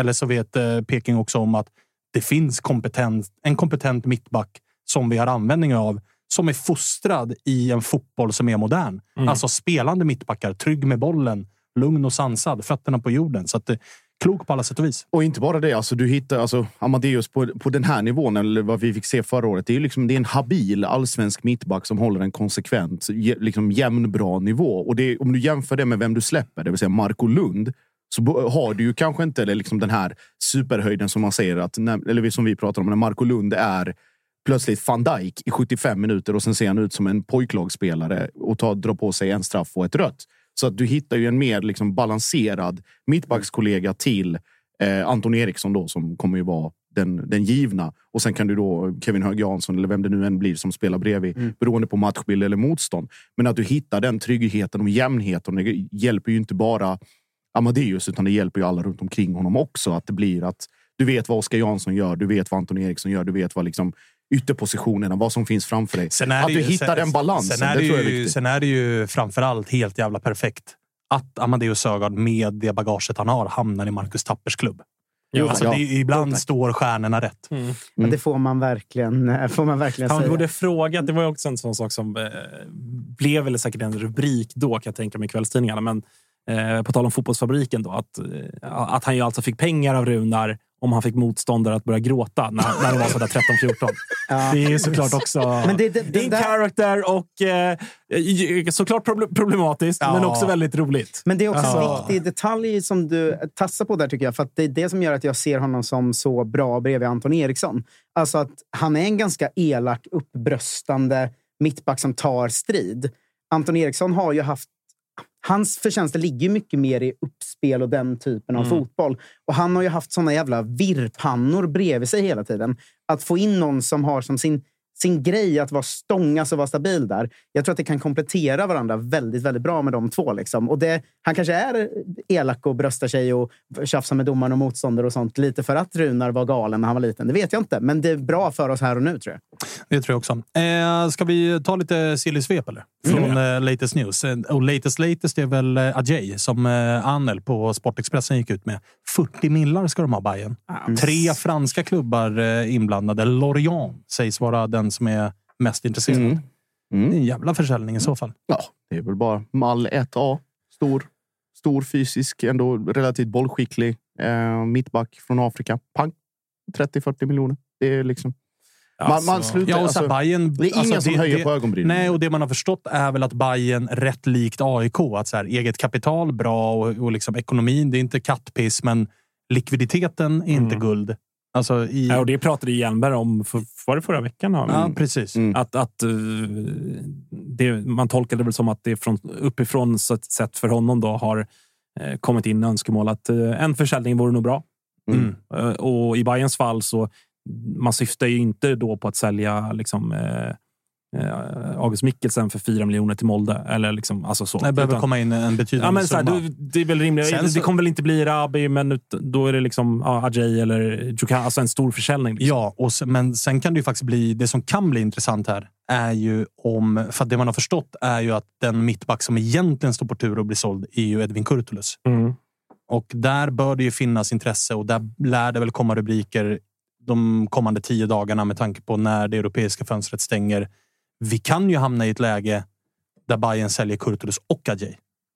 Peking också om att det finns en kompetent mittback som vi har användning av, som är fostrad i en fotboll som är modern. Alltså spelande mittbackar, trygg med bollen, lugn och sansad, fötterna på jorden. Så att klok på alla sätt och vis.
Och inte bara det, alltså du hittar Amadeus på den här nivån, eller vad vi fick se förra året. Det är en habil allsvensk mittback som håller en konsekvent, liksom jämnbra nivå. Och om du jämför det med vem du släpper, det vill säga Marco Lund, så har du ju kanske inte liksom den här superhöjden som man säger eller som vi pratar om, när Marco Lund är plötsligt Van Dijk i 75 minuter och sen ser han ut som en pojklagsspelare och drar på sig en straff och ett rött. Så att du hittar ju en mer liksom balanserad mittbackskollega till Anton Eriksson då, som kommer ju vara den givna. Och sen kan du då Kevin Hög Jansson eller vem det nu än blir som spelar bredvid, beroende på matchbild eller motstånd. Men att du hittar den tryggheten och jämnheten, det hjälper ju inte bara Amadeus, utan det hjälper ju alla runt omkring honom också. Att det blir att du vet vad Oskar Jansson gör, du vet vad Anton Eriksson gör, du vet vad liksom ytterpositionerna, vad som finns framför dig. Att du hittar den balansen, det tror jag är viktigt.
Sen är det ju framförallt helt jävla perfekt att Amadeus Sögaard med det bagaget han har hamnar i Marcus Tappers klubb. Ibland står stjärnorna rätt.
Men det får man verkligen säga.
Han borde fråga, det var ju också en sån sak som blev väl säkert en rubrik då, kan jag tänka mig, i kvällstidningarna. Men på tal om fotbollsfabriken då, att han ju alltså fick pengar av Runar om han fick motståndare att börja gråta när de var sådär 13-14. Ja. Det är ju såklart också din character och såklart problematiskt, men också väldigt roligt.
Men det är också en viktig detalj som du tassar på där, tycker jag. För att det är det som gör att jag ser honom som så bra bredvid Anton Eriksson. Alltså att han är en ganska elak, uppbröstande mittback som tar strid. Anton Eriksson har ju haft, hans förtjänster ligger mycket mer i uppspel och den typen av fotboll. Och han har ju haft såna jävla virrpannor bredvid sig hela tiden. Att få in någon som har som sin grej att vara stångas och vara stabil där. Jag tror att det kan komplettera varandra väldigt, väldigt bra med de två. Liksom. Och han kanske är elak och bröstar sig och tjafsar med domaren och motståndare och sånt. Lite för att Runar var galen när han var liten. Det vet jag inte. Men det är bra för oss här och nu, tror jag.
Det tror jag också. Ska vi ta lite silly svep eller? Från latest news. Och latest är väl Ajay som Anel på Sportexpressen gick ut med. 40 millar ska de ha, Bayern. 3 franska klubbar inblandade. Lorient sägs vara den som är mest intresserad. Det är en jävla försäljning i så fall.
Ja, det är väl bara mall 1A. Stor. Stor, fysisk, ändå relativt bollskicklig. Mittback från Afrika. Pang. 30-40 miljoner. Det är liksom... Man slutar,
ja, och så Bayern,
det är ingen som höjer på ögonbrynen.
Nej, och det man har förstått är väl att Bayern rätt likt AIK. Att så här, eget kapital, bra och liksom ekonomin, det är inte kattpiss, men likviditeten är inte guld. Alltså
och det pratade Hjelmberg om förra veckan.
Ja, precis.
Att man tolkade det väl som att det från uppifrån sett för honom då har kommit in önskemål att en försäljning vore nog bra. Och i Bayerns fall så man syftar ju inte då på att sälja liksom August Mikkelsen för 4 miljoner till Molde eller liksom alltså så.
Det behöver komma in en betydande
summa. Det är väl rimligt. Det kommer väl inte bli Rabi, men då är det liksom Ajay eller Djukan, alltså en stor försäljning. Liksom.
Ja, men sen kan det ju faktiskt bli, det som kan bli intressant här är ju för att det man har förstått är ju att den mittback som egentligen står på tur att bli såld är ju Edvin Kurtulus. Och där bör det ju finnas intresse och där lär det väl komma rubriker de kommande 10 dagarna med tanke på när det europeiska fönstret stänger. Vi kan ju hamna i ett läge där Bayern säljer Kurtulus och Ajay.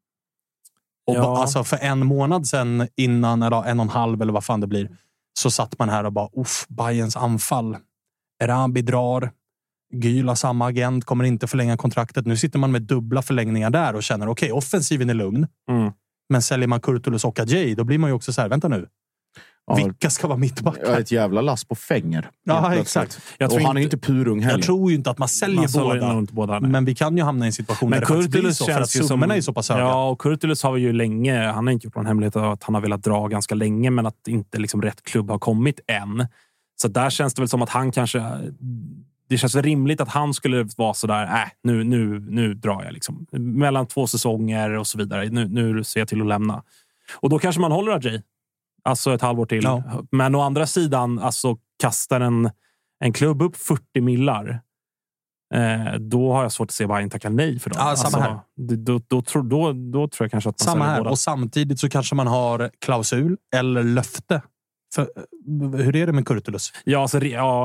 Och alltså för en månad sedan innan, eller 1,5 eller vad fan det blir, så satt man här och bara, Bayerns anfall. Erabi drar. Gyl har samma agent, kommer inte förlänga kontraktet. Nu sitter man med dubbla förlängningar där och känner, okej, offensiven är lugn. Men säljer man Kurtulus och Ajay, då blir man ju också så här, vänta nu. Vilka ska vara mittbackar?
Ett jävla lass på fänger.
Ja, exakt.
Och han är inte purung heller.
Jag tror ju inte att man säljer båda. Men vi kan ju hamna i en situation där
Kurtulus
det faktiskt blir så. För att summorna är så pass höga.
Ja, och Kurtulus har ju länge... Han har inte gjort någon hemlighet av att han har velat dra ganska länge, men att inte liksom rätt klubb har kommit än. Så där känns det väl som att han kanske... Det känns väl rimligt att han skulle vara sådär, nu drar jag liksom. Mellan 2 säsonger och så vidare. Nu ser jag till att lämna. Och då kanske man håller Ajay. Alltså ett halvår till. Ja. Men å andra sidan, alltså kastar en klubb upp 40 millar. Då har jag svårt att se Bayern tacka nej för dem.
Ja, samma här.
Då tror jag kanske att man
samma här.
Båda.
Och samtidigt så kanske man har klausul eller löfte. För, hur är det med Kurtulus?
Ja, alltså,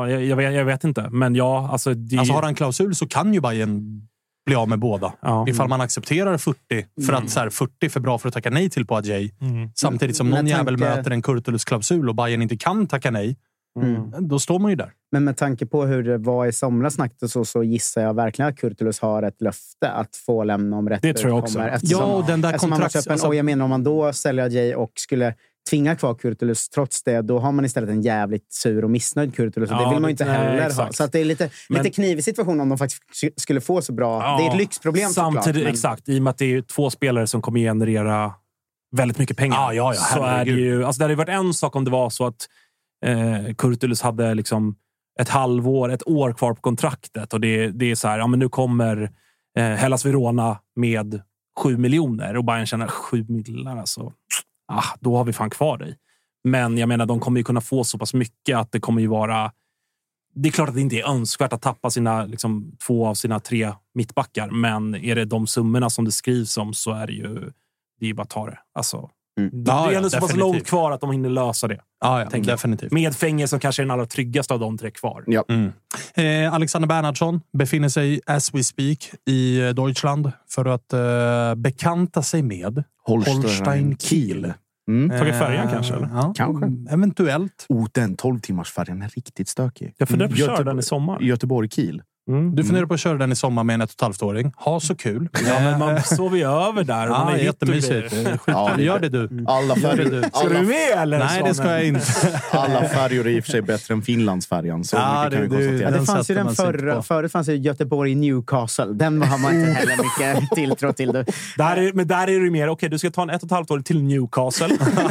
jag vet inte. Men ja, alltså
har han klausul så kan ju Bayern bli av med båda. Ja. Ifall man accepterar 40 för att så här, 40 är för bra för att tacka nej till på Ajay. Samtidigt som någon jävel möter en Kurtulus-klausul och Bayern inte kan tacka nej. Då står man ju där.
Men med tanke på hur det var i somras snackt så gissar jag verkligen att Kurtulus har ett löfte att få lämna om rätt.
Det tror jag också.
Ja, den där kontrakts... Och jag menar, om man då säljer Ajay och skulle tvinga kvar Kurtulus trots det, då har man istället en jävligt sur och missnöjd Kurtulus. Och det vill man ju inte heller ha. Så att det är lite knivig situation om de faktiskt skulle få så bra. Ja, det är ett lyxproblem
samtidigt, exakt. I och med att det är 2 spelare som kommer generera väldigt mycket pengar.
Ja,
så är det ju... Alltså det hade varit en sak om det var så att Kurtulus hade liksom ett år kvar på kontraktet. Och det är så här, men nu kommer Hellas Verona med 7 miljoner och Bayern känner 7 miljoner alltså. Då har vi fan kvar dig. Men jag menar, de kommer ju kunna få så pass mycket att det kommer ju vara... Det är klart att det inte är önskvärt att tappa sina, liksom, 2 av sina 3 mittbackar. Men är det de summorna som det skrivs om så är det ju bara att ta det. Alltså, det är ändå så pass långt kvar att de hinner lösa det.
Ja, definitivt.
Med Fänger som kanske är den allra tryggaste av de 3 kvar.
Ja.
Alexander Bernhardsson befinner sig as we speak i Deutschland för att bekanta sig med Holstein Kiel.
Tagit färjan kanske? Eller?
Ja,
kanske.
Eventuellt.
Den 12-timmars-färjan är riktigt stökig.
Jag funderar på att köra den i sommar.
Göteborg-Kiel.
Du funderar på att köra den i sommar med en 1,5-åring. Ha så kul.
Ja, men man sover ju över där. Och man är
jättemysigt. Gör det du.
Alla färger.
Ska du med eller?
Nej, det ska jag inte.
Alla färger är i och för sig bättre än Finlandsfärjan. Så mycket kan vi konstatera.
Det fanns ju den förut fanns ju Göteborg-Newcastle. Den har man inte heller mycket tilltro till.
Men där är det mer, okej, du ska ta en 1,5-åring till Newcastle.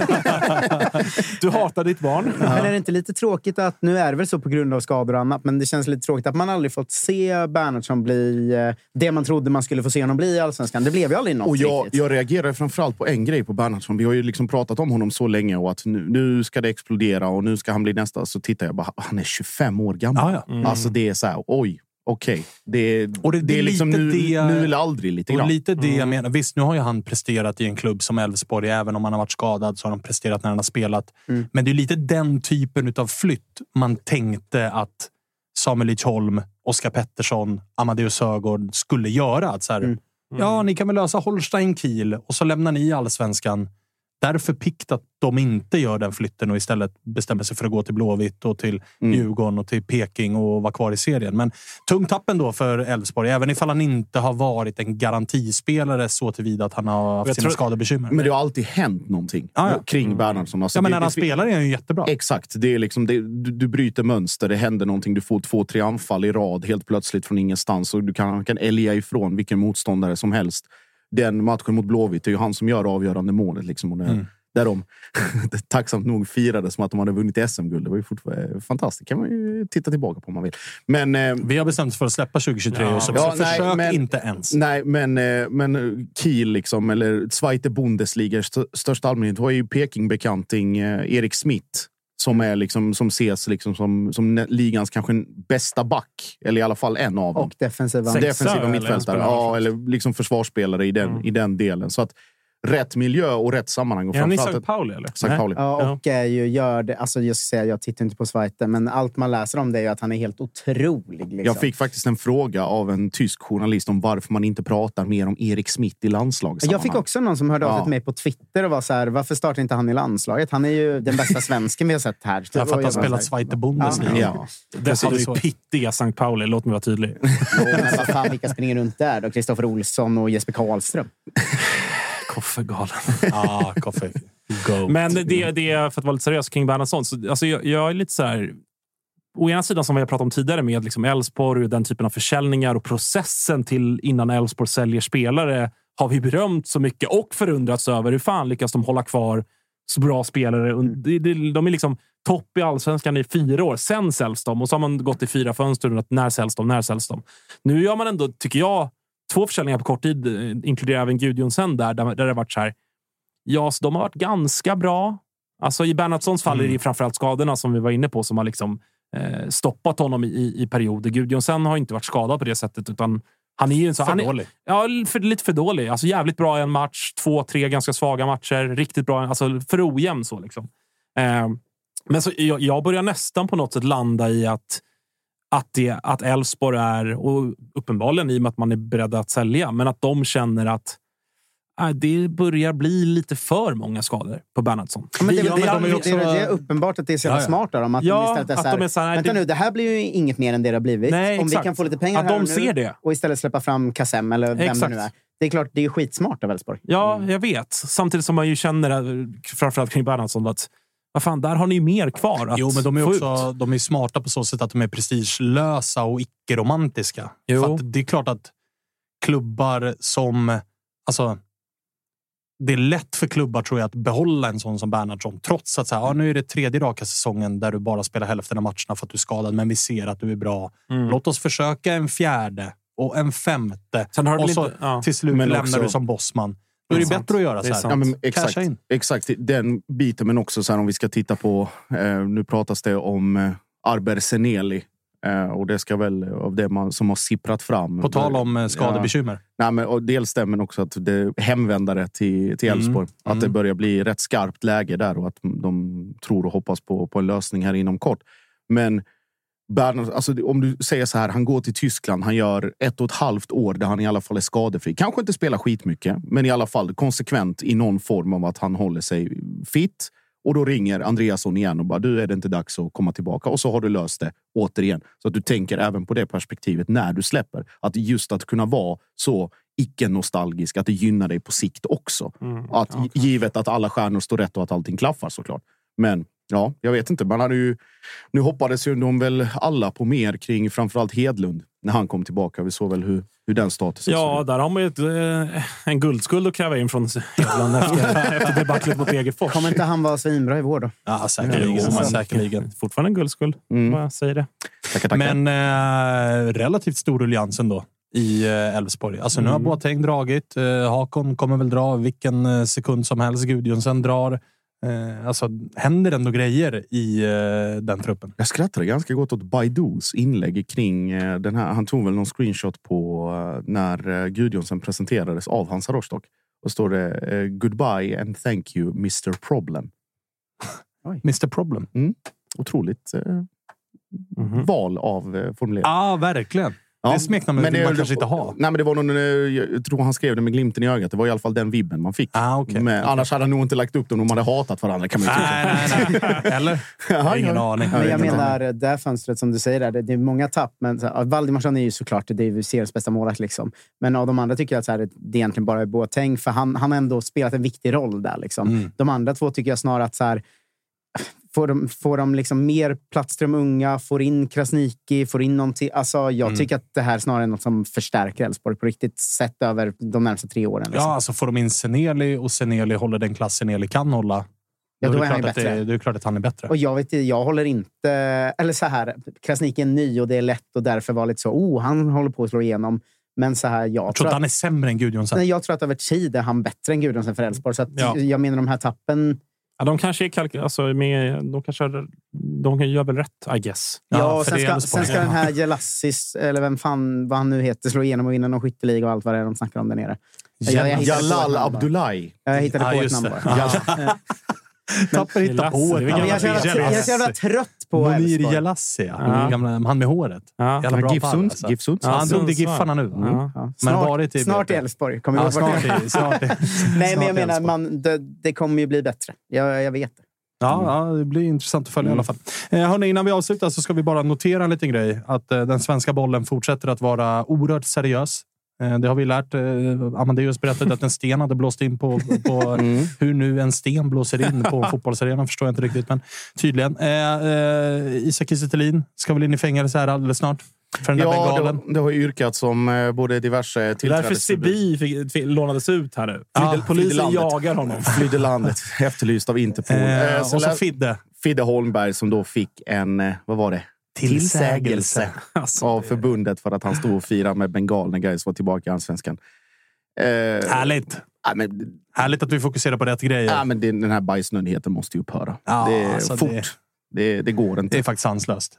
Du hatar ditt barn.
Men är det inte lite tråkigt att, nu är det väl så på grund av skador och annat, men det känns lite tråkigt att man aldrig fått se Bernhardsson bli det man trodde man skulle få se honom bli i Allsvenskan. Det blev ju aldrig något.
Och jag reagerar framförallt på en grej på Bernhardsson. Vi har ju liksom pratat om honom så länge och att nu ska det explodera och nu ska han bli nästa. Så tittar jag bara, han är 25 år gammal. Alltså det är så här, okej. Det är liksom nu eller aldrig lite grann.
Och lite det jag menar. Visst, nu har ju han presterat i en klubb som Elfsborg. Även om han har varit skadad så har han presterat när han har spelat. Men det är lite den typen av flytt man tänkte att Samuel Lidsholm, Oskar Pettersson, Amadeus Sögaard skulle göra. Att så här, Ja, ni kan väl lösa Holstein Kiel och så lämnar ni Allsvenskan. Därför pikt att de inte gör den flytten och istället bestämmer sig för att gå till Blåvitt och till Djurgården och till Peking och vara kvar i serien. Men tung tappen då för Elfsborg, även ifall han inte har varit en garantispelare så tillvida att han har haft sina skadebekymmer.
Men det har alltid hänt någonting kring Bernhardsson. Alltså,
men när han spelar är han ju jättebra.
Exakt, det är liksom, du bryter mönster, det händer någonting, du får 2-3 anfall i rad helt plötsligt från ingenstans och du kan älga ifrån vilken motståndare som helst. Den matchen mot Blåvitt är ju han som gör avgörande målet. Liksom, och där de tacksamt nog firade som att de hade vunnit SM-guld. Det var ju fortfarande fantastiskt. Kan man ju titta tillbaka på om man vill. Men,
vi har bestämt för att släppa 2023 så försök inte ens.
Nej, men Kiel liksom, eller Zweite Bundesliga största allmänhet var ju Peking-bekanting Erik Smith. Som är liksom, som ses liksom som ligans kanske bästa back. Eller i alla fall en av dem.
Och defensiva
mittfältare. Ja, eller liksom försvarsspelare i den delen. Så att rätt miljö och rätt sammanhang. Och
är han i St. Pauli eller?
St. Pauli.
Ja, och gör det. Alltså jag ska säga, jag tittar inte på Zweite, men allt man läser om det är ju att han är helt otrolig. Liksom.
Jag fick faktiskt en fråga av en tysk journalist om varför man inte pratar mer om Erik Smith i landslaget.
Jag fick också någon som hörde av sig till mig på Twitter och var så här: varför startar inte han i landslaget? Han är ju den bästa svensken vi har sett här.
Ja, för att han spelat Zweite Bundesliga.
Ja.
Det hade ju pittiga St. Pauli, låt mig vara tydlig.
Men vad fan, vilka springer runt där då? Kristoffer Olsson och Jesper Karlström.
Koffe galen.
Koffe.
Men det är för att vara lite seriös kring Bernhardsson. Så, alltså, jag är lite så här. Å ena sidan som vi har pratat om tidigare med liksom Elfsborg och den typen av försäljningar och processen till innan Elfsborg säljer spelare har vi berömt så mycket och förundrats över hur fan lyckas de hålla kvar så bra spelare. De är liksom topp i Allsvenskan i 4 år. Sen säljs de och så har man gått i 4 fönster och när säljs de. Nu gör man ändå, tycker jag, 2 försäljningar på kort tid, inkluderar även Gudjonsen där det har varit så här. Ja, så de har varit ganska bra. Alltså i Bernhardssons fall är det framförallt skadorna som vi var inne på som har liksom stoppat honom i perioder. Gudjonsen har inte varit skadad på det sättet utan han är ju så
dålig.
Ja, lite för dålig. Alltså jävligt bra i en match, 2-3 ganska svaga matcher, riktigt bra, alltså för ojämn så liksom. Men så jag börjar nästan på något sätt landa i att Elfsborg är, och uppenbarligen i och med att man är beredd att sälja, men att de känner att det börjar bli lite för många skador på Bernhardsson.
Ja, men det är uppenbart att det är så jävla smart av dem. Att de istället är så här, vänta nu, det här blir ju inget mer än det har blivit.
Nej,
om vi kan få lite pengar
att
här
de ser
nu
det.
Och istället släppa fram Kassem eller vem det nu är. Det är klart, det är ju skitsmart av Elfsborg.
Ja, jag vet. Samtidigt som man ju känner, framförallt kring Bernhardsson, att vad fan, där har ni mer kvar att
Jo, men de är också de är smarta på så sätt att de är prestigelösa och icke-romantiska. För att det är klart att klubbar som... Alltså, det är lätt för klubbar, tror jag, att behålla en sån som Bernhardsson. Trots att så här, nu är det 3:e raka säsongen där du bara spelar hälften av matcherna för att du är skadad. Men vi ser att du är bra. Låt oss försöka en 4:e och en 5:e.
Sen har
och så till slut lämnar
också,
du som bossman. Då är det bättre att göra så här.
Ja, men exakt den biten, men också så här, om vi ska titta på, nu pratas det om Arber Seneli. Och det ska väl av det som har sipprat fram.
På tal om skadebekymmer.
Ja. Nej, men, och dels det, men också att det är hemvändare till Elfsborg. Att det börjar bli rätt skarpt läge där och att de tror och hoppas på en lösning här inom kort. Men Bernhard, alltså, om du säger så här, han går till Tyskland, han gör 1,5 år där han i alla fall är skadefri. Kanske inte spelar skitmycket, men i alla fall konsekvent i någon form av att han håller sig fit. Och då ringer Andreasson igen och bara, du, är det inte dags att komma tillbaka? Och så har du löst det återigen. Så att du tänker även på det perspektivet när du släpper. Att just att kunna vara så icke-nostalgisk, att det gynnar dig på sikt också. Givet att alla stjärnor står rätt och att allting klaffar såklart. Men ja, jag vet inte. Man hade ju, nu hoppades ju de väl alla på mer kring framförallt Hedlund när han kom tillbaka. Vi såg väl hur den statusen.
Ja, där har man ju en guldskuld att kräva in från Hedlund efter debaclet mot Degerfors.
Kommer inte han vara svinbra i vår då?
Ja, säkerligen.
Fortfarande en guldskuld. Jag säger det.
Tackar.
Men relativt stor ruljans ändå i Elfsborg. Alltså nu har Boateng dragit. Hakon kommer väl dra vilken sekund som helst. Gudjonsen drar. Alltså händer ändå grejer i den truppen.
Jag skrattade ganska gott åt Baidus inlägg kring den här. Han tog väl någon screenshot på när Gudjonsen presenterades av Hansa Rostock. Och står det goodbye and thank you Mr. Problem.
Mr. Problem.
Otroligt val av formulering.
Ja, verkligen.
Ja,
det smeknamnet vill man kanske inte ha.
Nej, men det var någon, jag tror han skrev det med glimten i ögat. Det var i alla fall den vibben man fick.
Okay.
Men annars hade han nog inte lagt upp dem om de hade hatat varandra. Kan man
nej. Eller? Ingen aning.
Men jag menar, det här fönstret som du säger där, det är många tapp. Men Valdimarsson är ju såklart Davids bästa målvakt. Liksom. Men av de andra tycker jag att så här, det egentligen bara är Boateng. För han har ändå spelat en viktig roll där. Liksom. De andra två tycker jag snarare att så här, får de liksom mer plats till de unga, får in Krasniqi, får in någonting. Alltså, jag tycker att det här snarare är något som förstärker Elfsborg på riktigt sett över de närmaste 3 åren. Liksom.
Ja, alltså får de in Seneli och Seneli håller den klass Seneli kan hålla.
Ja, då är han bättre.
Det är klart att han är bättre.
Och jag håller inte... Eller så här, Krasniqi är ny och det är lätt och därför var lite så, han håller på att slå igenom. Men så här, jag tror att
han är sämre än Gudjonsen.
Nej, jag tror att över tid är han bättre än Gudjonsen för Elfsborg. Så att jag menar de här tappen...
Ja, de kanske är de gör väl rätt, I guess.
Ja, och sen ska den här Jelassis, eller vad han nu heter, slå igenom och vinna någon skytteliga och allt vad det är de snackar om där nere.
Jalal Abdullahi.
Jag hittade på ett namn bara.
Tapper hittar på ett namn.
Jag är så jävla trött på
Monir Jelassi, han med håret.
Gifsund.
Han drog till Giffarna nu.
Snart i Elfsborg. Nej, men jag menar, det kommer ju bli bättre. Jag vet det.
Ja, det blir intressant att följa i alla fall. Hörrni, innan vi avslutar så ska vi bara notera en liten grej. Att den svenska bollen fortsätter att vara oerhört seriös. Det har vi lärt. Amadeus berättade att en sten hade blåst in på hur nu en sten blåser in på fotbollsarena, förstår jag inte riktigt, men tydligen. Isak Kiese Thelin ska väl in i fängelse här alldeles snart. För den där bengalen.
Det har yrkats om både diverse tillträdesförbud.
Därför Sibi lånades ut här nu. Polisen jagar honom.
Flydde landet, efterlyst av Interpol.
Och så
Fidde Holmberg som då fick en, vad var det? Tillsägelse av förbundet för att han stod och firade med bengal när Gais var tillbaka i Allsvenskan.
Härligt. Härligt att vi fokuserar på rätt grejer.
Ja, men den här bajsnödigheten måste ju upphöra. Det är fort. Det går inte.
Det är faktiskt sanslöst.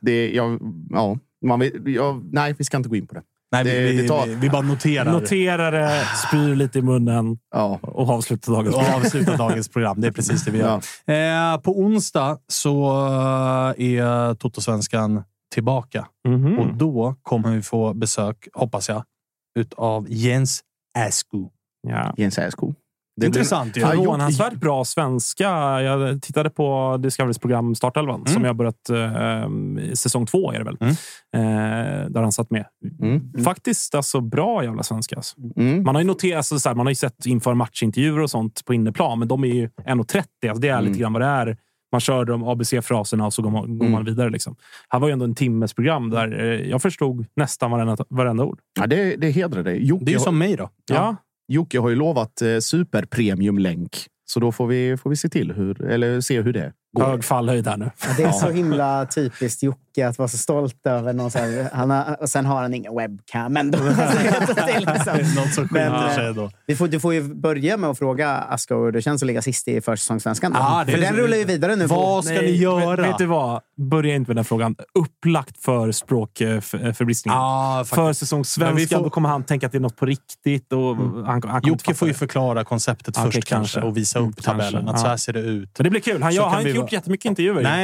Nej, vi ska inte gå in på det.
Nej, vi bara noterar.
Noterar det, spyr lite i munnen och avslutar dagens program. Det är precis det vi gör. På onsdag så är Toto-svenskan tillbaka. Och då kommer vi få besök, hoppas jag, utav Jens Asku. Ja.
Jens Asku.
Det är intressant. Förvånansvärt bra svenska. Jag tittade på Discoverys program Startelvan som jag börjat säsong 2 är det väl. Där han satt med. Faktiskt alltså bra jävla svenska. Alltså. Man har ju noterat, alltså, man har ju sett inför matchintervjuer och sånt på inneplan, men de är ju 1.30. Alltså, det är lite grann vad det är. Man kör de ABC-fraserna och så går man vidare. Liksom. Här var ju ändå en timmes program där jag förstod nästan varenda ord.
Ja, det hedrar dig.
Det är ju som mig då.
Ja. Jocke har ju lovat superpremiumlänk. Så då får vi se till se hur det går.
Hög fallhöjd där nu.
Ja, det är så himla typiskt Jocke att vara så stolt över någon så här, och sen har han ingen webcam ändå.
Något som skiljer sig då.
Du får ju börja med att fråga Aska hur det känns att ligga sist i försäsongssvenskan. För den rullar ju vidare nu.
Vad ska ni göra?
Vet du vad? Börja inte med den frågan. Upplagt för språkförbristning. För säsongssvenskan, då kommer han tänka att det är något på riktigt. Och
Jocke får ju förklara konceptet först kanske och visa upp tabellen. Att så här ser det ut.
Men det blir kul. Han har inte gjort jättemycket intervjuer.
Nej,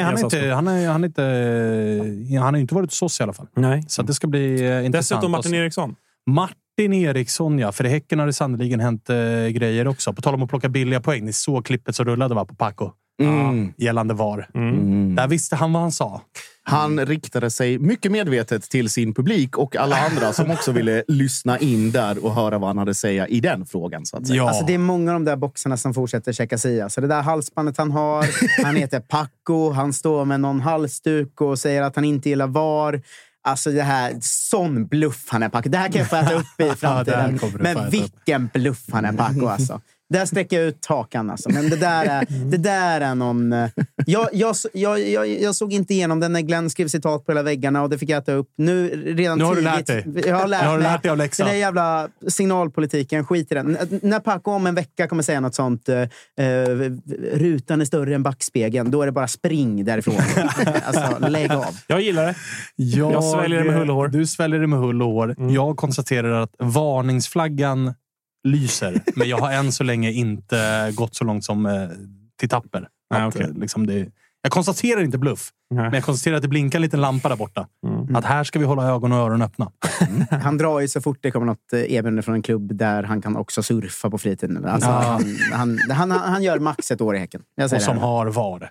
han har inte varit hos oss i alla fall.
Nej.
Så det ska bli intressant.
Dessutom Martin Eriksson.
Martin Eriksson, ja. För i Häcken har det sannoliken hänt grejer också. På tal om att plocka billiga poäng. Ni såg klippet som rullade på Paco. Gällande VAR. Där visste han vad han sa.
Han riktade sig mycket medvetet till sin publik och alla andra som också ville lyssna in där och höra vad han hade att säga i den frågan. Så att säga.
Ja. Alltså, det är många av de där boxarna som fortsätter checka sig. Alltså, det där halsbandet han har, han heter Paco, han står med någon halsduk och säger att han inte gillar VAR. Alltså det här, sån bluff han är Paco. Det här kan jag få äta upp i framtiden. Men vilken bluff han är Paco alltså. Där sträcker jag ut hakan alltså. Men det där är någon... Jag såg inte igenom den när Glenn skrev citat på hela väggarna och det fick jag äta upp. Nu
har du lärt dig.
Jag har lärt mig
av läxan.
Den där jävla signalpolitiken, skit i den. När Paco om en vecka kommer säga något sånt rutan är större än backspegeln, då är det bara spring därifrån. Alltså, lägg av.
Jag gillar det. Jag sväljer det med hull och hår.
Du sväljer det med hull och hår. Jag konstaterar att varningsflaggan lyser. Men jag har än så länge inte gått så långt som till Tapper.
Okay.
Liksom Jag konstaterar inte bluff. Men jag konstaterar att det blinkar en liten lampa där borta. Att här ska vi hålla ögon och öron öppna.
Han drar ju så fort det kommer något erbjudande från en klubb där han kan också surfa på fritiden. Alltså, han gör max ett år i Häcken.
Och som har VAR.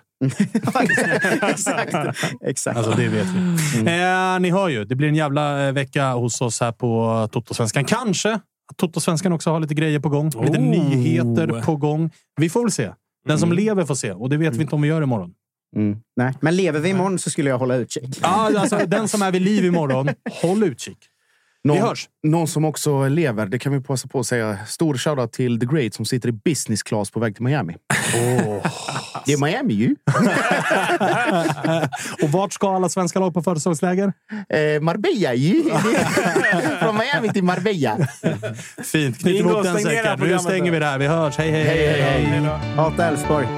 Exakt.
Alltså det vet vi. Ni hör ju, det blir en jävla vecka hos oss här på Toto-svenskan. Kanske att Toto-svenskan också har lite grejer på gång. Lite nyheter på gång. Vi får väl se. Den som lever får se. Och det vet vi inte om vi gör imorgon.
Nej, men lever vi imorgon så skulle jag hålla utkik.
Ja, alltså den som är vid liv imorgon, håll utkik. Vi hörs.
Någon som också lever, det kan vi passa på att säga. Stor shoutout till The Great som sitter i business class på väg till Miami. Det är Miami ju.
Och vart ska alla svenska lag på födelsedagsläger?
Marbella ju. Från Miami till Marbella.
Fint, knyter ihop den säkert. Nu stänger vi där. Vi hörs. Hej.
Hata Älvsborg.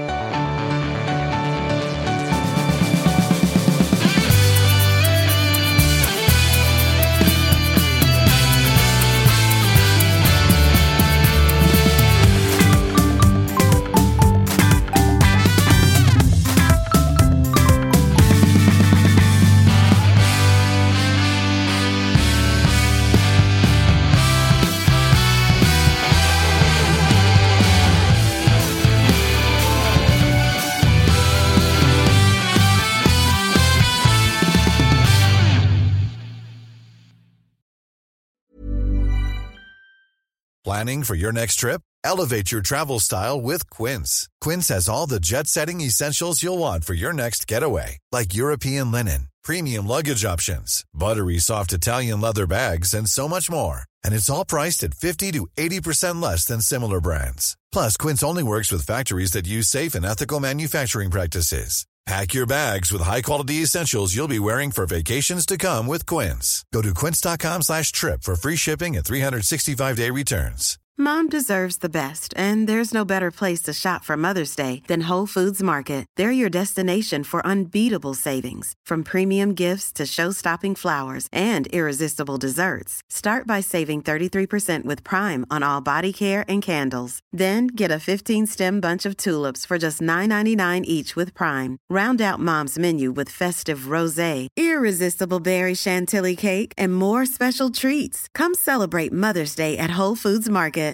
Planning for your next trip? Elevate your travel style with Quince. Quince has all the jet-setting essentials you'll want for your next getaway, like European linen, premium luggage options, buttery soft Italian leather bags, and so much more. And it's all priced at 50 to 80% less than similar brands. Plus, Quince only works with factories that use safe and ethical manufacturing practices. Pack your bags with high-quality essentials you'll be wearing for vacations to come with Quince. Go to quince.com/trip for free shipping and 365-day returns.
Mom deserves the best, and there's no better place to shop for Mother's Day than Whole Foods Market. They're your destination for unbeatable savings, from premium gifts to show-stopping flowers and irresistible desserts. Start by saving 33% with Prime on all body care and candles. Then get a 15-stem bunch of tulips for just $9.99 each with Prime. Round out Mom's menu with festive rosé, irresistible berry chantilly cake, and more special treats. Come celebrate Mother's Day at Whole Foods Market.